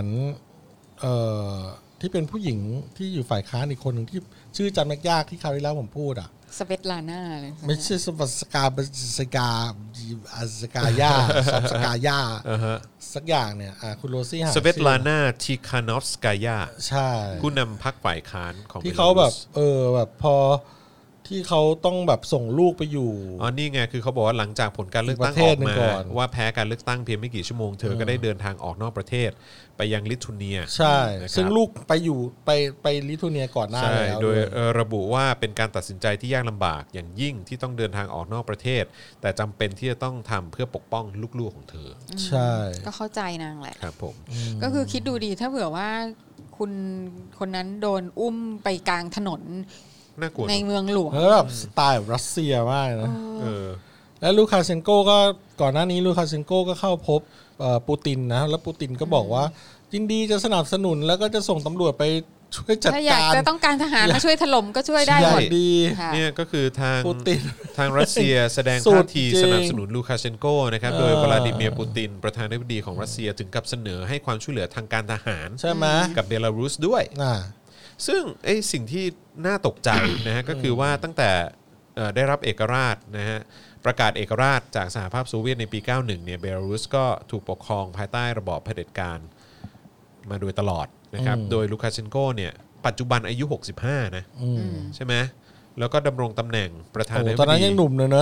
D: ที่เป็นผู้หญิงที่อยู่ฝ่ายค้านอีกคนหนึ่งที่ชื่อจำยากๆที่คราวที่แล้วผมพูดอ่ะ
C: สเวตลาน่าเลย
D: ไม่ใช่สกายาสักอย่างเนี่ยคุณโรซี่หา
B: สเวตลาน่าทิคานอฟสกายา
D: ใช่
B: ผู้นำพรรคฝ่ายค้านของ
D: ที่เขาแบบแบบพอที่เขาต้องแบบส่งลูกไปอยู่
B: นี่ไงคือเขาบอกว่าหลังจากผลการเลือกตั้งออกมาว่าแพ้การเลือกตั้งเพียงไม่กี่ชั่วโมงเธอก็ได้เดินทางออกนอกประเทศไปยังลิทัวเนีย
D: ใช่ซึ่งลูกไปลิทัวเนียก่อนหน้าแล้ว
B: โดยระบุว่าเป็นการตัดสินใจที่ยากลำบากอย่างยิ่งที่ต้องเดินทางออกนอกประเทศแต่จำเป็นที่จะต้องทำเพื่อปกป้องลูกๆของเธอ
D: ใช่
C: ก็เข้าใจนางแหละ
B: ครับผม
C: ก็คือคิดดูดีถ้าเผื่อว่าคุณคนนั้นโดนอุ้มไปกลางถนนในเมืองหลวง
D: แบบสไตล์รัสเซียมากนะแล้วลูคาเชนโกก็ก่อนหน้านี้ลูคาเชนโกก็เข้าพบปูตินนะแล้วปูตินก็บอกว่ายินดีจะสนับสนุนแล้วก็จะส่งตำรวจไปช่วยจัดการถ้าอยาก
C: จะต้องการทหารมาช่วยถล่มก็ช่วยได้หมด
B: เนี่ยก็คือทางรัสเซียแสดงท่าทีสนับสนุนลูคาเชนโกนะครับโดยวลาดิเมียร์ปูตินประธานาธิบดีของรัสเซียถึงกับเสนอให้ความช่วยเหลือทางการทหาร
D: ใช่ไหม
B: กับเบลารุสด้วยซึ่งสิ่งที่น่าตกใจนะฮะก็คือว่าตั้งแต่ได้รับเอกราชนะฮะประกาศเอกราชจากสหภาพโซเวียตในปี91เนี่ยเบลารุสก็ถูกปกครองภายใต้ระบอบเผด็จการมาโดยตลอดนะครับโดยลูคาเชนโกเนี่ยปัจจุบันอายุ65นะใช่ไหมแล้วก็ดำรงตำแหน่งประธานาธิบดี
D: ตอนนั้นยังหนุ่มเลยเนอะ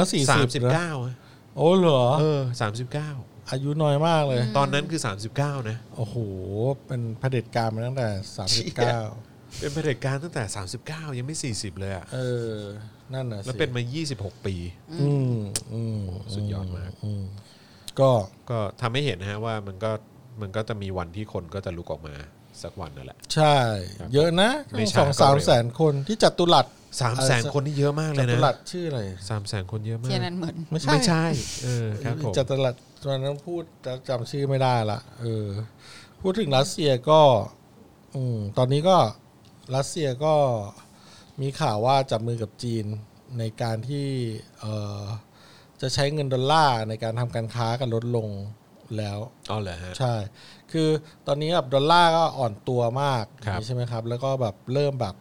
B: 39
D: โอ้เหรอ
B: 39
D: อายุน้อยมากเลย
B: ตอนนั้นคือ39นะ
D: โอ้โหเป็นเผด็จการมาตั้งแต่39
B: เป็นเผด็จการตั้งแต่39ยังไม่40เลยอ่ะ
D: นั่นน่ะ
B: แล้วเป็นมา26ปีสุดยอดมากก็ทำให้เห็นนะฮะว่ามันก็จะมีวันที่คนก็จะลุกออกมาสักวันนั่นแหละ
D: ใช่เยอะนะ2-3 แสนคนที่จัตุรัส
B: 300,000 คนนี่เยอะมากเลยนะ
D: จัตุรัสชื่ออะไร
B: 300,000 คนเยอะมาก
C: เทียนันเหมือน
B: ไม่ใช่ครับผม
D: จัตุรัสตอนนั้นพูดจำชื่อไม่ได้ละพูดถึงรัสเซียก็ตอนนี้ก็รัสเซียก็มีข่าวว่าจับมือกับจีนในการที่จะใช้เงินดอลลาร์ในการทำการค้ากันลดลงแล้ว
B: เหรอฮะ
D: ใช่คือตอนนี้แบบดอลลาร์ก็อ่อนตัวมากใช่ไหมครับแล้วก็แบบเริ่มแบบ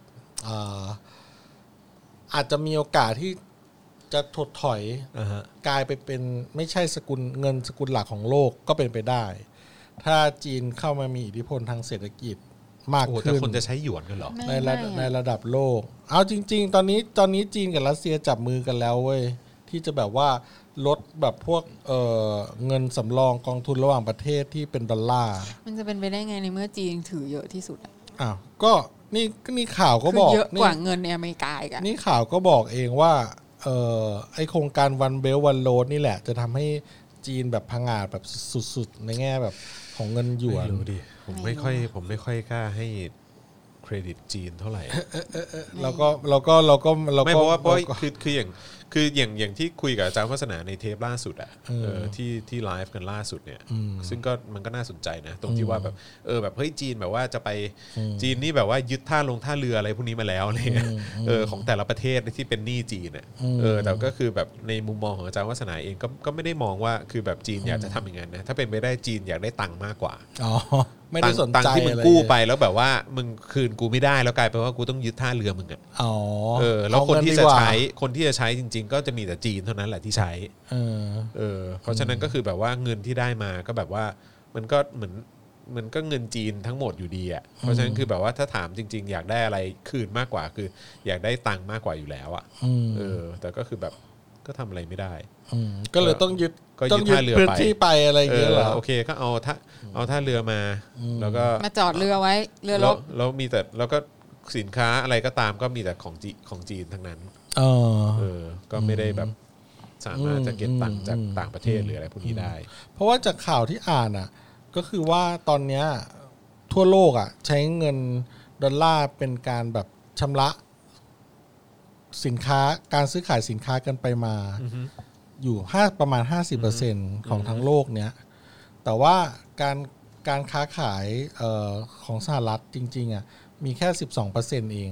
D: อาจจะมีโอกาสที่จะถดถอยกลายไปเป็นไม่ใช่สกุลเงินสกุลหลักของโลกก็เป็นไปได้ถ้าจีนเข้ามามีอิทธิพลทางเศรษฐกิจมากขึ้นแต่
B: คนจะใช้หยวนกันเหรอ
D: ในระดับโลกเอาจริงๆตอนนี้จีนกับรัสเซียจับมือกันแล้วเว้ยที่จะแบบว่าลดแบบพวกเงินสำรองกองทุนระหว่างประเทศที่เป็นดอลลาร์
C: มันจะเป็นไปได้ไงในเมื่อจีนถือเยอะที่สุด
D: ก็นี่ข่าวก็บอก
C: เยอะกว่าเงินในอเมริกาอีก
D: นี่ข่าวก็บอกเองว่าไอโครงการ One Belt One Road นี่แหละจะทำให้จีนแบบพังอาจแบบสุดๆในแง่แบบของเงินหยวน
B: ดูดิผมไม่ค่อยกล้าให้เครดิตจีนเท่าไหร่
D: เราก็
B: ไม่เพราะว่าคืออย่างที่คุยกับอาจารย์วัฒนาในเทปล่าสุดที่ไลฟ์กันล่าสุดเนี่ยซึ่งก็มันก็น่าสนใจนะตรงที่ว่าแบบแบบเฮ้ยจีนแบบว่าจะไปจีนนี่แบบว่ายึดท่าเรืออะไรพวกนี้มาแล้วเนี่ยของแต่ละประเทศที่เป็นหนี้จีนเนี่ยแต่ก็คือแบบในมุมมองของอาจารย์วัฒนาเองก็ไม่ได้มองว่าคือแบบจีนอยากจะทำอย่างนั้นนะถ้าเป็นไปได้จีนอยากได้ตังค์มากกว่า
D: ไม่ได้สนใจ
B: ที่มึงกู้ไปแล้วแบบว่ามึงคืนกูไม่ได้แล้วกลายเป็นว่ากูต้องยึดท่าเรือมึงอ่ะแล้วคนที่จะใช้จริงๆก็จะมีแต่จีนเท่านั้นแหละที่ใช้เพราะฉะนั้นก็คือแบบว่าเงินที่ได้มาก็แบบว่ามันก็เหมือนก็เงินจีนทั้งหมดอยู่ดีอ่ะเพราะฉะนั้นคือแบบว่าถ้าถามจริงๆอยากได้อะไรคืนมากกว่าคืออยากได้ตังค์มากกว่าอยู่แล้วอ่ะแต่ก็คือแบบก็ทำอะไรไม่ได้
D: ก็เลยต้องยึดพื้นที่ไปอะไรอย่างเงี้ยเหรอ
B: โอเคก็เอาท่าเรือมาแล้วก็
C: มาจอดเรือไว้เรือรบ
B: แล้วมีแต่แล้วก็สินค้าอะไรก็ตามก็มีแต่ของจีนทั้งนั้นก็ไม่ได้แบบสามารถจะเก็บตังค์จากต่างประเทศหรืออะไรพวกนี้ได้
D: เพราะว่าจากข่าวที่อ่านอ่ะก็คือว่าตอนนี้ทั่วโลกอ่ะใช้เงินดอลลาร์เป็นการแบบชำระสินค้าการซื้อขายสินค้ากันไปมาอยู่ประมาณ 50% ของทั้งโลกเนี้ยแต่ว่าการค้าขายของสหรัฐจริงๆอ่ะมีแค่ 12% เอง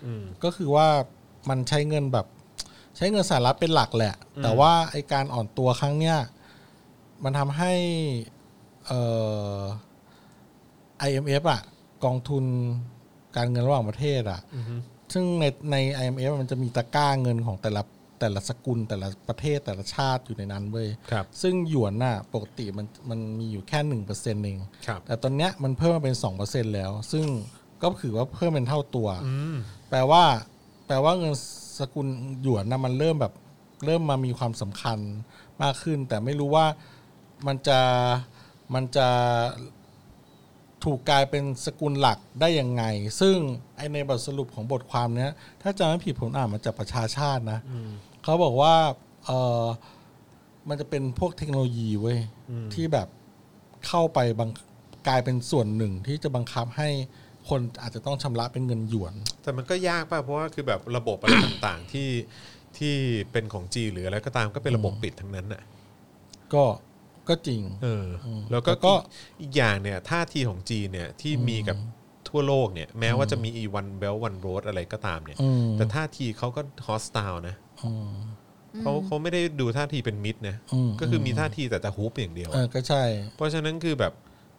D: ก็คือว่ามันใช้เงินแบบใช้เงินสหรัฐเป็นหลักแหละแต่ว่าไอการอ่อนตัวครั้งเนี้ยมันทำให้IMF อ่ะกองทุนการเงินระหว่างประเทศอ่ะซึ่งใน IMF มันจะมีตะกร้าเงินของแต่ละสกุลแต่ละประเทศแต่ละชาติอยู่ในนั้นเว้ยซึ่งหยวนน่ะปกติมันมีอยู่แค่ 1% เองแต่ตอนเนี้ยมันเพิ่มมาเป็น 2% แล้วซึ่งก็ถือว่าเพิ่มเป็นเท่าตัวแปลว่าเงินสกุลหยวนน่ะมันเริ่มมามีความสำคัญมากขึ้นแต่ไม่รู้ว่ามันจะถูกกลายเป็นสกุลหลักได้ยังไงซึ่งในบทสรุปของบทความนี้ถ้าจำไม่ผิดผมอ่านมาจากประชาชาตินะเขาบอกว่ามันจะเป็นพวกเทคโนโลยีเว้ยที่แบบเข้าไปกลายเป็นส่วนหนึ่งที่จะบังคับให้คนอาจจะต้องชำระเป็นเงินหยวน
B: แต่มันก็ยากป่ะเพราะว่าคือแบบระบบอะไรต่างๆที่เป็นของจีนหรืออะไรก็ตามก็เป็นระบบปิดทั้งนั้นน่ะ
D: ก็จริง
B: แล้วก็อีกอย่างเนี่ยท่าทีของจีนเนี่ยที่มีกับทั่วโลกเนี่ยแม้ว่าจะมีone belt one road อะไรก็ตามเนี่ยแต่ท่าทีเขาก็ hostile นะเขาไม่ได้ดูท่าทีเป็นมิตรนะก็คือมีท่าทีแต่ฮุบอย่างเดียว
D: ก็ใช่
B: เพราะฉะนั้นคือแบบ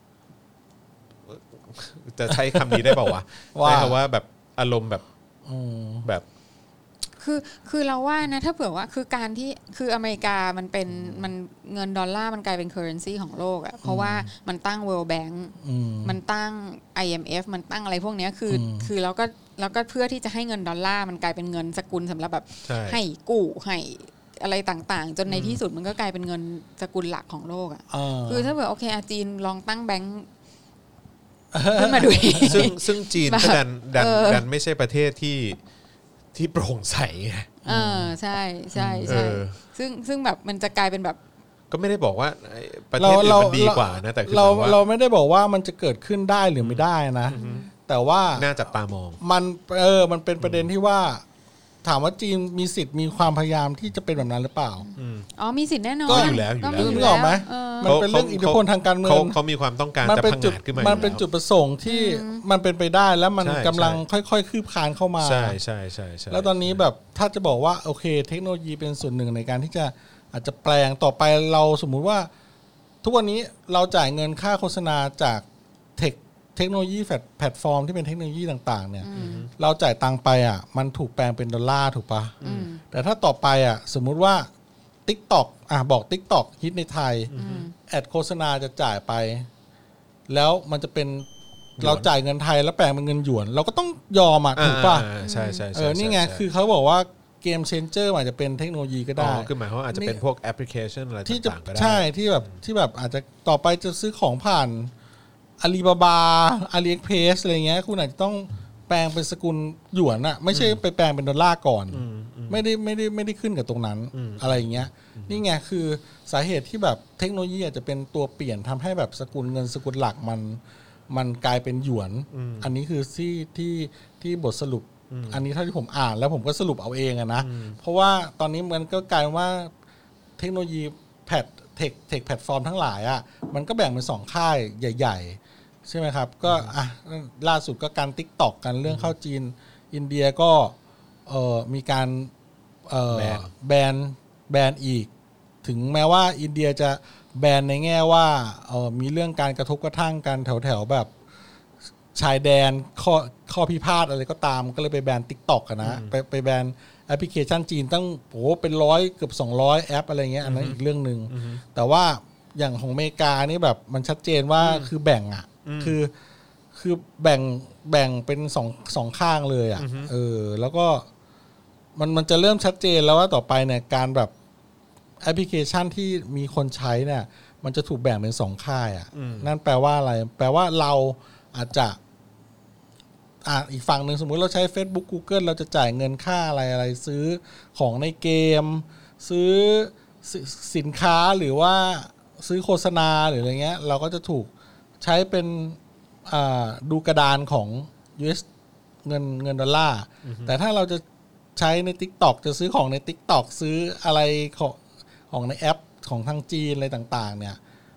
B: จะใช้คำนี้ได้เปล่าวะใช้คำว่าแบบอารมณ์แบบ
C: คือเราว่านะถ้าเผื่อว่าคือการที่คืออเมริกามันเป็นมันเงินดอลลาร์มันกลายเป็น currency ของโลกอ่ะเพราะว่ามันตั้ง World Bank มันตั้ง IMF มันตั้งอะไรพวกนี้คือแล้วก็เพื่อที่จะให้เงินดอลลาร์มันกลายเป็นเงินสกุลสำหรับแบบให้กู้ให้อะไรต่างๆจนในที่สุดมันก็กลายเป็นเงินสกุลหลักของโลกอ่ะคือถ้าเผื่อโอเคจีนลองตั้งแบงค์ขึ้นมาดู
B: ซึ่งจีนก็ดันไม่ใช่ประเทศที่โปร่งใสไง
C: ใช่ใช่ใช่ซึ่งแบบมันจะกลายเป็นแบบ
B: ก็ไม่ได้บอกว่าประเทศอื่นมันดีกว่านะแต่
D: เราไม่ได้บอกว่ามันจะเกิดขึ้นได้หรือไม่ได้นะแต่ว่า
B: น่าจับตามอง
D: มันเป็นประเด็นที่ว่าถามว่าจีนมีสิทธิ์มีความพยายามที่จะเป็นแบบนั้นหรือเปล่า
C: มีสิทธิ์แน่นอน
B: ก็อยู่แล้ว
D: นึกออกไหมมันเป็นเรื่องอิทธิพลทางการเมือง
B: เขามีความต้องการจะพังงาดขึ้นมา
D: มันเป็นจุดประสงค์ที่มันเป็นไปได้แล้วมันกำลังค่อยๆคืบคลานเข้ามา
B: ใช่ใช่ใช่
D: แล้วตอนนี้แบบถ้าจะบอกว่าโอเคเทคโนโลยีเป็นส่วนหนึ่งในการที่จะอาจจะแปลงต่อไปเราสมมุติว่าทุกวันนี้เราจ่ายเงินค่าโฆษณาจากเทคโนโลยีแพลตฟอร์มที่เป็นเทคโนโลยีต่างๆเนี่ยเราจ่ายตังค์ไปอ่ะมันถูกแปลงเป็นดอลลาร์ถูกปะแต่ถ้าต่อไปอ่ะสมมุติว่า TikTok บอก TikTok ฮิตในไทยแอดโฆษณาจะจ่ายไปแล้วมันจะเป็นเราจ่ายเงินไทยแล้วแปลงเป็นเงินหยวนเราก็ต้องยอมอ่ะถูกปะ
B: ใช่ๆ
D: นี่ไงคือเขาบอกว่าเกมเชนเจอร์อาจจะเป็นเทคโนโลยีก็ได้
B: คือหมายความว่าอาจจะเป็นพวกแอปพลิเคชันอะไรต่างๆก็ได้
D: ใช่ที่แบบอาจจะต่อไปจะซื้อของผ่านอาลีบาบาอาลีเอ็กเพรสอะไรเงี้ยคุณอาจจะต้องแปลงเป็นสกุลหยวนอะไม่ใช่ไปแปลงเป็นดอลลาร์ก่อนไม่ได้ขึ้นกับตรงนั้นอะไรเงี้ยนี่ไงคือสาเหตุที่แบบเทคโนโลยีอาจจะเป็นตัวเปลี่ยนทำให้แบบสกุลเงินสกุลหลักมันกลายเป็นหยวนอันนี้คือที่บทสรุปอันนี้เท่าที่ผมอ่านแล้วผมก็สรุปเอาเองอะนะเพราะว่าตอนนี้มันก็กลายว่าเทคโนโลยีเทคแพลตฟอร์มทั้งหลายอ่ะมันก็แบ่งเป็น2ค่ายใหญ่ๆใช่ไหมครับก็ล่าสุดก็การ TikTok กันเรื่องเข้าจีนอินเดียก็มีการแบนอีกถึงแม้ว่าอินเดียจะแบนในแง่ว่ามีเรื่องการกระทบกระทั่งกันแถวแบบชายแดนข้อพิพาทอะไรก็ตามก็เลยไปแบน TikTok กันนะไปแบนแอปพลิเคชันจีนตั้งเป็น100เกือบ200แอปอะไรเงี้ยอันนั้นอีกเรื่องนึงแต่ว่าอย่างของอเมริกานี่แบบมันชัดเจนว่าคือแบ่งอ่ะคือแบ่งเป็นสองข้างเลยอ่ะแล้วก็มันจะเริ่มชัดเจนแล้วว่าต่อไปเนี่ยการแบบแอปพลิเคชันที่มีคนใช้เนี่ยมันจะถูกแบ่งเป็น2ค่ายอ่ะนั่นแปลว่าอะไรแปลว่าเราอาจจะอีกฝั่งหนึ่งสมมุติเราใช้ Facebook Google เราจะจ่ายเงินค่าอะไรซื้อของในเกมซื้อสินค้าหรือว่าซื้อโฆษณาหรืออะไรเงี้ยเราก็จะถูกใช้เป็นดูกระดานของ US เงินดอลลาร์แต่ถ้าเราจะใช้ใน TikTok จะซื้อของใน TikTok ซื้ออะไรของในแอปของทางจีนอะไรต่างๆเนี่ย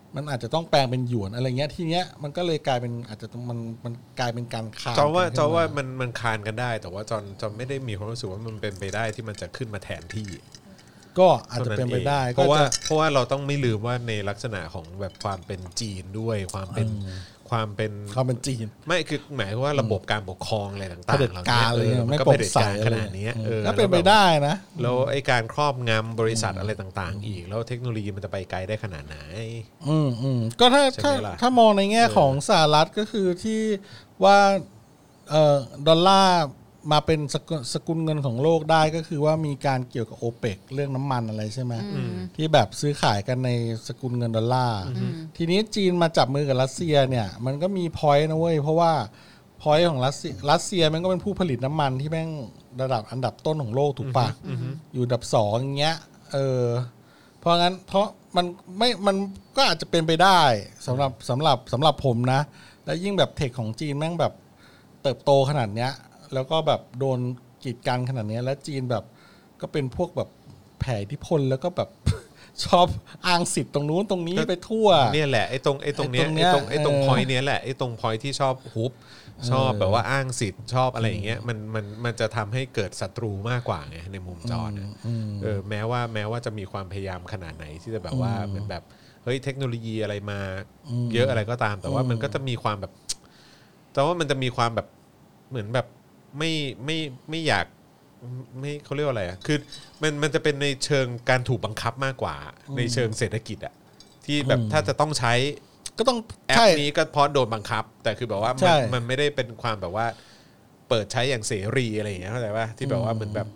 D: มันอาจจะต้องแปลงเป็นหยวนอะไรเงี้ยทีเนี้ยมันก็เลยกลายเป็นอาจจะมันกลายเป็นการคาน
B: จอว่ามันคานกันได้แต่ว่าจอไม่ได้มีความรู้สึกว่ามันเป็นไปได้ที่มันจะขึ้นมาแทนที่
D: ก็อาจจะเป็นไปได้
B: เพราะว่าเราต้องไม่ลืมว่าในลักษณะของแบบความเป็นจีนด้วยความเป็น
D: จีน
B: ไม่คือหมายว่าระบบการปกครองอะไรต่างๆ
D: เราเนี่ย
B: มันก็ไม่ได้การขนาดนี้
D: ก็เป็นไปได้นะ
B: แล้วไอ้การครอบงำบริษัทอะไรต่างๆอีกแล้วเทคโนโลยีมันจะไปไกลได้ขนาดไหน
D: ก็ถ้ามองในแง่ของสหรัฐก็คือที่ว่าดอลลาร์มาเป็นสกุลเงินของโลกได้ก็คือว่ามีการเกี่ยวกับโอเปกเรื่องน้ำมันอะไรใช่ไหมที่แบบซื้อขายกันในสกุลเงินดอลลาร์ทีนี้จีนมาจับมือกับรัสเซียเนี่ยมันก็มีพอยต์นะเว้ยเพราะว่าพอยต์ของรัสเซียมันก็เป็นผู้ผลิตน้ำมันที่แม่งระดับอันดับต้นของโลกถูกปะอยู่อันดับ2อย่างเงี้ยเพราะงั้นเพราะมันก็อาจจะเป็นไปได้สำหรับผมนะแล้วยิ่งแบบเทคของจีนแม่งแบบเติบโตขนาดเนี้ยแล้วก็แบบโดนกีดกันขนาดนี้แล้วจีนแบบก็เป็นพวกแบบแผ่อิทธิพลแล้วก็แบบชอบอ้างสิทธิ์ตรงนู้นตรงนี้ไปทั่ว
B: เนี่ยแหละไอ้ตรงเนี้ยไอ้ตรงพอยต์เนี้ยแหละไอ้ตรงพอยต์ที่ชอบฮุบชอบแบบว่าอ้างสิทธิ์ชอบอะไรอย่างเงี้ยมันจะทำให้เกิดศัตรูมากกว่าไงในมุมจอนะแม้ว่าจะมีความพยายามขนาดไหนที่จะแบบว่าเหมือนแบบเฮ้ยเทคโนโลยีอะไรมาเยอะอะไรก็ตามแต่ว่ามันก็จะมีความแบบแต่ว่ามันจะมีความแบบเหมือนแบบไม่อยากไม่เขาเรียกว่าอะไรอ่ะคือมันจะเป็นในเชิงการถูกบังคับมากกว่าในเชิงเศรษฐกิจอ่ะที่แบบถ้าจะต้องใช้
D: ก็ต้อง
B: แอปนี้ก็เพราะโดนบังคับแต่คือแบบว่ามันไม่ได้เป็นความแบบว่าเปิดใช้อย่างเสรีอะไรอย่างเงี้ยเข้าใจป่ะที่แบบว่าเหมือนแบบ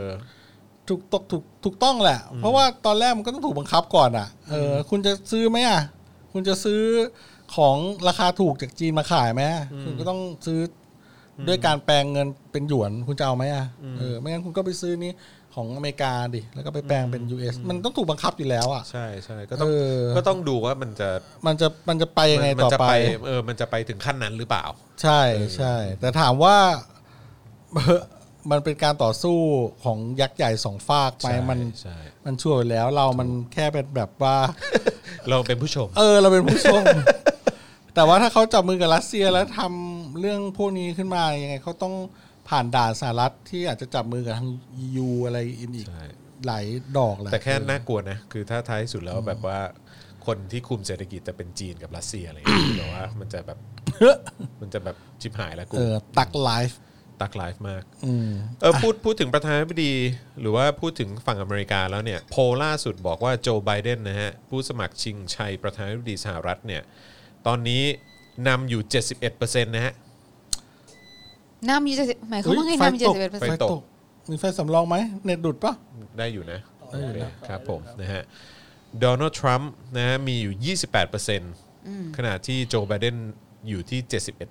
D: ถูกต้องแหละเพราะว่าตอนแรกมันก็ต้องถูกบังคับก่อนอ่ะคุณจะซื้อไหมอ่ะคุณจะซื้อของราคาถูกจากจีนมาขายไหมคุณก็ต้องซื้อด้วยการแปลงเงินเป็นหยวนคุณจะเอาไหมอ่ะไม่งั้นคุณก็ไปซื้อนี้ของอเมริกาดิแล้วก็ไปแปลงเป็น US มันต้องถูกบังคับอยู่แล้วอ่ะ
B: ใช่ก็ต้องดูว่ามัน
D: จะไปยังไงต่อไป
B: มันจะไปถึงขั้นนั้นหรือเปล่า
D: ใช่แต่ถามว่ามันเป็นการต่อสู้ของยักษ์ใหญ่สองฝากไปมันช่วยแล้วเรามันแค่เป็นแบบว่า
B: เราเป็นผู้ชม
D: เราเป็นผู้ชมแต่ว่าถ้าเขาจับมือกับรัสเซียแล้วทำเรื่องพวกนี้ขึ้นมายังไงเขาต้องผ่านด่านสหรัฐที่อาจจะจับมือกับทาง EU อะไรอีกหลายดอกแหละ
B: แต่แค่น่ากลัวนะคือถ้าท้ายสุดแล้วแบบว่าคนที่คุมเศรษฐกิจจะเป็นจีนกับรัสเซียอะไรอย่างเงี้ยแต่ว่ามันจะแบบชิบหายแล้วกู
D: ตักไลฟ์
B: มากพูดถึงประธานาธิบดีหรือว่าพูดถึงฝั่งอเมริกาแล้วเนี่ยโพลล่าสุดบอกว่าโจไบเดนนะฮะผู้สมัครชิงชัยประธานาธิบดีสหรัฐเนี่ยตอนนี้นำอยู่ 71% นะฮะ
C: นำอยู่70หมายความว่าไงนำอยู่ 71%
B: ไฟตก
D: มีไฟสำรองไหมเน็ตดุดปะ
B: ได้อยู่นะครับผมนะฮะโดนัลด์ทรัมป์นะฮะมีอยู่ 28% ขณะที่โจไบเดนอยู่ที่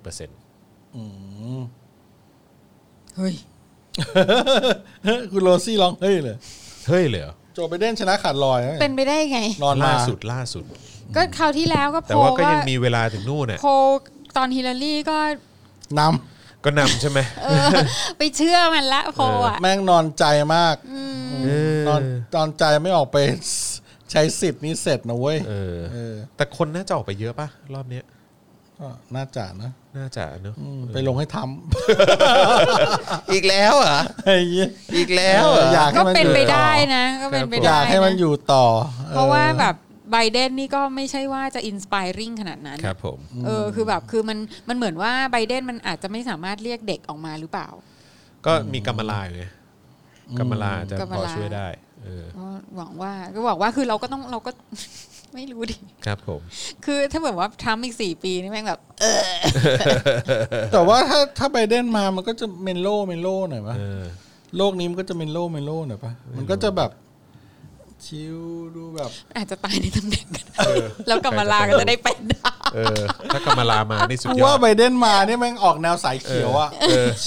B: 71%
C: เฮ้ย
D: คุณโรซี่ร้องเฮ้ยเลยโจไบเดนชนะขาดลอย
C: เป็นไปได้ไง
B: นอนล่าสุด
C: ก็คราวที่แล้วก็โพล
B: แต่ว่าก็ยังมีเวลาถึงนู่นน่ะ
C: โพลตอนฮิลลารีก็
D: น
B: ำใช่ไหม
C: ไปเชื่อมันละโพลอ่ะ
D: แม่งนอนใจมากนอนใจไม่ออกไปใช้สิทธิ์นี้เสร็จนะเว้ย
B: แต่คนน่าจะออกไปเยอะป่ะรอบนี้
D: ก็น่าจะเนอะ
B: ไป
D: ลงให้ท
B: ำอีกแล้วเหรออีกแล้ว
D: อยากให้มัน
C: เป็นไปได้นะก็เป็นไปได้
D: อยากให้มันอยู่ต่อ
C: เพราะว่าแบบไบเดนนี่ก็ไม่ใช่ว่าจะอินสไปริ่งขนาดนั้น
B: ครับผม
C: คือแบบคือมันเหมือนว่าไบเดนมันอาจจะไม่สามารถเรียกเด็กออกมาหรือเปล่า
B: ก็มีกัมมาลาอยู่ไงกัมมาลาจะพอช่วยได้
C: หวังว่าคือเราก็ไม่รู้ดิ
B: ครับผม
C: คือถ้าแบบว่าทรัมป์อีก4 ปีนี่แม่งแบบ
D: แต่ว่าถ้าไบเดนมามันก็จะเมนโลหน่อยป่ะโลกนี้มันก็จะเมนโลหน่อยป่ะมันก็จะแบบชิลดูแบบ
C: อาจจะตายในตำแหน่งกันแล้วกัมมาลาก็จะได้เป็น
B: ถ้ากัมมาลามานี่สุดยอด
D: ว่าไบเดนมาเนี่ยแม่งออกแนวสายเขียวอ่ะ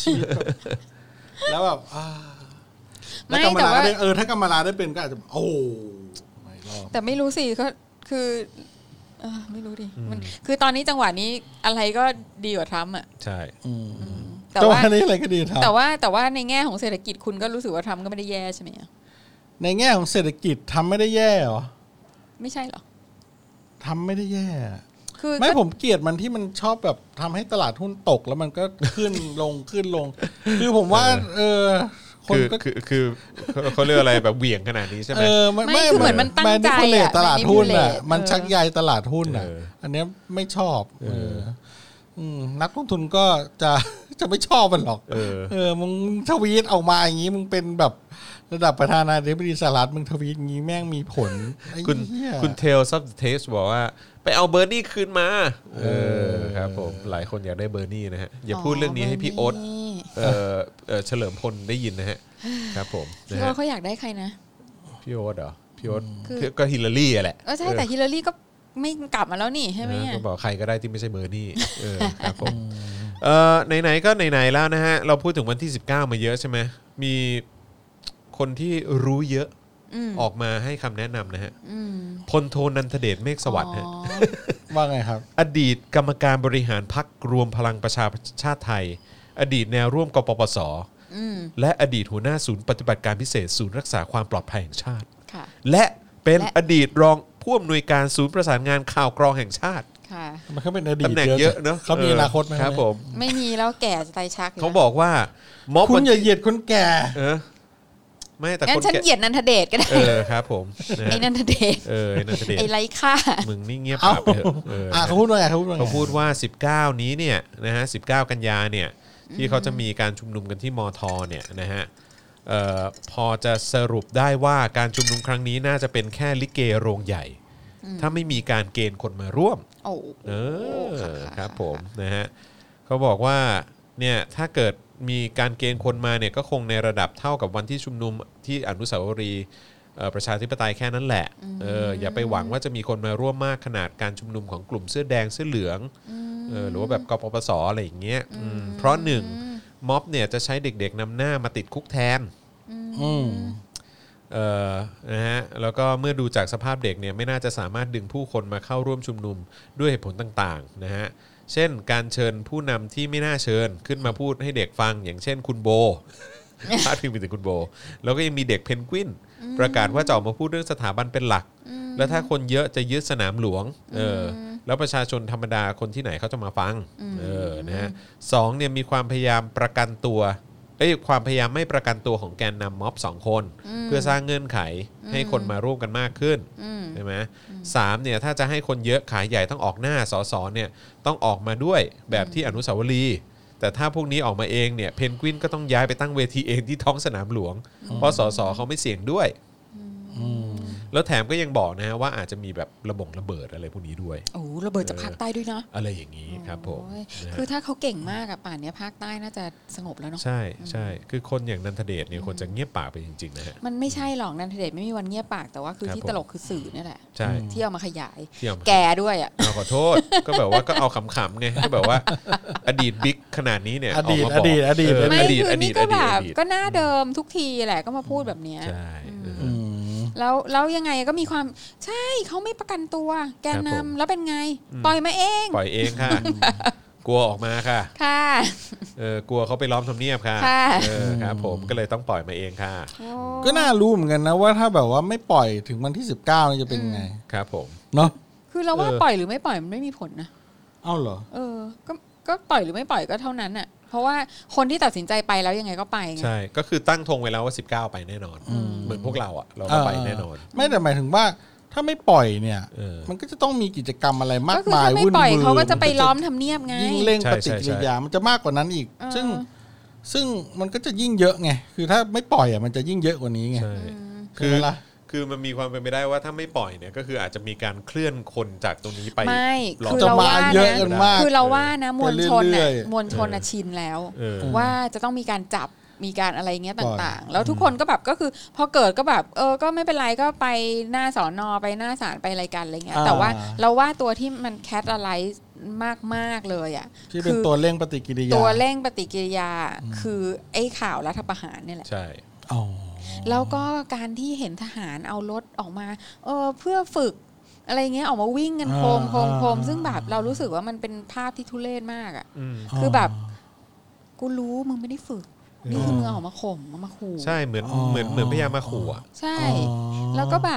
D: แล้วแบบแล้วกัมมาลาได้ถ้ากัมมาลาได้เป็นก็อาจจะโอ้
C: แต่ไม่รู้สิก็คือไม่รู้ดิมันคือตอนนี้จังหวะนี้อะไรก็ดีกว่าทรัมป์อ่ะ
B: ใช่
D: แต่ว่านี้อะไรก็ดีทรัมป์
C: แต่ว่าในแง่ของเศรษฐกิจคุณก็รู้สึกว่าทรัมป์ก็ไม่ได้แย่ใช่ไหม
D: ในแง่ของเศรษฐกิจทำไม่ได้แย่หรอ
C: ไม่ใช่หรอ
D: ทำไม่ได้แย่
C: คือ
D: ไม่ผมเกลียดมันที่มันชอบแบบทำให้ตลาดหุ้นตกแล้วมันก็ขึ้นลงขึ้นลง คือผมว่าคนก็
B: คือเขาเรียกอะไรแบบเหวี่ยงขนาดนี้ใช่ไหม
C: ไม่คือเหมือนมันตั้งใจ
D: อะตลาดหุ้นอ่ะมันชักใยตลาดหุ้นอ่ะอันนี้ไม่ชอบนักลงทุนก็จะไม่ชอบมันหรอกมึงทวีตออกมาอย่างนี้มึงเป็นแบบระดับประธานาธิบดีสหรัฐมึงทวีตงี้แม่งมีผล
B: คุณเทลซับเทสบอกว่าไปเอาเบอร์นี่คืนมาครับผมหลายคนอยากได้เบอร์นี่นะฮะอย่าพูดเรื่องนี้ให้พี่โอ๊ตเฉลิมพลได้ยินนะฮะครับผม
C: พี่โอ๊ตเขาอยากได้ใครนะ
B: พี่โอ๊ตเหรอพี่โอ๊ตก็ฮิลลารีแหละ
C: ใช่แต่ฮิลลารีก็ไม่กลับมาแล้วนี่ใช่ไหม
B: ก็บอกใครก็ได้ที่ไม่ใช่เบอร์นี่ครับผมไหนๆก็ไหนๆแล้วนะฮะเราพูดถึงวันที่19มาเยอะใช่ไหมมีคนที่รู้เยอะออกมาให้คำแนะนำนะฮะพลโทนันทเดชเมฆสวัสดิ์ฮะ
D: ว่าไงครับ
B: อดีตกรรมการบริหารพรรครวมพลังประชาชาติไทยอดีตแนวร่วมกปปสและอดีตหัวหน้าศูนย์ปฏิบัติการพิเศษศูนย์รักษาความปลอดภัยแห่งชาติและเป็นอดีตรองผู้อำนวยการศูนย์ประสานงานข่าวกรองแห่งชาติ
D: มันเขาเป็นอดีต
B: ตำแหน่งเยอะเนอะ
D: เขามีอนาคตไหม
B: ครับผม
C: ไม่มีแล้วแก่จะตายชัก
B: เขาบอกว่า
D: คุณอย่าเหยียดคนแก่
B: ไม่แต่
C: งั้นฉันเหยียดนันทเดชก็ได้
B: ครับผม
C: ไอ้นันทเดชไอ้ไรค่า
B: มึงนี่เงียบปากไปเถอะ
D: เขาพูดว่าไง
B: เขาพูดว่า19นี้เนี่ยนะฮะ19กันยาเนี่ยที่เขาจะมีการชุมนุมกันที่มทเนี่ยนะฮะพอจะสรุปได้ว่าการชุมนุมครั้งนี้น่าจะเป็นแค่ลิเกโรงใหญ่ถ้าไม่มีการเกณฑ์คนมาร่วมครับผมนะฮะเขาบอกว่าเนี่ยถ้าเกิดมีการเกณฑ์คนมาเนี่ยก็คงในระดับเท่ากับวันที่ชุมนุมที่อนุสาวรีย์ประชาธิปไตยแค่นั้นแหละอย่าไปหวังว่าจะมีคนมาร่วมมากขนาดการชุมนุมของกลุ่มเสื้อแดงเสื้อเหลืองหรือว่าแบบกปปสอะไรอย่างเงี้ยเพราะหนึ่งม็อบเนี่ยจะใช้เด็กๆนำหน้ามาติดคุกแทนนะฮะแล้วก็เมื่อดูจากสภาพเด็กเนี่ยไม่น่าจะสามารถดึงผู้คนมาเข้าร่วมชุมนุมด้วยเหตุผลต่างๆนะฮะเช่นการเชิญผู้นำที่ไม่น่าเชิญขึ้นมาพูดให้เด็กฟังอย่างเช่นคุณโบพาดพิงไปถึงคุณโบแล้วก็ยังมีเด็กเพนกวินประกาศว่าจะออกมาพูดเรื่องสถาบันเป็นหลักแล้วถ้าคนเยอะจะยึดสนามหลวงแล้วประชาชนธรรมดาคนที่ไหนเขาจะมาฟังนะฮะสองเนี่ยมีความพยายามประกันตัวความพยายามไม่ประกันตัวของแกนนำม็อบ2คนเพื่อสร้างเงื่อนไขให้คนมาร่วมกันมากขึ้นใช่ไหม3เนี่ยถ้าจะให้คนเยอะขายใหญ่ต้องออกหน้าสสเนี่ยต้องออกมาด้วยแบบที่อนุสาวรีย์แต่ถ้าพวกนี้ออกมาเองเนี่ยเพนกวินก็ต้องย้ายไปตั้งเวทีเองที่ท้องสนามหลวงเพราะสสเขาไม่เสี่ยงด้วยแล้วแถมก็ยังบอกนะฮะว่าอาจจะมีแบบระเบิดอะไรพวกนี้ด้วย
C: โอ้ระเบิดจากภาคใต้ด้วยนะ
B: อะไรอย่างนี้ครับผม
C: คือถ้าเขาเก่งมากอะป่านนี้ภาคใต้น่าจะสงบแล้วเนาะ
B: ใช่ใช่คือคนอย่างนันทเดชเนี่ยควรจะเงียบปากไปจริงๆนะฮะ
C: มันไม่ใช่หรอกนันทเดชไม่มีวันเงียบปากแต่ว่าคือที่ตลกคือสื่อนี่แหละ
B: ใช่
C: ที่เอามาขยายแกด้วยอะ
B: ขอโทษก็แบบว่าก็เอาขำๆไงก็แบบว่าอดีตบิ๊กขนาดนี้เนี่ย
D: อดีต
C: ไม่คือนี่ก็แบบก็หน้าเดิมทุกทีแหละก็มาพูดแบบเนี้ย
B: ใช่
C: แล้วยังไงก็มีความใช่เขาไม่ประกันตัวแกนนำแล้วเป็นไงปล่อยมาเอง
B: ปล่อยเองค่ะกลัวออกมาค่ะ
C: ค่ะ
B: กลัวเขาไปล้อมทำเนียบค่ะครับผมก็เลยต้องปล่อยมาเองค่ะ
D: ก็น่ารู้เหมือนกันนะว่าถ้าแบบว่าไม่ปล่อยถึงวันที่19นี่จะเป็นไง
B: ครับผม
D: เนาะ
C: คือเราว่าปล่อยหรือไม่ปล่อยมันไม่มีผลนะ
D: เอ้าเหรอ
C: ก็ปล่อยหรือไม่ปล่อยก็เท่านั้นน่ะเพราะว่าคนที่ตัดสินใจไปแล้วยังไงก็ไปไง
B: ใช่ก็คือตั้งธงไว้แล้วว่า19ไปแน่นอนเหมือนพวกเราอ่ะเราก็ไปแน่นอน
D: ไม่แต่หมายถึงว่าถ้าไม่ปล่อยเนี่ยมันก็จะต้องมีกิจกรรมอะไรมากมาย
C: วุ่นวายเขาก็จะไปล้อมทำเนียบไง
D: ยิ่งเร่งปฏิกิริยามันจะมากกว่านั้นอีกซึ่งมันก็จะยิ่งเยอะไงคือถ้าไม่ปล่อยอ่ะมันจะยิ่งเยอะกว่านี้ไง
B: คือมันมีความเป็นไปได้ว่าถ้าไม่ปล่อยเนี่ยก็คืออาจจะมีการเคลื่อนคนจากตรงนี้ไป
C: ไม่
D: คือเราว่าเยอะกันมาก
C: คือเราว่านะมวลชนชินแล้วว่าจะต้องมีการจับมีการอะไรเงี้ยต่างๆแล้วทุกคนก็แบบก็คือพอเกิดก็แบบก็ไม่เป็นไรก็ไปหน้าสน.ไปหน้าศาลไปอะไรกันอะไรเงี้ยแต่ว่าเราว่าตัวที่มันแคทอะไรมากๆเลยอ่ะ
D: ที่เป็นตัวเร่งปฏิกิริยา
C: ตัวเร่งปฏิกิริยาคือไอ้ข่าวรัฐประหารนี่แหละ
B: ใช่
C: แล้วก็การที่เห็นทหารเอารถออกมาเพื่อฝึกอะไรเงี้ยออกมาวิ่งกันโคมซึ่งแบบเรารู้สึกว่ามันเป็นภาพที่ทุเรศมากอ่ะคือแบบกูรู้มึงไม่ได้ฝึกนี่คือมึงออกมาข่มมาขู่
B: ใช่เหมือนพยายามมาขู่อ่ะ
C: ใช่แล้วก็แบบ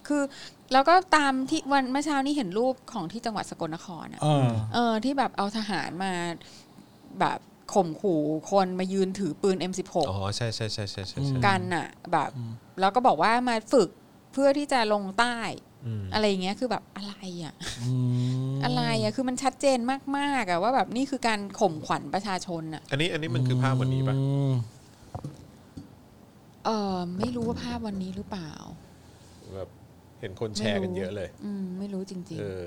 C: คือแล้วก็ตามที่วันเมื่อเช้านี้เห็นรูปของที่จังหวัดสกลนครอ่ะที่แบบเอาทหารมาแบบข่มขู่คนมายืนถือปืน M16
B: อ๋อใช่
C: กันน่ะแบบแล้วก็บอกว่ามาฝึกเพื่อที่จะลงใต้อะไรอย่างเงี้ยคือแบบอะไรอ่ะอะไรอ่ะคือมันชัดเจนมากๆอ่ะว่าแบบนี่คือการข่มขวัญประชาชนอ่ะ
B: อันนี้มันคือภาพวันนี้ป่ะ
C: ไม่รู้ว่าภาพวันนี้หรือเปล่า
B: แบบเห็นคนแชร์กันเยอะเลย
C: ไม่รู้จริงๆ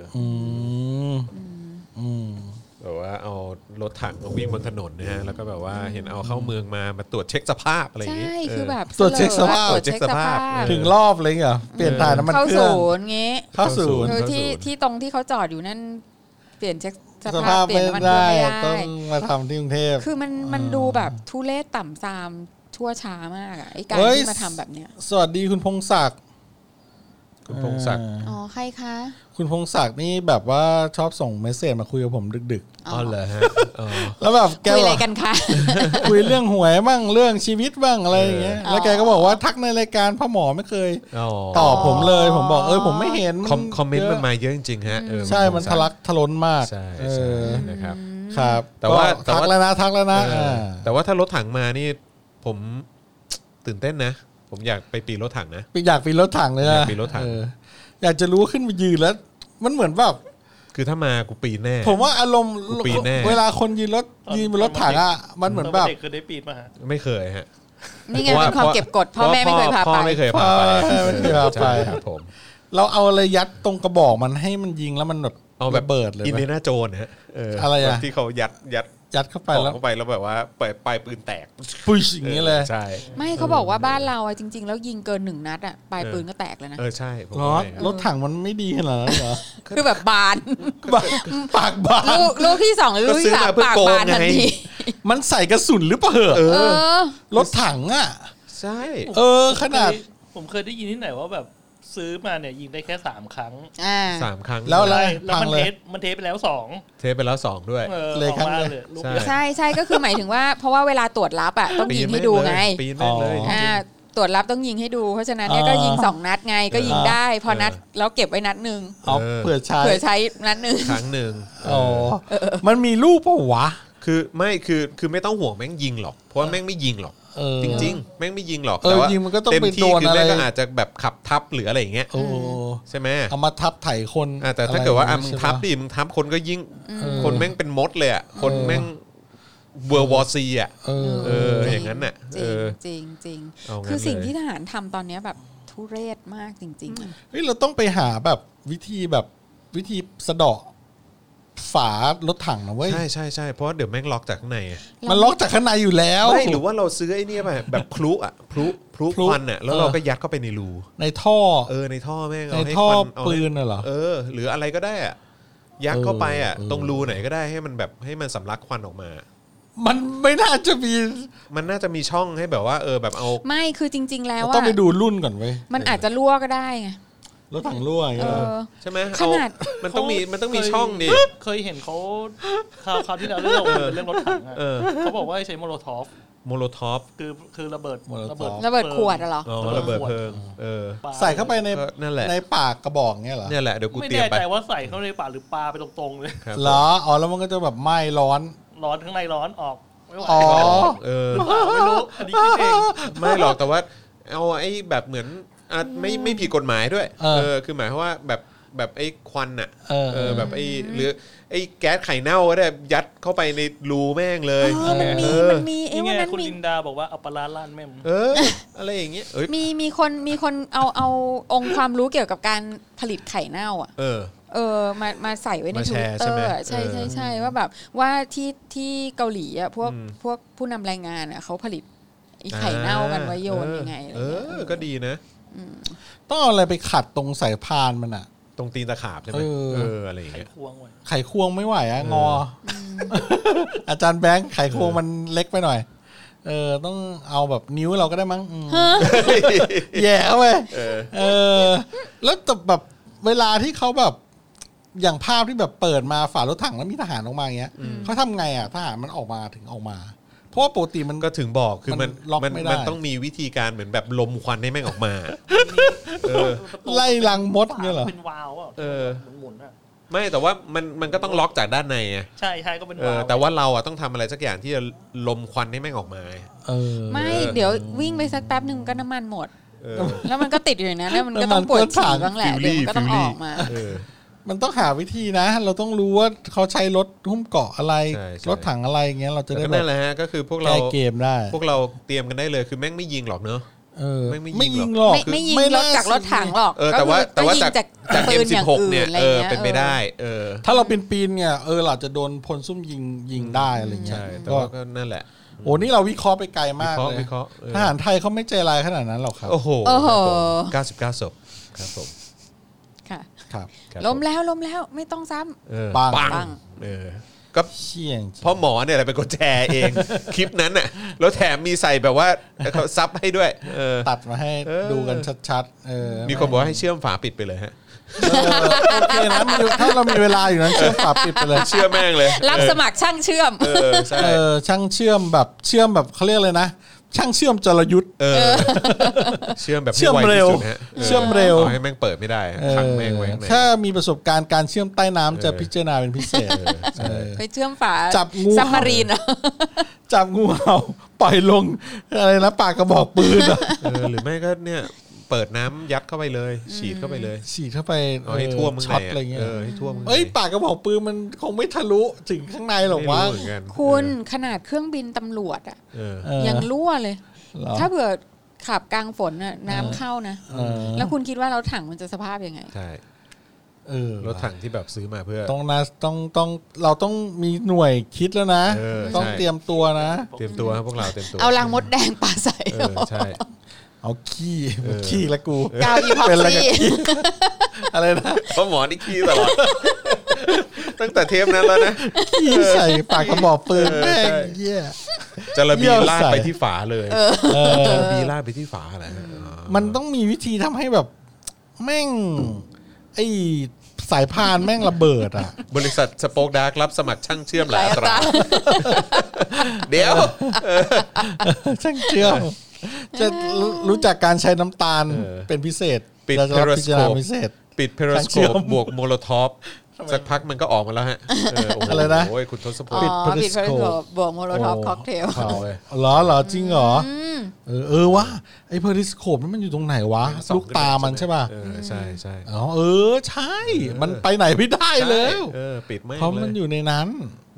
B: แบบว่าเอารถถังมาวิ่งบนถนนนะฮะแล้วก็แบบว่าเห็นเอาเข้าเมืองมาตรวจเช็คสภาพอะไรอย่างงี้
C: ใช่คือแบบ
D: ตรวจเช็คสภาพถึงรอบเลยเหรอเปลี่ยนถ่ายน้ำมันเครื่อง
C: เข้าศูนย์งี้
D: เข้าศูนย์
C: ที่ตรงที่เขาจอดอยู่นั่นเปลี่ยนเช็คสภาพเป
D: ลี่ยนน้ำมันเครื่องไม่ได้ต้องมาทำที่กรุงเทพ
C: คือมันดูแบบทุเรศต่ำซามชั่วช้ามากอ่ะไอ้การที่มาทำแบบเนี้ย
D: สวัสดีคุณพงศักดิ์
B: คุณพงศักดิ์
C: อ๋อใครคะ
D: คุณพงศักดิ์นี่แบบว่าชอบส่งเมสเสจมาคุยกับผมดึก
B: ๆอ๋อเหรอฮะ
D: แล้วแบบ
C: แกคุยอะไรกันคะ
D: คุยเรื่องหวยบ้างเรื่องชีวิตบ้างอะไรอย่างเงี้ยแล้วแกก็บอกว่าทักในรายการพ่อหมอไม่เคยตอบผมเลยผมบอกผมไม่เห็น
B: คอมเมนต์มันมาเยอะจริงๆฮะ
D: ใช่มันทะลักทะล้นมาก
B: ใช่นะครับ
D: ครับแต่ว่าทักแล้วนะ
B: แต่ว่าถ้ารถถังมานี่ผมตื่นเต้นนะผมอยากไปปีนรถถังนะ
D: อยากปีนรถถังเลย
B: อยากปีนรถถัง
D: อยากจะรู้ขึ้นไปยืนแล้วมันเหมือนแบบ
B: คือถ้ามากูปีนแน่
D: ผมว่าอารมณ์เวลาคนยืนบนรถถังอ่ะมันเหมือนแบบ
F: เคยได้ปีนมาฮะ
B: ไม่เคยฮะ
C: นี่ไงเป็นความเก็บกดพ่อแม่ไม่เคยพาไป
B: พ่อไม่เคยพาไป
D: ครับผมเราเอาอะไรยัดตรงกระบอกมันให้มันยิงแล้วมันแบบ
B: เอาแบบ
D: เบิดเลย
B: อินเดียนาโจนฮะ
D: อะไรอะ
B: ที่เขายัด
D: เข้าไป
B: แล้วแบบว่าปลายปืนแตก
D: ปุ้ยอย่างนี้เลย
B: ใช่
C: ไม่เขาบอกว่าบ้านเราจริงๆแล้วยิงเกิน1นัดอ่ะปลายปืนก็แตกเลยนะ
B: ใช่
D: รถถังมันไม่ดีขนาดนั้นเหรอ
C: คือแบบบาน
D: ปากบาน
C: ลูกที่2หรือลูกที่3ปากบานทันที
D: มันใส่กระสุนหรือเปล่ารถถังอ่ะ
B: ใช่
D: ขนาด
F: ผมเคยได้ยินที่ไหนว่าแบบซื้อมาเนี่ยยิงได้แค่3ครั้ง
B: 3ครั้ง
D: แล้ว
F: มันเทไปแล้ว2
B: เทไปแล้ว2ด้วย
D: เลยครั้ง
F: เลย
C: ใช่ก็คือหมายถึงว่าเพราะว่าเวลาตรวจรับอ่ะต้องยิงให้ดูไงตรวจรับต้องยิงให้ดูเพราะฉะนั้นเนี่ยก็ยิง2นัดไงก็ยิงได้พอนัดแล้วเก็บไว้นัดนึง
D: เผื่อใช้
C: นัดนึง
B: ครั้งนึง
D: มันมีลูกป่ะวะ
B: คือไม่ต้องห่วงแม่งยิงหรอกเพราะว่าแม่งไม่ยิงหรอกจริงๆแม่งไม่ยิงหรอกแต่ว่าเต็มที่คือแม่งก็อาจจะแบบขับทับหรืออะไรอย่างเงี้ยใช่ไหม
D: เอามาทับไถคน
B: แต่ถ้าเกิดว่ามึงทับดิมึงทับคนก็ยิ่งคนแม่งเป็นมดเลยอ่ะคนแม่งเวอร์วอร์ซีอ่ะอย่างนั้นน่ะ
C: จริงคือสิ่งที่ทหารทำตอนนี้แบบทุเรศมากจริงๆ
D: เฮ้ยเราต้องไปหาแบบวิธีสะเดาะฝารถถังนะเว้ย
B: ใช่เพราะเดี๋ยวแม่งล็อกจากข้างใน
D: มันล็อกจากข้างในอยู่แล้ว
B: ไม่หรือว่าเราซื้อไอ้นี่แบบพลุควันอ่ะแล้วเราก็ยัดเข้าไปในรู
D: ในท่อ
B: ในท่อแม่ง
D: ในท่อปืนน่ะเหรอ
B: หรืออะไรก็ได้อ่ะยัดเข้าไปอ่ะตรงรูไหนก็ได้ให้มันแบบให้มันสำลักควันออกมา
D: มันไม่น่าจะมี
B: มันน่าจะมีช่องให้แบบว่าแบบเอา
C: ไม่คือจริงๆแล้ว
D: ต้องไปดูรุ่นก่อนเว้ย
C: มันอาจจะรั่วก็ได้ไง
D: รถถังรั่วอย่างเงี้ย
B: ใช่ไหมขนาดมันต้องมีช่องดิ
F: เคยเห็นเขาคราวที่แล้วเรื่องรถถังเขาบอกว่าใช้โมโลทอฟคือระเบิด
C: ขวดเหรอ
B: ระเบิดเพลิง
D: ใส่เข้าไปในปากกระบอกเงี้ยเหรอ
B: เนี่ยแหละเดี๋ยวกูเตรียมไป
F: ไม่แน่ใจว่าใส่เข้าในปากหรือปลาไปตรงๆเลย
D: เหรอแล้วมันก็จะแบบไหม้ร้อน
F: ข้างในร้อนออก
D: ไม่ไหว
F: ไม่รู้อันนี้คิดเอง
B: ไม่หรอกแต่ว่าเอาไอ้แบบเหมือนไม่ผิดกฎหมายด้วยคือหมายความว่าแบบไอ้ควันอ่ะแบบไอ้หรือไอ้แก๊สไข่เน่าก็ได้ยัดเข้าไปในรูแม่งเลย
C: มันมี
F: นี่ไงคุณลินดาบอกว่าเอาปลาล้านแม่ม
B: อะไรอย่างเงี้ย
C: มีคนเอาองค์ความรู้เกี่ยวกับการผลิตไข่เน่าอ่ะมาใส่ไว้ใน Twitter ใช่ว่าแบบว่าที่เกาหลีอ่ะพวกผู้นำรายงานอ่ะเขาผลิตไข่เน่ากันไว้โยนยังไง
B: ก็ดีนะ
D: ต้องเอาอะไรไปขัดตรงสายพานมันอ่ะ
B: ตรงตีนตะขาบใช่ไหมอะไรอย่างเงี้ย
D: ไขควงไม่ไหวอ่ะงออาจารย์แบงค์ไขควงมันเล็กไปหน่อยต้องเอาแบบนิ้วเราก็ได้มั้งแย่เข้าไปแล้วแต่แบบเวลาที่เขาแบบอย่างภาพที่แบบเปิดมาฝารถถังแล้วมีทหารออกมาอย่างเงี้ยเขาทำไงอ่ะทหารมันออกมาเพราะว่าปกติมัน
B: ก็ถึงบอกคือมัน
D: ล็อกไม่ได้
B: มันต้องมีวิธีการเหมือนแบบลมควันให้แม่งออกมา
D: ไล่ลังมดเนี่ยเหรอ
F: เป็นวาล์วอ่ะหมุนอ่ะ
B: ไม่แต่ว่ามันก็ต้องล็อกจากด้านในไง
F: ใช่ก็เป็นวาล์ว
B: แต่ว่าเราอ่ะต้องทำอะไรสักอย่างที่จะลมควันให้แม่งออกมา
C: ไม่เดี๋ยววิ่งไปสักแป๊บนึงก็น้ำมันหมดแล้วมันก็ติดอยู่อย่างนั้นมันก็ต้องปวดฉี่บ้างแหละเดี๋ยวมันก็ต้องออกมา
D: มันต้องหาวิธีนะเราต้องรู้ว่าเขาใช้รถหุ้มเกาะอะไรรถถังอะไรเงี้ยเราจะได้แบบ
B: นั่นแหละฮะก็คือพวกเรา
D: เกมได้
B: พวกเราเตรียมกันได้เลยคือแม่งไม่ยิงหรอกเนอะ
D: ไม่ยิงหรอก
C: ไม่ยิงรถจากรถถังหรอก
B: แต่ว่าจาก M16 เนี่ยเป็นไปได้
D: ถ้าเราปีนเนี่ยเราจะโดนพลซุ่มยิงได้อะไรเงี้ย
B: ก็นั่นแหละ
D: โอ้นี่เราวิเคราะห์ไปไกลมากเลยทหารไทยเขาไม่ใจร้ายขนาดนั้นหรอกครับ
B: โอ้โห99ศพครับผม
C: ค่ะ
D: ครับ
C: ล้มแล้วไม่ต้องซ้
B: ำปังก็
D: เชี่ยง
B: เพราะหมอเนี่ยอะไรเป็นคนแชร์เองคลิปนั้นน่ะแล้วแถมมีใส่แบบว่าเขาซับให้ด้วย
D: ตัดมาให้ดูกันชัด
B: ๆมีคนบอกให้เชื่อมฝาปิดไปเลยฮะ
D: โอเคนะถ้าเรามีเวลาอยู่นั้นเชื่อมฝาปิดไปเลย
B: เชื่อแม่งเลย
C: รับสมัครช่างเชื่อม
D: ช่างเชื่อมแบบเขาเรียกเลยนะช่างเชื่อมจรยุทธ์
B: เชื่อมแบบ
D: เชื่อมเร็วเชื่อมเร็ว
B: ให้แม่งเปิดไม่ได้ขังแม่งไว้ข้างใน
D: ถ้ามีประสบการณ์การเชื่อมใต้น้ำจะพิจารณาเป็นพิเศษ
C: ไปเชื่อมฝา
D: จับงู
C: ซับมารีน
D: จับงูเห่าปล่อยลงอะไรนะปากกระบอกปืน
B: หรือไม่ก็เนี่ยเปิดน้ำยัดเข้าไปเลยฉีดเข้าไปเลย
D: ฉีดเข้าไป
B: ให้ท่วมมึง
D: ช็อตอะไรเงี้ย
B: ให้ท่วมมึง
D: ปากกระบอกปืนมันคงไม่ทะลุถึงข้างในหรอกว่า
C: คุณขนาดเครื่องบินตำรวจยังรั่วเลยถ้าเผื่อขับกลางฝนน่ะน้ำเข้านะแล้วคุณคิดว่าเราถังมันจะสภาพยังไง
B: ใช่รถถังที่แบบซื้อมาเพื่อ
D: ต้องเราต้องมีหน่วยคิดแล้วนะต้องเตรียมตัวนะ
B: เตรียมตัวพวกเราเตรียมตัว
C: เอาลังมดแดงปาใส่
B: ใช่
D: เอาขี้แล้วกู
C: กาวอีพ็อกซี่
D: อะไรนะ
B: เพราะหมอนี่ขี้ตลอดตั้งแต่เทปนั้นแล้วนะ
D: ขี้ใส่ปากกระบอกปืนแม่งเหี้ย
B: จะระบีลาดไปที่ฝาเลยจะระบีลาดไปที่ฝาอะไร
D: มันต้องมีวิธีทำให้แบบแม่งไอ้สายพานแม่งระเบิดอ่ะ
B: บริษัทสโป๊กดาร์กรับสมัครช่างเชื่อมหลายอัตราเดี๋ยว
D: ช่างเชื่อมจะรู้จักการใช้น้ำตาลเป็นพิเศษ
B: ปิดเพโรสโคปปิดเพโรสโคปบวกโมโลทอฟสักพักมันก็ออกมาแล้วฮะ
D: อะไรนะ
B: โอ้ยคุณทศพล
C: ปิดเพโรสโคปบวกโมโลทอฟค็อกเทล
D: เหรอจริงเหรอวะไอ้เพโรสโคปมันอยู่ตรงไหนวะลูกตามันใช่ป่ะ
B: ใช่ใช่
D: ใช่มันไปไหนไม่ได้เลย
B: ปิดไม่
D: เพราะมันอยู่ในนั้น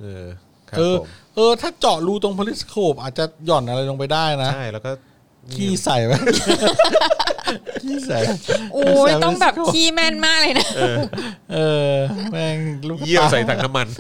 D: ถ้าเจาะรูตรงเพโรสโคปอาจจะหย่อนอะไรลงไปได้นะ
B: ใช่แล้วก็
D: ขี้ใส่ไว้ขี้ใส่
C: โอ้ยต้องแบบขี้แม่นมากเลยนะ
D: แม่งลูก
B: เยี่ยวใส่ถังน้ำมัน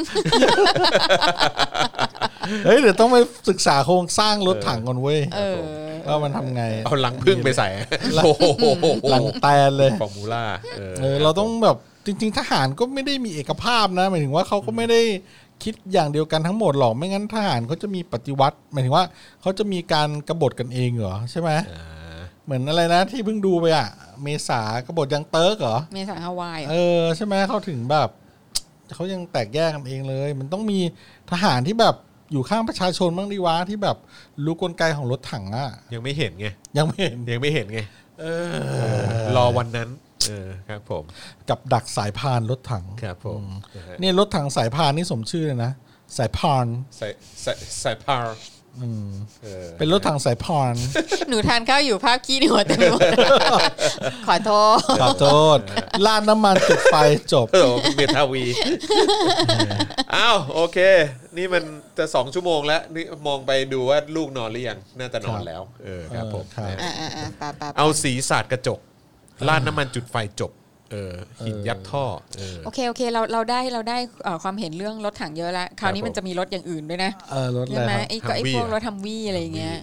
D: เดี๋ยวต้องไปศึกษาโครงสร้างรถถังก่อนเว้ยว่ามันทำไง
B: เอาลังพึ่งไปใส่
D: ลังแตนเลย
B: ฟอร์มูล่า
D: เราต้องแบบจริงๆทหารก็ไม่ได้มีเอกภาพนะหมายถึงว่าเขาก็ไม่ได้คิดอย่างเดียวกันทั้งหมดหรอกไม่งั้นทหารเขาจะมีปฏิวัติหมายถึงว่าเขาจะมีการกบฏกันเองเหรอใช่ไหมเหมือนอะไรนะที่เพิ่งดูไปเมษากบฏยังเติร์กเหรอ
C: เมษาฮาวาย
D: ใช่ไหมเขาถึงแบบเขายังแตกแยกกันเองเลยมันต้องมีทหารที่แบบอยู่ข้างประชาชนบ้างดีวะที่แบบรู้กลไกของรถถัง
B: ยังไม่เห็นไง
D: ยังไม่เห็น
B: ไงรอวันนั้นครับผม
D: กับดักสายพานรถถัง
B: ครับผม
D: นี่รถถังสายพานนี่สมชื่อเลยนะสายพาน
B: สายพาน
D: เป็นรถถังสายพาน
C: หนูทานข้าวอยู่ภาพขี้หนวดเต็มหมดขอโทษ
D: ลาดน้ำมันจุดไฟจบ
B: เมทาวีอ้าวโอเคนี่มันจะ2ชั่วโมงแล้วนี่มองไปดูว่าลูกนอนหรือยังน่าจะนอนแล้วครับผมเอาสีสาดกระจกลาดน้ำมันจุดไฟจบหินยัดท่อ
C: โอเคเราได้ความเห็นเรื่องรถถังเยอะแล้วคราวนี้มันจะมีรถอย่างอื่นด้วยนะ
D: รถอะไร
C: ใช่ไหมไอ้พวกรถทัมวี่อะไรอย่างเงี้ย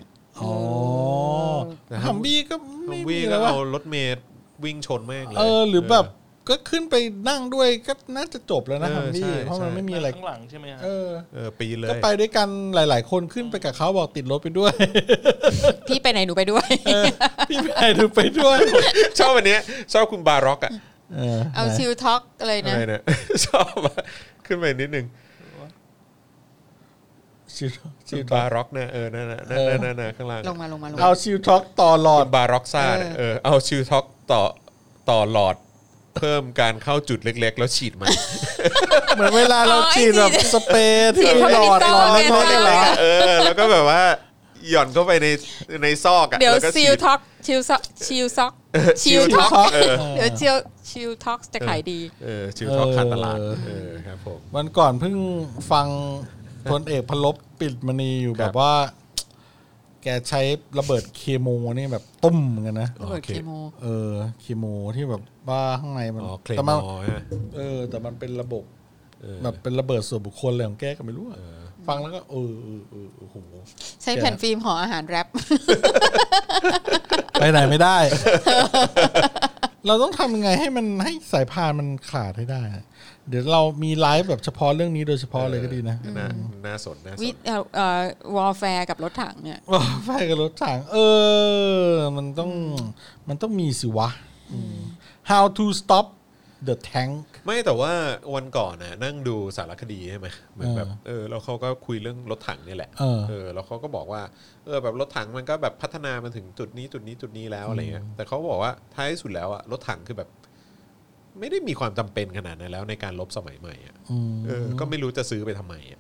D: ทัมวี่ก็ไม่มี
B: แล้วเอารถเมล์วิ่งชนแม่งเลย
D: หรือแบบก็ขึ้นไปนั่งด้วยก็น่าจะจบแล้วนะทัมวี่เพราะมันไม่มีอะไร
F: ข้างหลังใช่ไหมฮะ
B: ปีเลย
D: ก็ไปด้วยกันหลายๆคนขึ้นไปกับเขาบอกติดรถไปด้วย
C: พี่ไปไหนหนูไปด้วย
D: พี่ไปไหนหนูไปด้วย
B: ชอบวันนี้ชอบคุณบาร็อก
C: เอาชิลท็อกอะไรนะ
B: ชอบขึ้นไปนิดนึง
D: ชิล
B: บาร็อกเนี่ยนั่นน่ะข้างล่าง
C: ลงมา
D: เอาชิลท็อกต่อหลอด
B: บาร็อกซ่าเอาชิลท็อกต่อหลอดเพิ่มการเข้าจุดเล็กๆแล้วฉีดมัน
D: เหมือนเวลาเราฉีดแบบสเปรย์ที่หลอดเล็กๆเหรอ
B: แล้วก็แบบว่าหย่อนเข้าไปในซอกอ่ะ
C: เดี๋ยว
B: แล้วก็
C: ซิลท็อกชิลซ็อกชิลท็อกเดี๋ยวชิลท็อกจะขายดี
B: ชิลท็อกขาดตลาดครับผม
D: วันก่อนเพิ่งฟังพลเอกพลบปิดมณีอยู่แบบว่าแกใช้ระเบิดเคมีนี่แบบตุ้มเหมือนกันนะ
C: ระเบิดเคมี
D: เคมีที่แบบว่าข้างในมัน
B: แต่มัน
D: แต่มันเป็นระบบแบบเป็นระเบิดส่วนบุคคลอะไรของแกก็ไม่รู้ฟังแล้วก็โอ้โห
C: ใช้แผ่นฟิล์มห่ออาหารแรป
D: ไปไหนไม่ได้ เราต้องทำยังไงให้มันให้สายพานมันขาดให้ได้เดี๋ยวเรามีไลฟ์แบบเฉพาะเรื่องนี้โดยเฉพาะเลยก็ดีนะ
B: น่าสน
C: วอลแฟร์กับรถถังเนี่ยว
D: อลแฟร์กับรถถังมันต้องมีสิวะ How to stop the tank
B: ไม่แต่ว่าวันก่อนนะนั่งดูสารคดีใช่ไหมเหมือนแบบแล้วเขาก็คุยเรื่องรถถังนี่แหละแล้วเขาก็บอกว่าแบบรถถังมันก็แบบพัฒนามาถึงจุดนี้แล้วอะไรเงี้ยแต่เขาบอกว่าท้ายสุดแล้วอะรถถังคือแบบไม่ได้มีความจำเป็นขนาดนั้นแล้วในการรบสมัยใหม่อ่ะก็ไม่รู้จะซื้อไปทำไมอ่ะ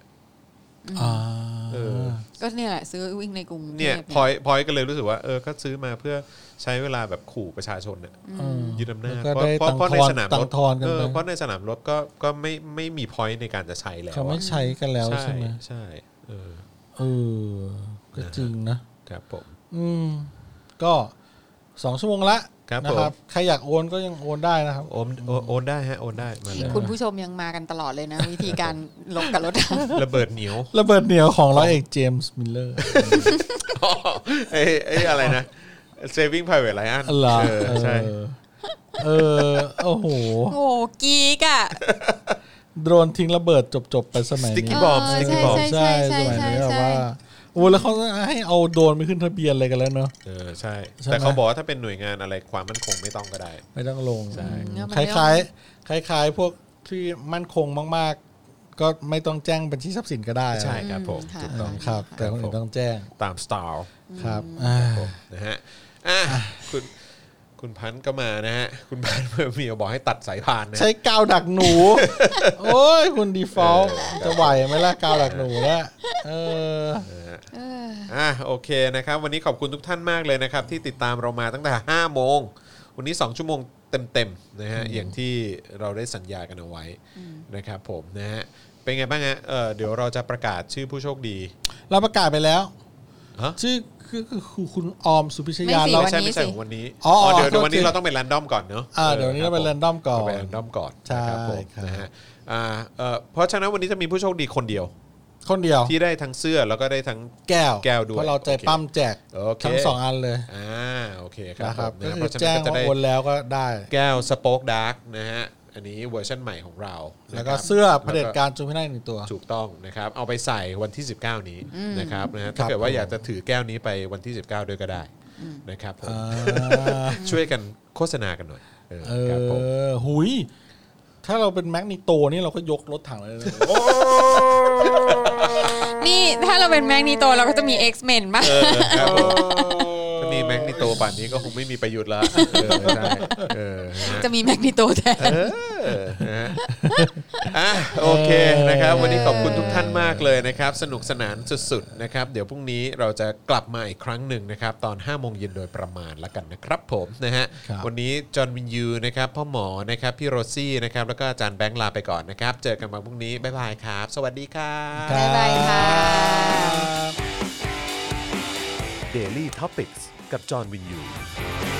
C: ก็เนี่ยแหละซื้อวิ่งในกรุง
B: เนี่ยพอยก็เลยรู้สึกว่าก็ซื้อมาเพื่อใช้เวลาแบบขู่ประชาชนเนี่ยยึดอำนาจเพราะในสนามรบเพราะในสนามรบก็ไม่มีพอยในการจะใช้แล้ว
D: เขาไม่ใช้กันแล้วใช่ไหม
B: ใช่
D: ก็จริงนะครับ
B: ผม
D: ก็2 ชั่วโมงละนะครับใครอยากโอนก็ยังโอนได้นะครับ
B: โอนได้ฮะโอนได้มาเลย
C: คุณผู้ชมยังมากันตลอดเลยนะวิธีการลบกับรถ
B: ระเบิดเหนี
D: ยวของร้อยเอกเจมส์มิลเลอร์
B: ไอ้อะไรนะ Saving Private Ryan ใช่
D: โอ้โห
C: กีกอ่ะ
D: โดรนทิ้งระเบิดจบไปสมัยนี้
B: Sticky Bomb
C: ใช่
D: สมัยนี้แบบว่าแล้วเขาให้เอาโดรนไปขึ้นทะเบียนอะไรกันแล้วเนอะ
B: ใช่แต่เขาบอกว่าถ้าเป็นหน่วยงานอะไรความมั่นคงไม่ต้องก็ได้
D: ไม่ต้องลง
B: ใช่
D: คล้ายพวกที่มั่นคงมากๆก็ไม่ต้องแจ้งบัญชีทรัพย์สินก็ได้
B: ใช่ครับผม
D: ถูกต้องครับแต่คนอื่นต้องแจ้ง
B: ตามสไตล์
D: ครับ
B: นะฮะคุณพันธ์ก็มานะฮะคุณพันธ์มีบอกให้ตัดสายพานนะ
D: ใช้กาวดักหนูโอ้ยคุณดีฟอลต์จะไหวไหมล่ะกาวดักหนูเนี่ย
B: โอเคนะครับวันนี้ขอบคุณทุกท่านมากเลยนะครับที่ติดตามเรามาตั้งแต่ 5 โมงวันนี้2 ชั่วโมงเต็มๆนะฮะอย่างที่เราได้สัญญากันเอาไว้นะครับผมนะฮะเป็นไงบ้างฮะเดี๋ยวเราจะประกาศชื่อผู้โชคดี
D: เราประกาศไปแล้วชื่อคือคุณออมสุพิชยา
B: เราไม่ใช่ของวันนี้เดี๋ยววันนี้เราต้องเป็นแรนดอมก่อนเนาะ
D: เดี๋ยวนี้เราเป็นแรนดอมก่อน
B: เป็นแรนดอมก่อนนะครับผมนะฮะเพราะฉะนั้นวันนี้จะมีผู้โชคดีคนเดียวที่ได้ทั้งเสื้อแล้วก็ได้ทั้งแก้วด้วย
D: เพราะเราใจปั้มแจกทั้ง2 อันเลย
B: โอเคครับ
D: เพราะฉะนั้นแจ้งว่าโอนแล้วก็ได้
B: แก้วสโป๊กดาร์กนะฮะอันนี้เวอร์ชันใหม่ของเรา
D: แล้วก็เสื้อเผด็จการจูพินัย1 ตัว
B: ถูกต้องนะครับเอาไปใส่วันที่19นี้นะครับนะฮะถ้าเกิดว่าอยากจะถือแก้วนี้ไปวันที่19ด้วยก็ได้นะครับผมช่วยกันโฆษณากันหน่อย
D: ครับผมหุยถ้าเราเป็นแมกนิโตนี่เราก็ยกรถถังเลย
C: นี่ถ้าเราเป็นแมกนิโตเราก็จะมี X-Men ป่ะ
B: ถ้ามีแมกนิโตป่านนี้ก็คงไม่มีประโยชน์แล้ว
C: จะมีแมกนิโตแทน
B: โอเคนะครับวันนี้ขอบคุณทุกท่านมากเลยนะครับสนุกสนานสุดๆนะครับเดี๋ยวพรุ่งนี้เราจะกลับมาอีกครั้งหนึ่งนะครับตอน 5 โมงเย็นโดยประมาณละกันนะครับผมนะฮะวันนี้จอห์นวินยูนะครับพ่อหมอนะครับพี่โรซี่นะครับแล้วก็อาจารย์แบงค์ลาไปก่อนนะครับเจอกันวันพรุ่งนี้บ๊ายบายครับสวัสดีครับ
C: บ๊ายบายค่ะ
A: Daily Topics กับจอห์นวินยู